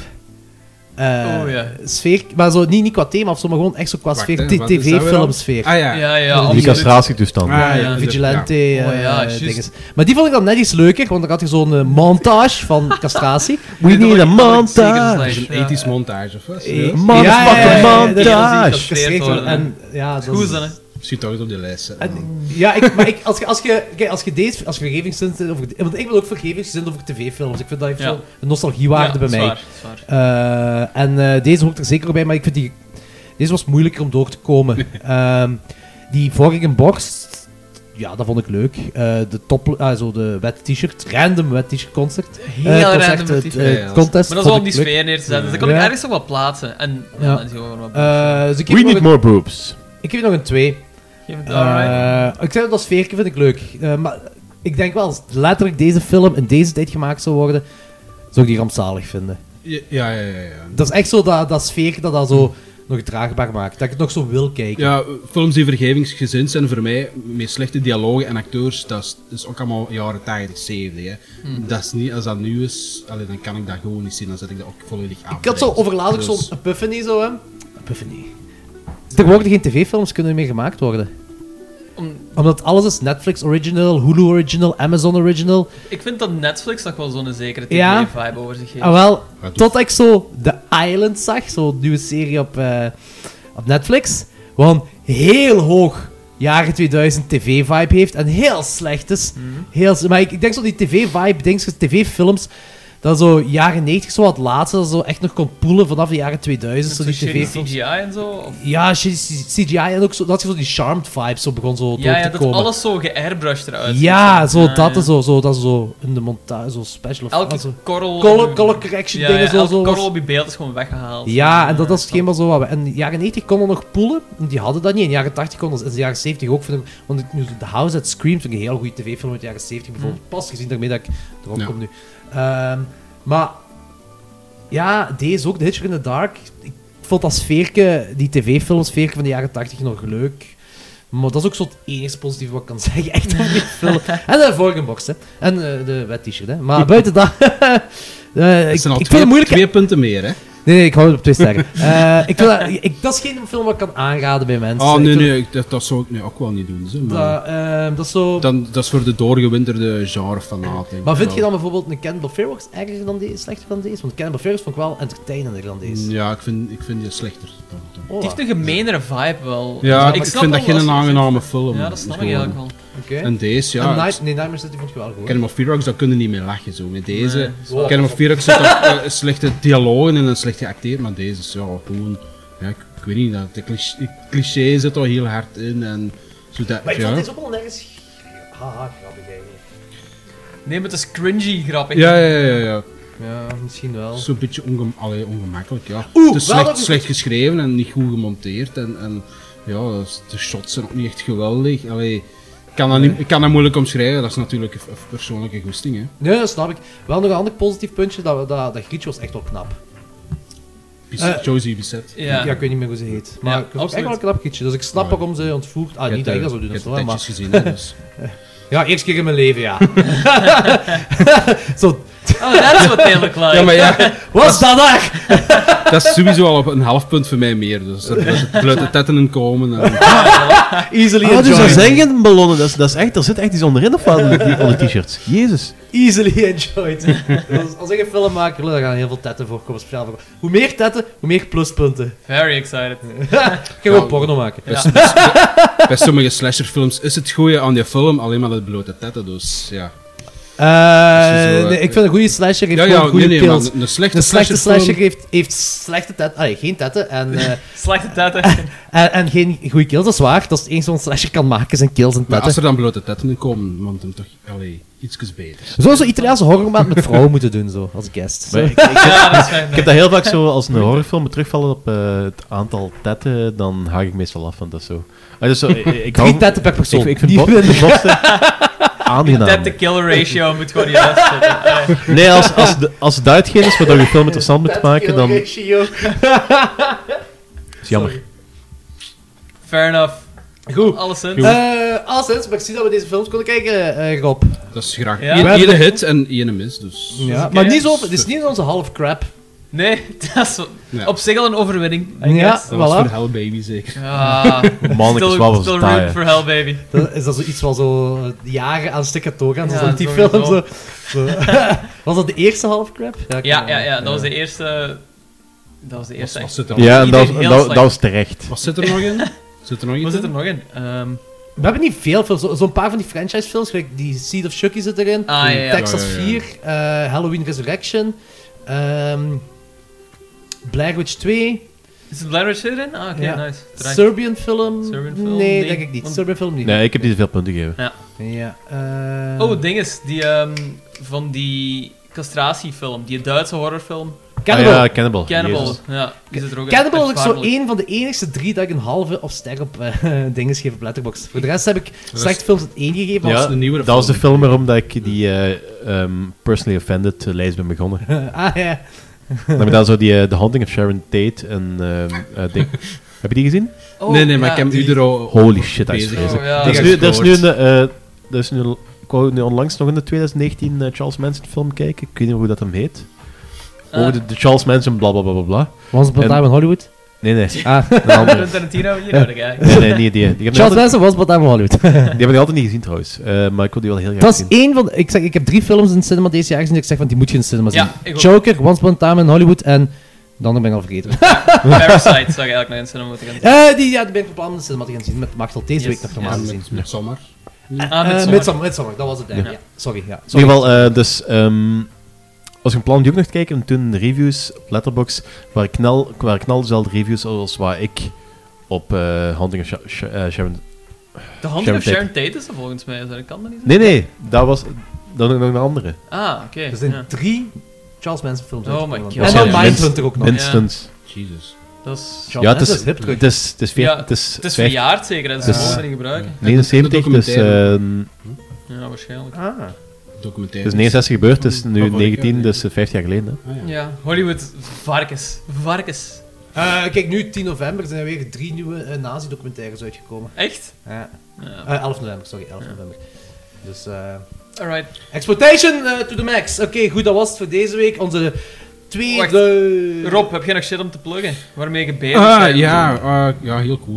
Ja. Sfeer, maar zo niet qua thema of zo, maar gewoon echt zo qua Wacht, sfeer, hè, wat is dat weer tv-filmsfeer. Ah ja. Ja, Die absoluut. castratietoestand. Ah, ja. Vigilante Ja. Oh, ja, juist. dinges. Maar die vond ik dan net iets leuker, want dan had je zo'n montage van castratie. We need a Zeker montage. Dat is een ja. ethisch montage of wat? Motherfucking dat is montage. geschreven worden. en ja, dat Goed, is... hè. Ziet toch eens op de lijst zetten. Ja, als je vergevingsgezind bent over... Want ik ben ook vergevingsgezind over tv-films. Ik vind dat heeft Ja. zo'n nostalgiewaarde bij mij. Dat is waar. En deze hoort er zeker bij, maar ik vind deze was moeilijker om door te komen. Die vorige borst, ja, dat vond ik leuk. De wet t-shirt, random wet t-shirt concert. Heel random wet t-shirt. Contest. Maar dat is wel om vond die ik leuk. sfeer neer te zetten. Dus dat kan ik Ja. ergens ook wel plaatsen. En Ja. mensen gewoon wat Dus ik We geef, need more boobs. ik geef nog een 2. Geef het alright. Ik zeg dat sfeerke vind ik leuk. Maar ik denk wel, als letterlijk deze film in deze tijd gemaakt zou worden, zou ik die rampzalig vinden. Ja. Dat is echt zo dat sfeer dat zo nog draagbaar maakt. Dat ik het nog zo wil kijken. Ja, films die vergevingsgezind zijn voor mij, met slechte dialogen en acteurs, dat is ook allemaal jaren 80, 70. Hè. Dat is niet, als dat nu is, dan kan ik dat gewoon niet zien, dan zet ik dat ook volledig af. Ik had zo overlaat ook Dus- zo'n epiphany zo, hè. Epiphany. Er worden geen tv-films kunnen meer gemaakt worden. Omdat alles is Netflix original, Hulu original, Amazon original. Ik vind dat Netflix nog wel zo'n zekere Ja. TV-vibe over zich heeft. Ah, wel, tot ik zo The Island zag, zo'n nieuwe serie op Netflix, wat een heel hoog jaren 2000 tv-vibe heeft en heel slecht is. Maar ik denk zo die tv-vibe, tv-films, dat zo jaren 90 zo wat laatste, dat zo echt nog kon poelen vanaf de jaren 2000. Zo die tv-films. CGI en zo? Of... Ja, CGI en ook zo, dat je zo die charmed vibe zo begon zo door Ja, te dat komen. alles zo geairbrushed eruit ziet. Ja, zo Ja, dat ja. is zo, dat is zo in de montage, zo special Elke zo. korrel... Color correction ja, dingen, zo. elke zo korrel op je beeld is gewoon weggehaald. Ja, en dat is hetgeen maar zo wat we... In de jaren 90 konden nog poelen, en die hadden dat niet. In de jaren 80 konden ze, in de jaren 70 ook. Want nu The House that Screams, vind ik een heel goede tv-film uit de jaren 70 bijvoorbeeld. Pas gezien daarmee dat ik erop kom nu. Maar... Ja, deze ook, The Hitchhiker in the Dark. Ik vond dat sfeerke, die tv-film sfeerke van de jaren 80 nog leuk. Maar dat is ook zo het enige positieve wat ik kan zeggen. Echt aan die film. En de vorige box, hè. En de wet t-shirt, hè. Maar buiten dat... Het zijn al ik vind het moeilijk... 2 punten meer, hè? Nee, ik hou het op 2 sterren. Dat is geen film wat ik kan aanraden bij mensen. Oh, Ik vind- nee, dat zou ik nu ook wel niet doen. Zo, maar dat is zo... dat is voor de doorgewinterde genre-fanaten. Maar vind je dan bijvoorbeeld een Cannibal Ferox erger dan deze, slechter dan deze? Want Cannibal Ferox vond ik wel entertainender dan deze. Ja, ik vind die slechter. Oh, Het heeft een gemeenere vibe wel. Ja, maar ik snap vind dat wel geen als- aangename film. Ja, dat snap ik Gewoon. eigenlijk wel. oké. En deze, ja. En Nightmare City vond je wel goed. Cannibal Ferox, daar kun je niet mee lachen. Zo. Met deze, Nee, Cannibal Ferox zit toch slechte dialogen in en slecht geacteerd, maar deze is ja, gewoon... Ja, ik weet niet, de cliché zit er heel hard in en... Zo dat, Maar ik ja. vond deze ook wel nergens... Haha, grappig eigenlijk. Nee, maar het is cringy grappig. Ja. Ja, misschien wel. Zo'n beetje ongemakkelijk, ja. Oeh, het is wel nog slecht geschreven en niet goed gemonteerd en ja, de shots zijn ook niet echt geweldig. Allee, ik kan dat moeilijk omschrijven, dat is natuurlijk een persoonlijke goesting, hè. Nee, dat snap ik. Wel nog een ander positief puntje, dat Grietje was echt wel knap. Josie Bissett. Ja. Ja, ik weet niet meer hoe ze heet. Maar Ja, ik was echt absoluut. wel een knap Grietje, dus ik snap waarom ze ontvoert... Ah, niet dat ik dat zou doen, Ik of heb zo, de maar... tetjes gezien, hè, dus. Ja, eerste keer in mijn leven, ja. Zo, Oh, that is what they look like. Ja, maar ja, wat is dat daar? dat is sowieso al op een half punt voor mij meer, dus dat het blote tetten in komen en... Easily Ah, dus dat enjoyed. zijn geen ballonnen, dat is echt, er zit echt iets onderin of wat, onder die t-shirts. Jezus. Easily enjoyed. Als ik een film maak, dan gaan heel veel tetten voorkomen. Speciaal voor... Hoe meer tetten, hoe meer pluspunten. Very excited. Ik ga gewoon porno maken. Bij sommige slasherfilms is het goeie aan die film alleen maar dat blote tetten, dus ja. Nee, ik vind een goede slasher heeft gewoon goede maar kills. een slechte Een slechte slasherfilm... slasher heeft slechte tetten. Allee, geen tetten en, Slechte tetten. en geen goede kills, dat is waar. Dat is het enige wat een slasher kan maken, zijn kills en Maar tetten. als er dan blote tetten in komen, want hem toch ietsjes beter. Zo zo'n Italiaanse horrormaand met vrouwen moeten doen, zo, als guest. Maar Zo. Ja, dat is fijn. Ik heb dat heel vaak zo, als een horrorfilm terugvallen op het aantal tetten, dan haak ik meestal af van dat zo. Dus zo ik 3 tetten per persoon. Ik vind Die de boksen aangenaam. Tet to kill ratio moet gewoon juist zitten. Nee, als het hetgeen is wat je film interessant moet maken, dan is jammer. Fair enough. Goed. Alleszins. Alleszins, merci dat we deze films konden kijken, Rob. Dat is graag. Ja. Eén hit en één mis, dus... Ja, oké. maar niet zo, het is niet onze half crap. Nee, dat is Ja. op zich al een overwinning. I Ja. guess. Dat was Voilà. voor Hell Baby zeker. Ja. Mannetjes, wat was Still het root taaien. for hell, baby. Is dat zoiets wat zo jaren aan stukken toegaan, Ja, zoals die sowieso. film zo. Was dat de eerste half crap? Ja, dat was de eerste... Dat was de eerste Wat echt. zit er, Ja, en Iedereen heel slecht. dat was terecht. wat zit er nog in? Zit er nog Wat iets zit er in? nog in? We hebben niet veel films, zo'n paar van die franchise films, gelijk die Seed of Chucky zit erin, Ah, ja. Texas Ja, ja, ja. 4, Halloween Resurrection, Blair Witch 2, Is het Blair Witch erin? Ah, oké, Ja. nice. Terecht. Serbian film? Serbian film? Nee, Nee. denk ik niet. Want- Serbian film niet. Nee, ik heb die veel punten gegeven. Ja, Oh, ding is, die van die castratiefilm, die Duitse horrorfilm. Cannibal. Ja, Cannibal. Cannibal, Jezus. ja. Die zit er ook Cannibal is echt ook zo waarlijk. één van de enigste 3 dat ik een halve of ster op dingen geef op Letterboxd. Voor de rest heb ik slechte films het 1 gegeven. Ja, was een nieuwere dat was de film. film waarom dat ik die Personally Offended lijst ben begonnen. Ah ja. Dan heb je daar zo die The Haunting of Sharon Tate en ding. Heb je die gezien? Oh, nee, maar ja, ik heb die- u er al Holy shit, dat is bezig. vreselijk. Oh, ja. Er is Die nu, heb ik er is nu gehoord. er is nu, ik wou nu onlangs nog in de 2019 Charles Manson film kijken. Ik weet niet hoe dat hem heet. Over de Charles Manson bla bla bla bla bla. Once Upon a Time in Hollywood. Nee. Ah. Een andere. Tarantino hier nodig, hè. Nee, niet die. Die Charles Manson, Once Upon a Time in Hollywood. heb ik altijd niet gezien trouwens. Maar ik wil die wel heel graag Dat is zien. één van... Ik heb 3 films in de cinema deze jaar gezien. Ik zeg van, die moet je in de cinema zien. Ja, ik ook. Joker, Once Upon a Time in Hollywood en... De andere ben ik al vergeten. Parasite zou je eigenlijk nog in cinema moeten gaan zien. Die ben ik van plan in de cinema te gaan zien. Met Machtel deze week nog normaal gezien. met zomer. Midsommar, dat was het denk ik. Ja. Sorry, ja. In ieder geval, dus... was ik een plan die ook nog te kijken. En toen reviews op Letterboxd waren knal dezelfde reviews als waar ik op Haunting of Sharon... De Haunting of Sharon Sharon Tate is er volgens mij. Dat kan dat niet zijn? Nee, dat was... Dan nog een andere. Ah, oké. Er zijn ja. 3 Charles Manson films Oh my uitgekomen. god. En dan Ja, Mindhunter ook nog. Minstens. Jesus. Dat is... Charles Ja, het Manson is hip terug. het is Ja, het is Het is 50 verjaard zeker, hè, dus Dus- ze mogen dat niet gebruiken. 79, dus... Ja, waarschijnlijk. Ah. Documentaire. Dus 69 gebeurd, dus nu Van vorig 19, jaar, dus 50 jaar geleden. Hè. Ah, ja. Ja, Hollywood, varkens. Kijk, nu 10 november zijn er weer 3 nieuwe nazi-documentaires uitgekomen. Echt? Ja. Ja. 11 november, sorry, 11 november. Dus, Alright. Exploitation to the max. Oké, goed, dat was het voor deze week. Onze tweede... Rob, heb jij nog shit om te pluggen? Waarmee je bezig bent? Ja, heel cool.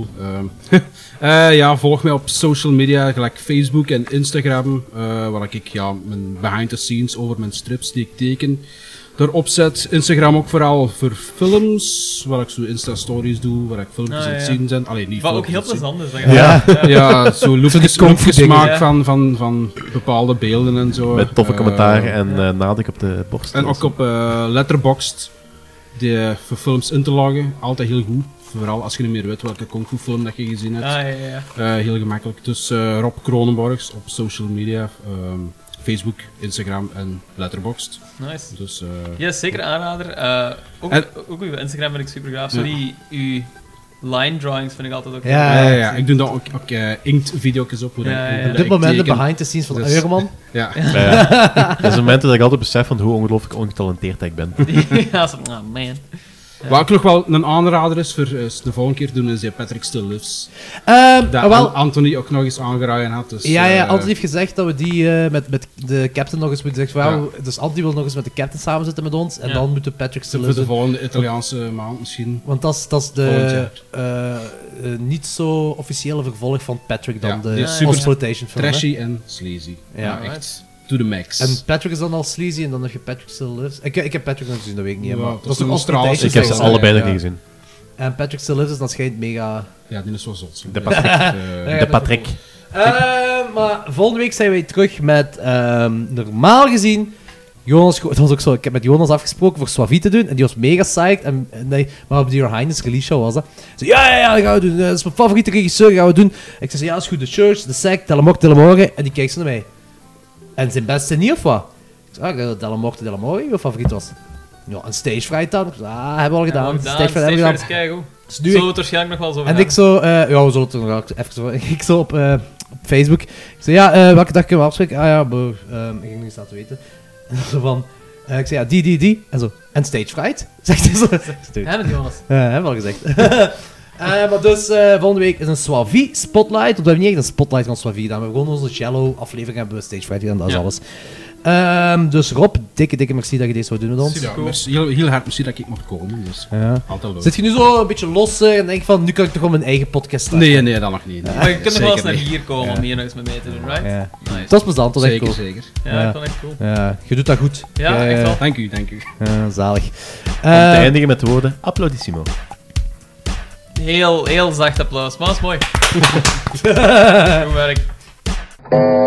Ja, volg mij op social media, gelijk Facebook en Instagram, waar ik mijn behind the scenes over mijn strips die ik teken erop zet. Instagram ook vooral voor films, waar ik zo Insta-stories doe, waar ik filmpjes aan het zien ben. Allee, niet Wat ook filmpjes heel aan het zien. plezant is. Dat Ja, zo loopjes dingen. maak Ja. van bepaalde beelden en zo. Met toffe commentaren en nadruk op de borst. En ook op Letterboxd, voor films in te loggen. Altijd heel goed. Vooral als je niet meer weet welke kung fu film dat je gezien hebt. ja. Heel gemakkelijk. Dus Rob Kronenborgs op social media. Facebook, Instagram en Letterboxd. Nice. Dus, Ja, zeker aanrader. Ook uw Instagram vind ik super gaaf. Zo uw line drawings vind ik altijd ook Ja. ik doe daar ook inkt-video's op. Hoe Ja, dat- ja. hoe Op dat Dit ik moment de teken. behind the scenes van Dus- Eurman. Ja. Dat zijn momenten dat ik altijd besef van hoe ongelooflijk ongetalenteerd ik ben. Ja, zo, oh man. Wat ook nog wel een aanrader is voor de volgende keer doen, is die Patrick Still Lives. Dat wel, Anthony ook nog eens aangeraden had. Dus, ja, Anthony heeft gezegd dat we die met de captain nog eens moeten zeggen. Wauw, dus Anthony wil nog eens met de captain samen zitten met ons. En Ja. dan moeten Patrick Still voor de Lives doen. volgende Italiaanse maand misschien. Want dat is Volgend de jaar. niet zo officiële vervolg van Patrick dan Ja, die de is super exploitation film. hè. Trashy en sleazy. Ja. Echt. To the max. En Patrick is dan al sleazy en dan heb je Patrick Still Lives. Ik heb Patrick nog gezien, dat weet ik niet. Ja, maar dat dat is is toch een Australische exploitation Ik heb ze film, Ja, allebei nog ja. niet gezien. En Patrick Still Lives is dan schijnt mega... Ja, die is wel zot. De Patrick. Ja, De Patrick. maar volgende week zijn wij terug met normaal gezien. Jonas, het was ook zo, ik heb met Jonas afgesproken voor Swavi te doen en die was mega psyched. Maar op die Your Highness release show was dat. Zo, ja, dat gaan we doen. Dat is mijn favoriete regisseur, gaan we doen. Ik zei, ja, is goed. The Church, The Sect, Telemorgen. En die kijkt zo naar mij. En zijn beste niet of wat? Ik zei, Telemorgen, je favoriet was. Ja, een Stage Fright dan. Ik zei, hebben we al gedaan. Stage Fright hebben we gedaan. Kijk, Dus Zullen we het waarschijnlijk nog wel zo en ik zo, ja, we zullen het er nog even zo. Ik zo op Facebook. Ik zei, ja, welke dag kunnen we afspreken? Ah ja, ik ging nog eens laten weten. En zo van, ik zei, ja, die. En zo, en Stage Fright? Zegt hij zo. Hè, met Jonas? Hebben we al gezegd. Maar dus, volgende week is een Swavi Spotlight. Want we hebben niet echt een Spotlight van Swavi gedaan. We hebben gewoon onze Jello aflevering hebben we Stage Fright gedaan, dat is Ja. alles. Dus Rob, dikke merci dat je deze zou doen met ons. Ja, merci, heel hard merci dat ik mocht komen. Dus Ja. altijd leuk. Zit je nu zo een beetje los en denk van, nu kan ik toch gewoon mijn eigen podcast starten? Nee, dat nog niet. Nee. Maar je kunt nog wel eens Zeker naar niet. hier komen om hier nog eens mee te doen, right? Ja. Nice. Dat is plezant, dat is echt Zeker, cool. zeker. Ja, Ja. ik vond het echt cool. Ja, je doet dat goed. Ja, Jij, echt wel. Dank u. zalig. Om te eindigen met de woorden applaudissimo. Heel zacht applaus, maar dat is mooi. Goed werk.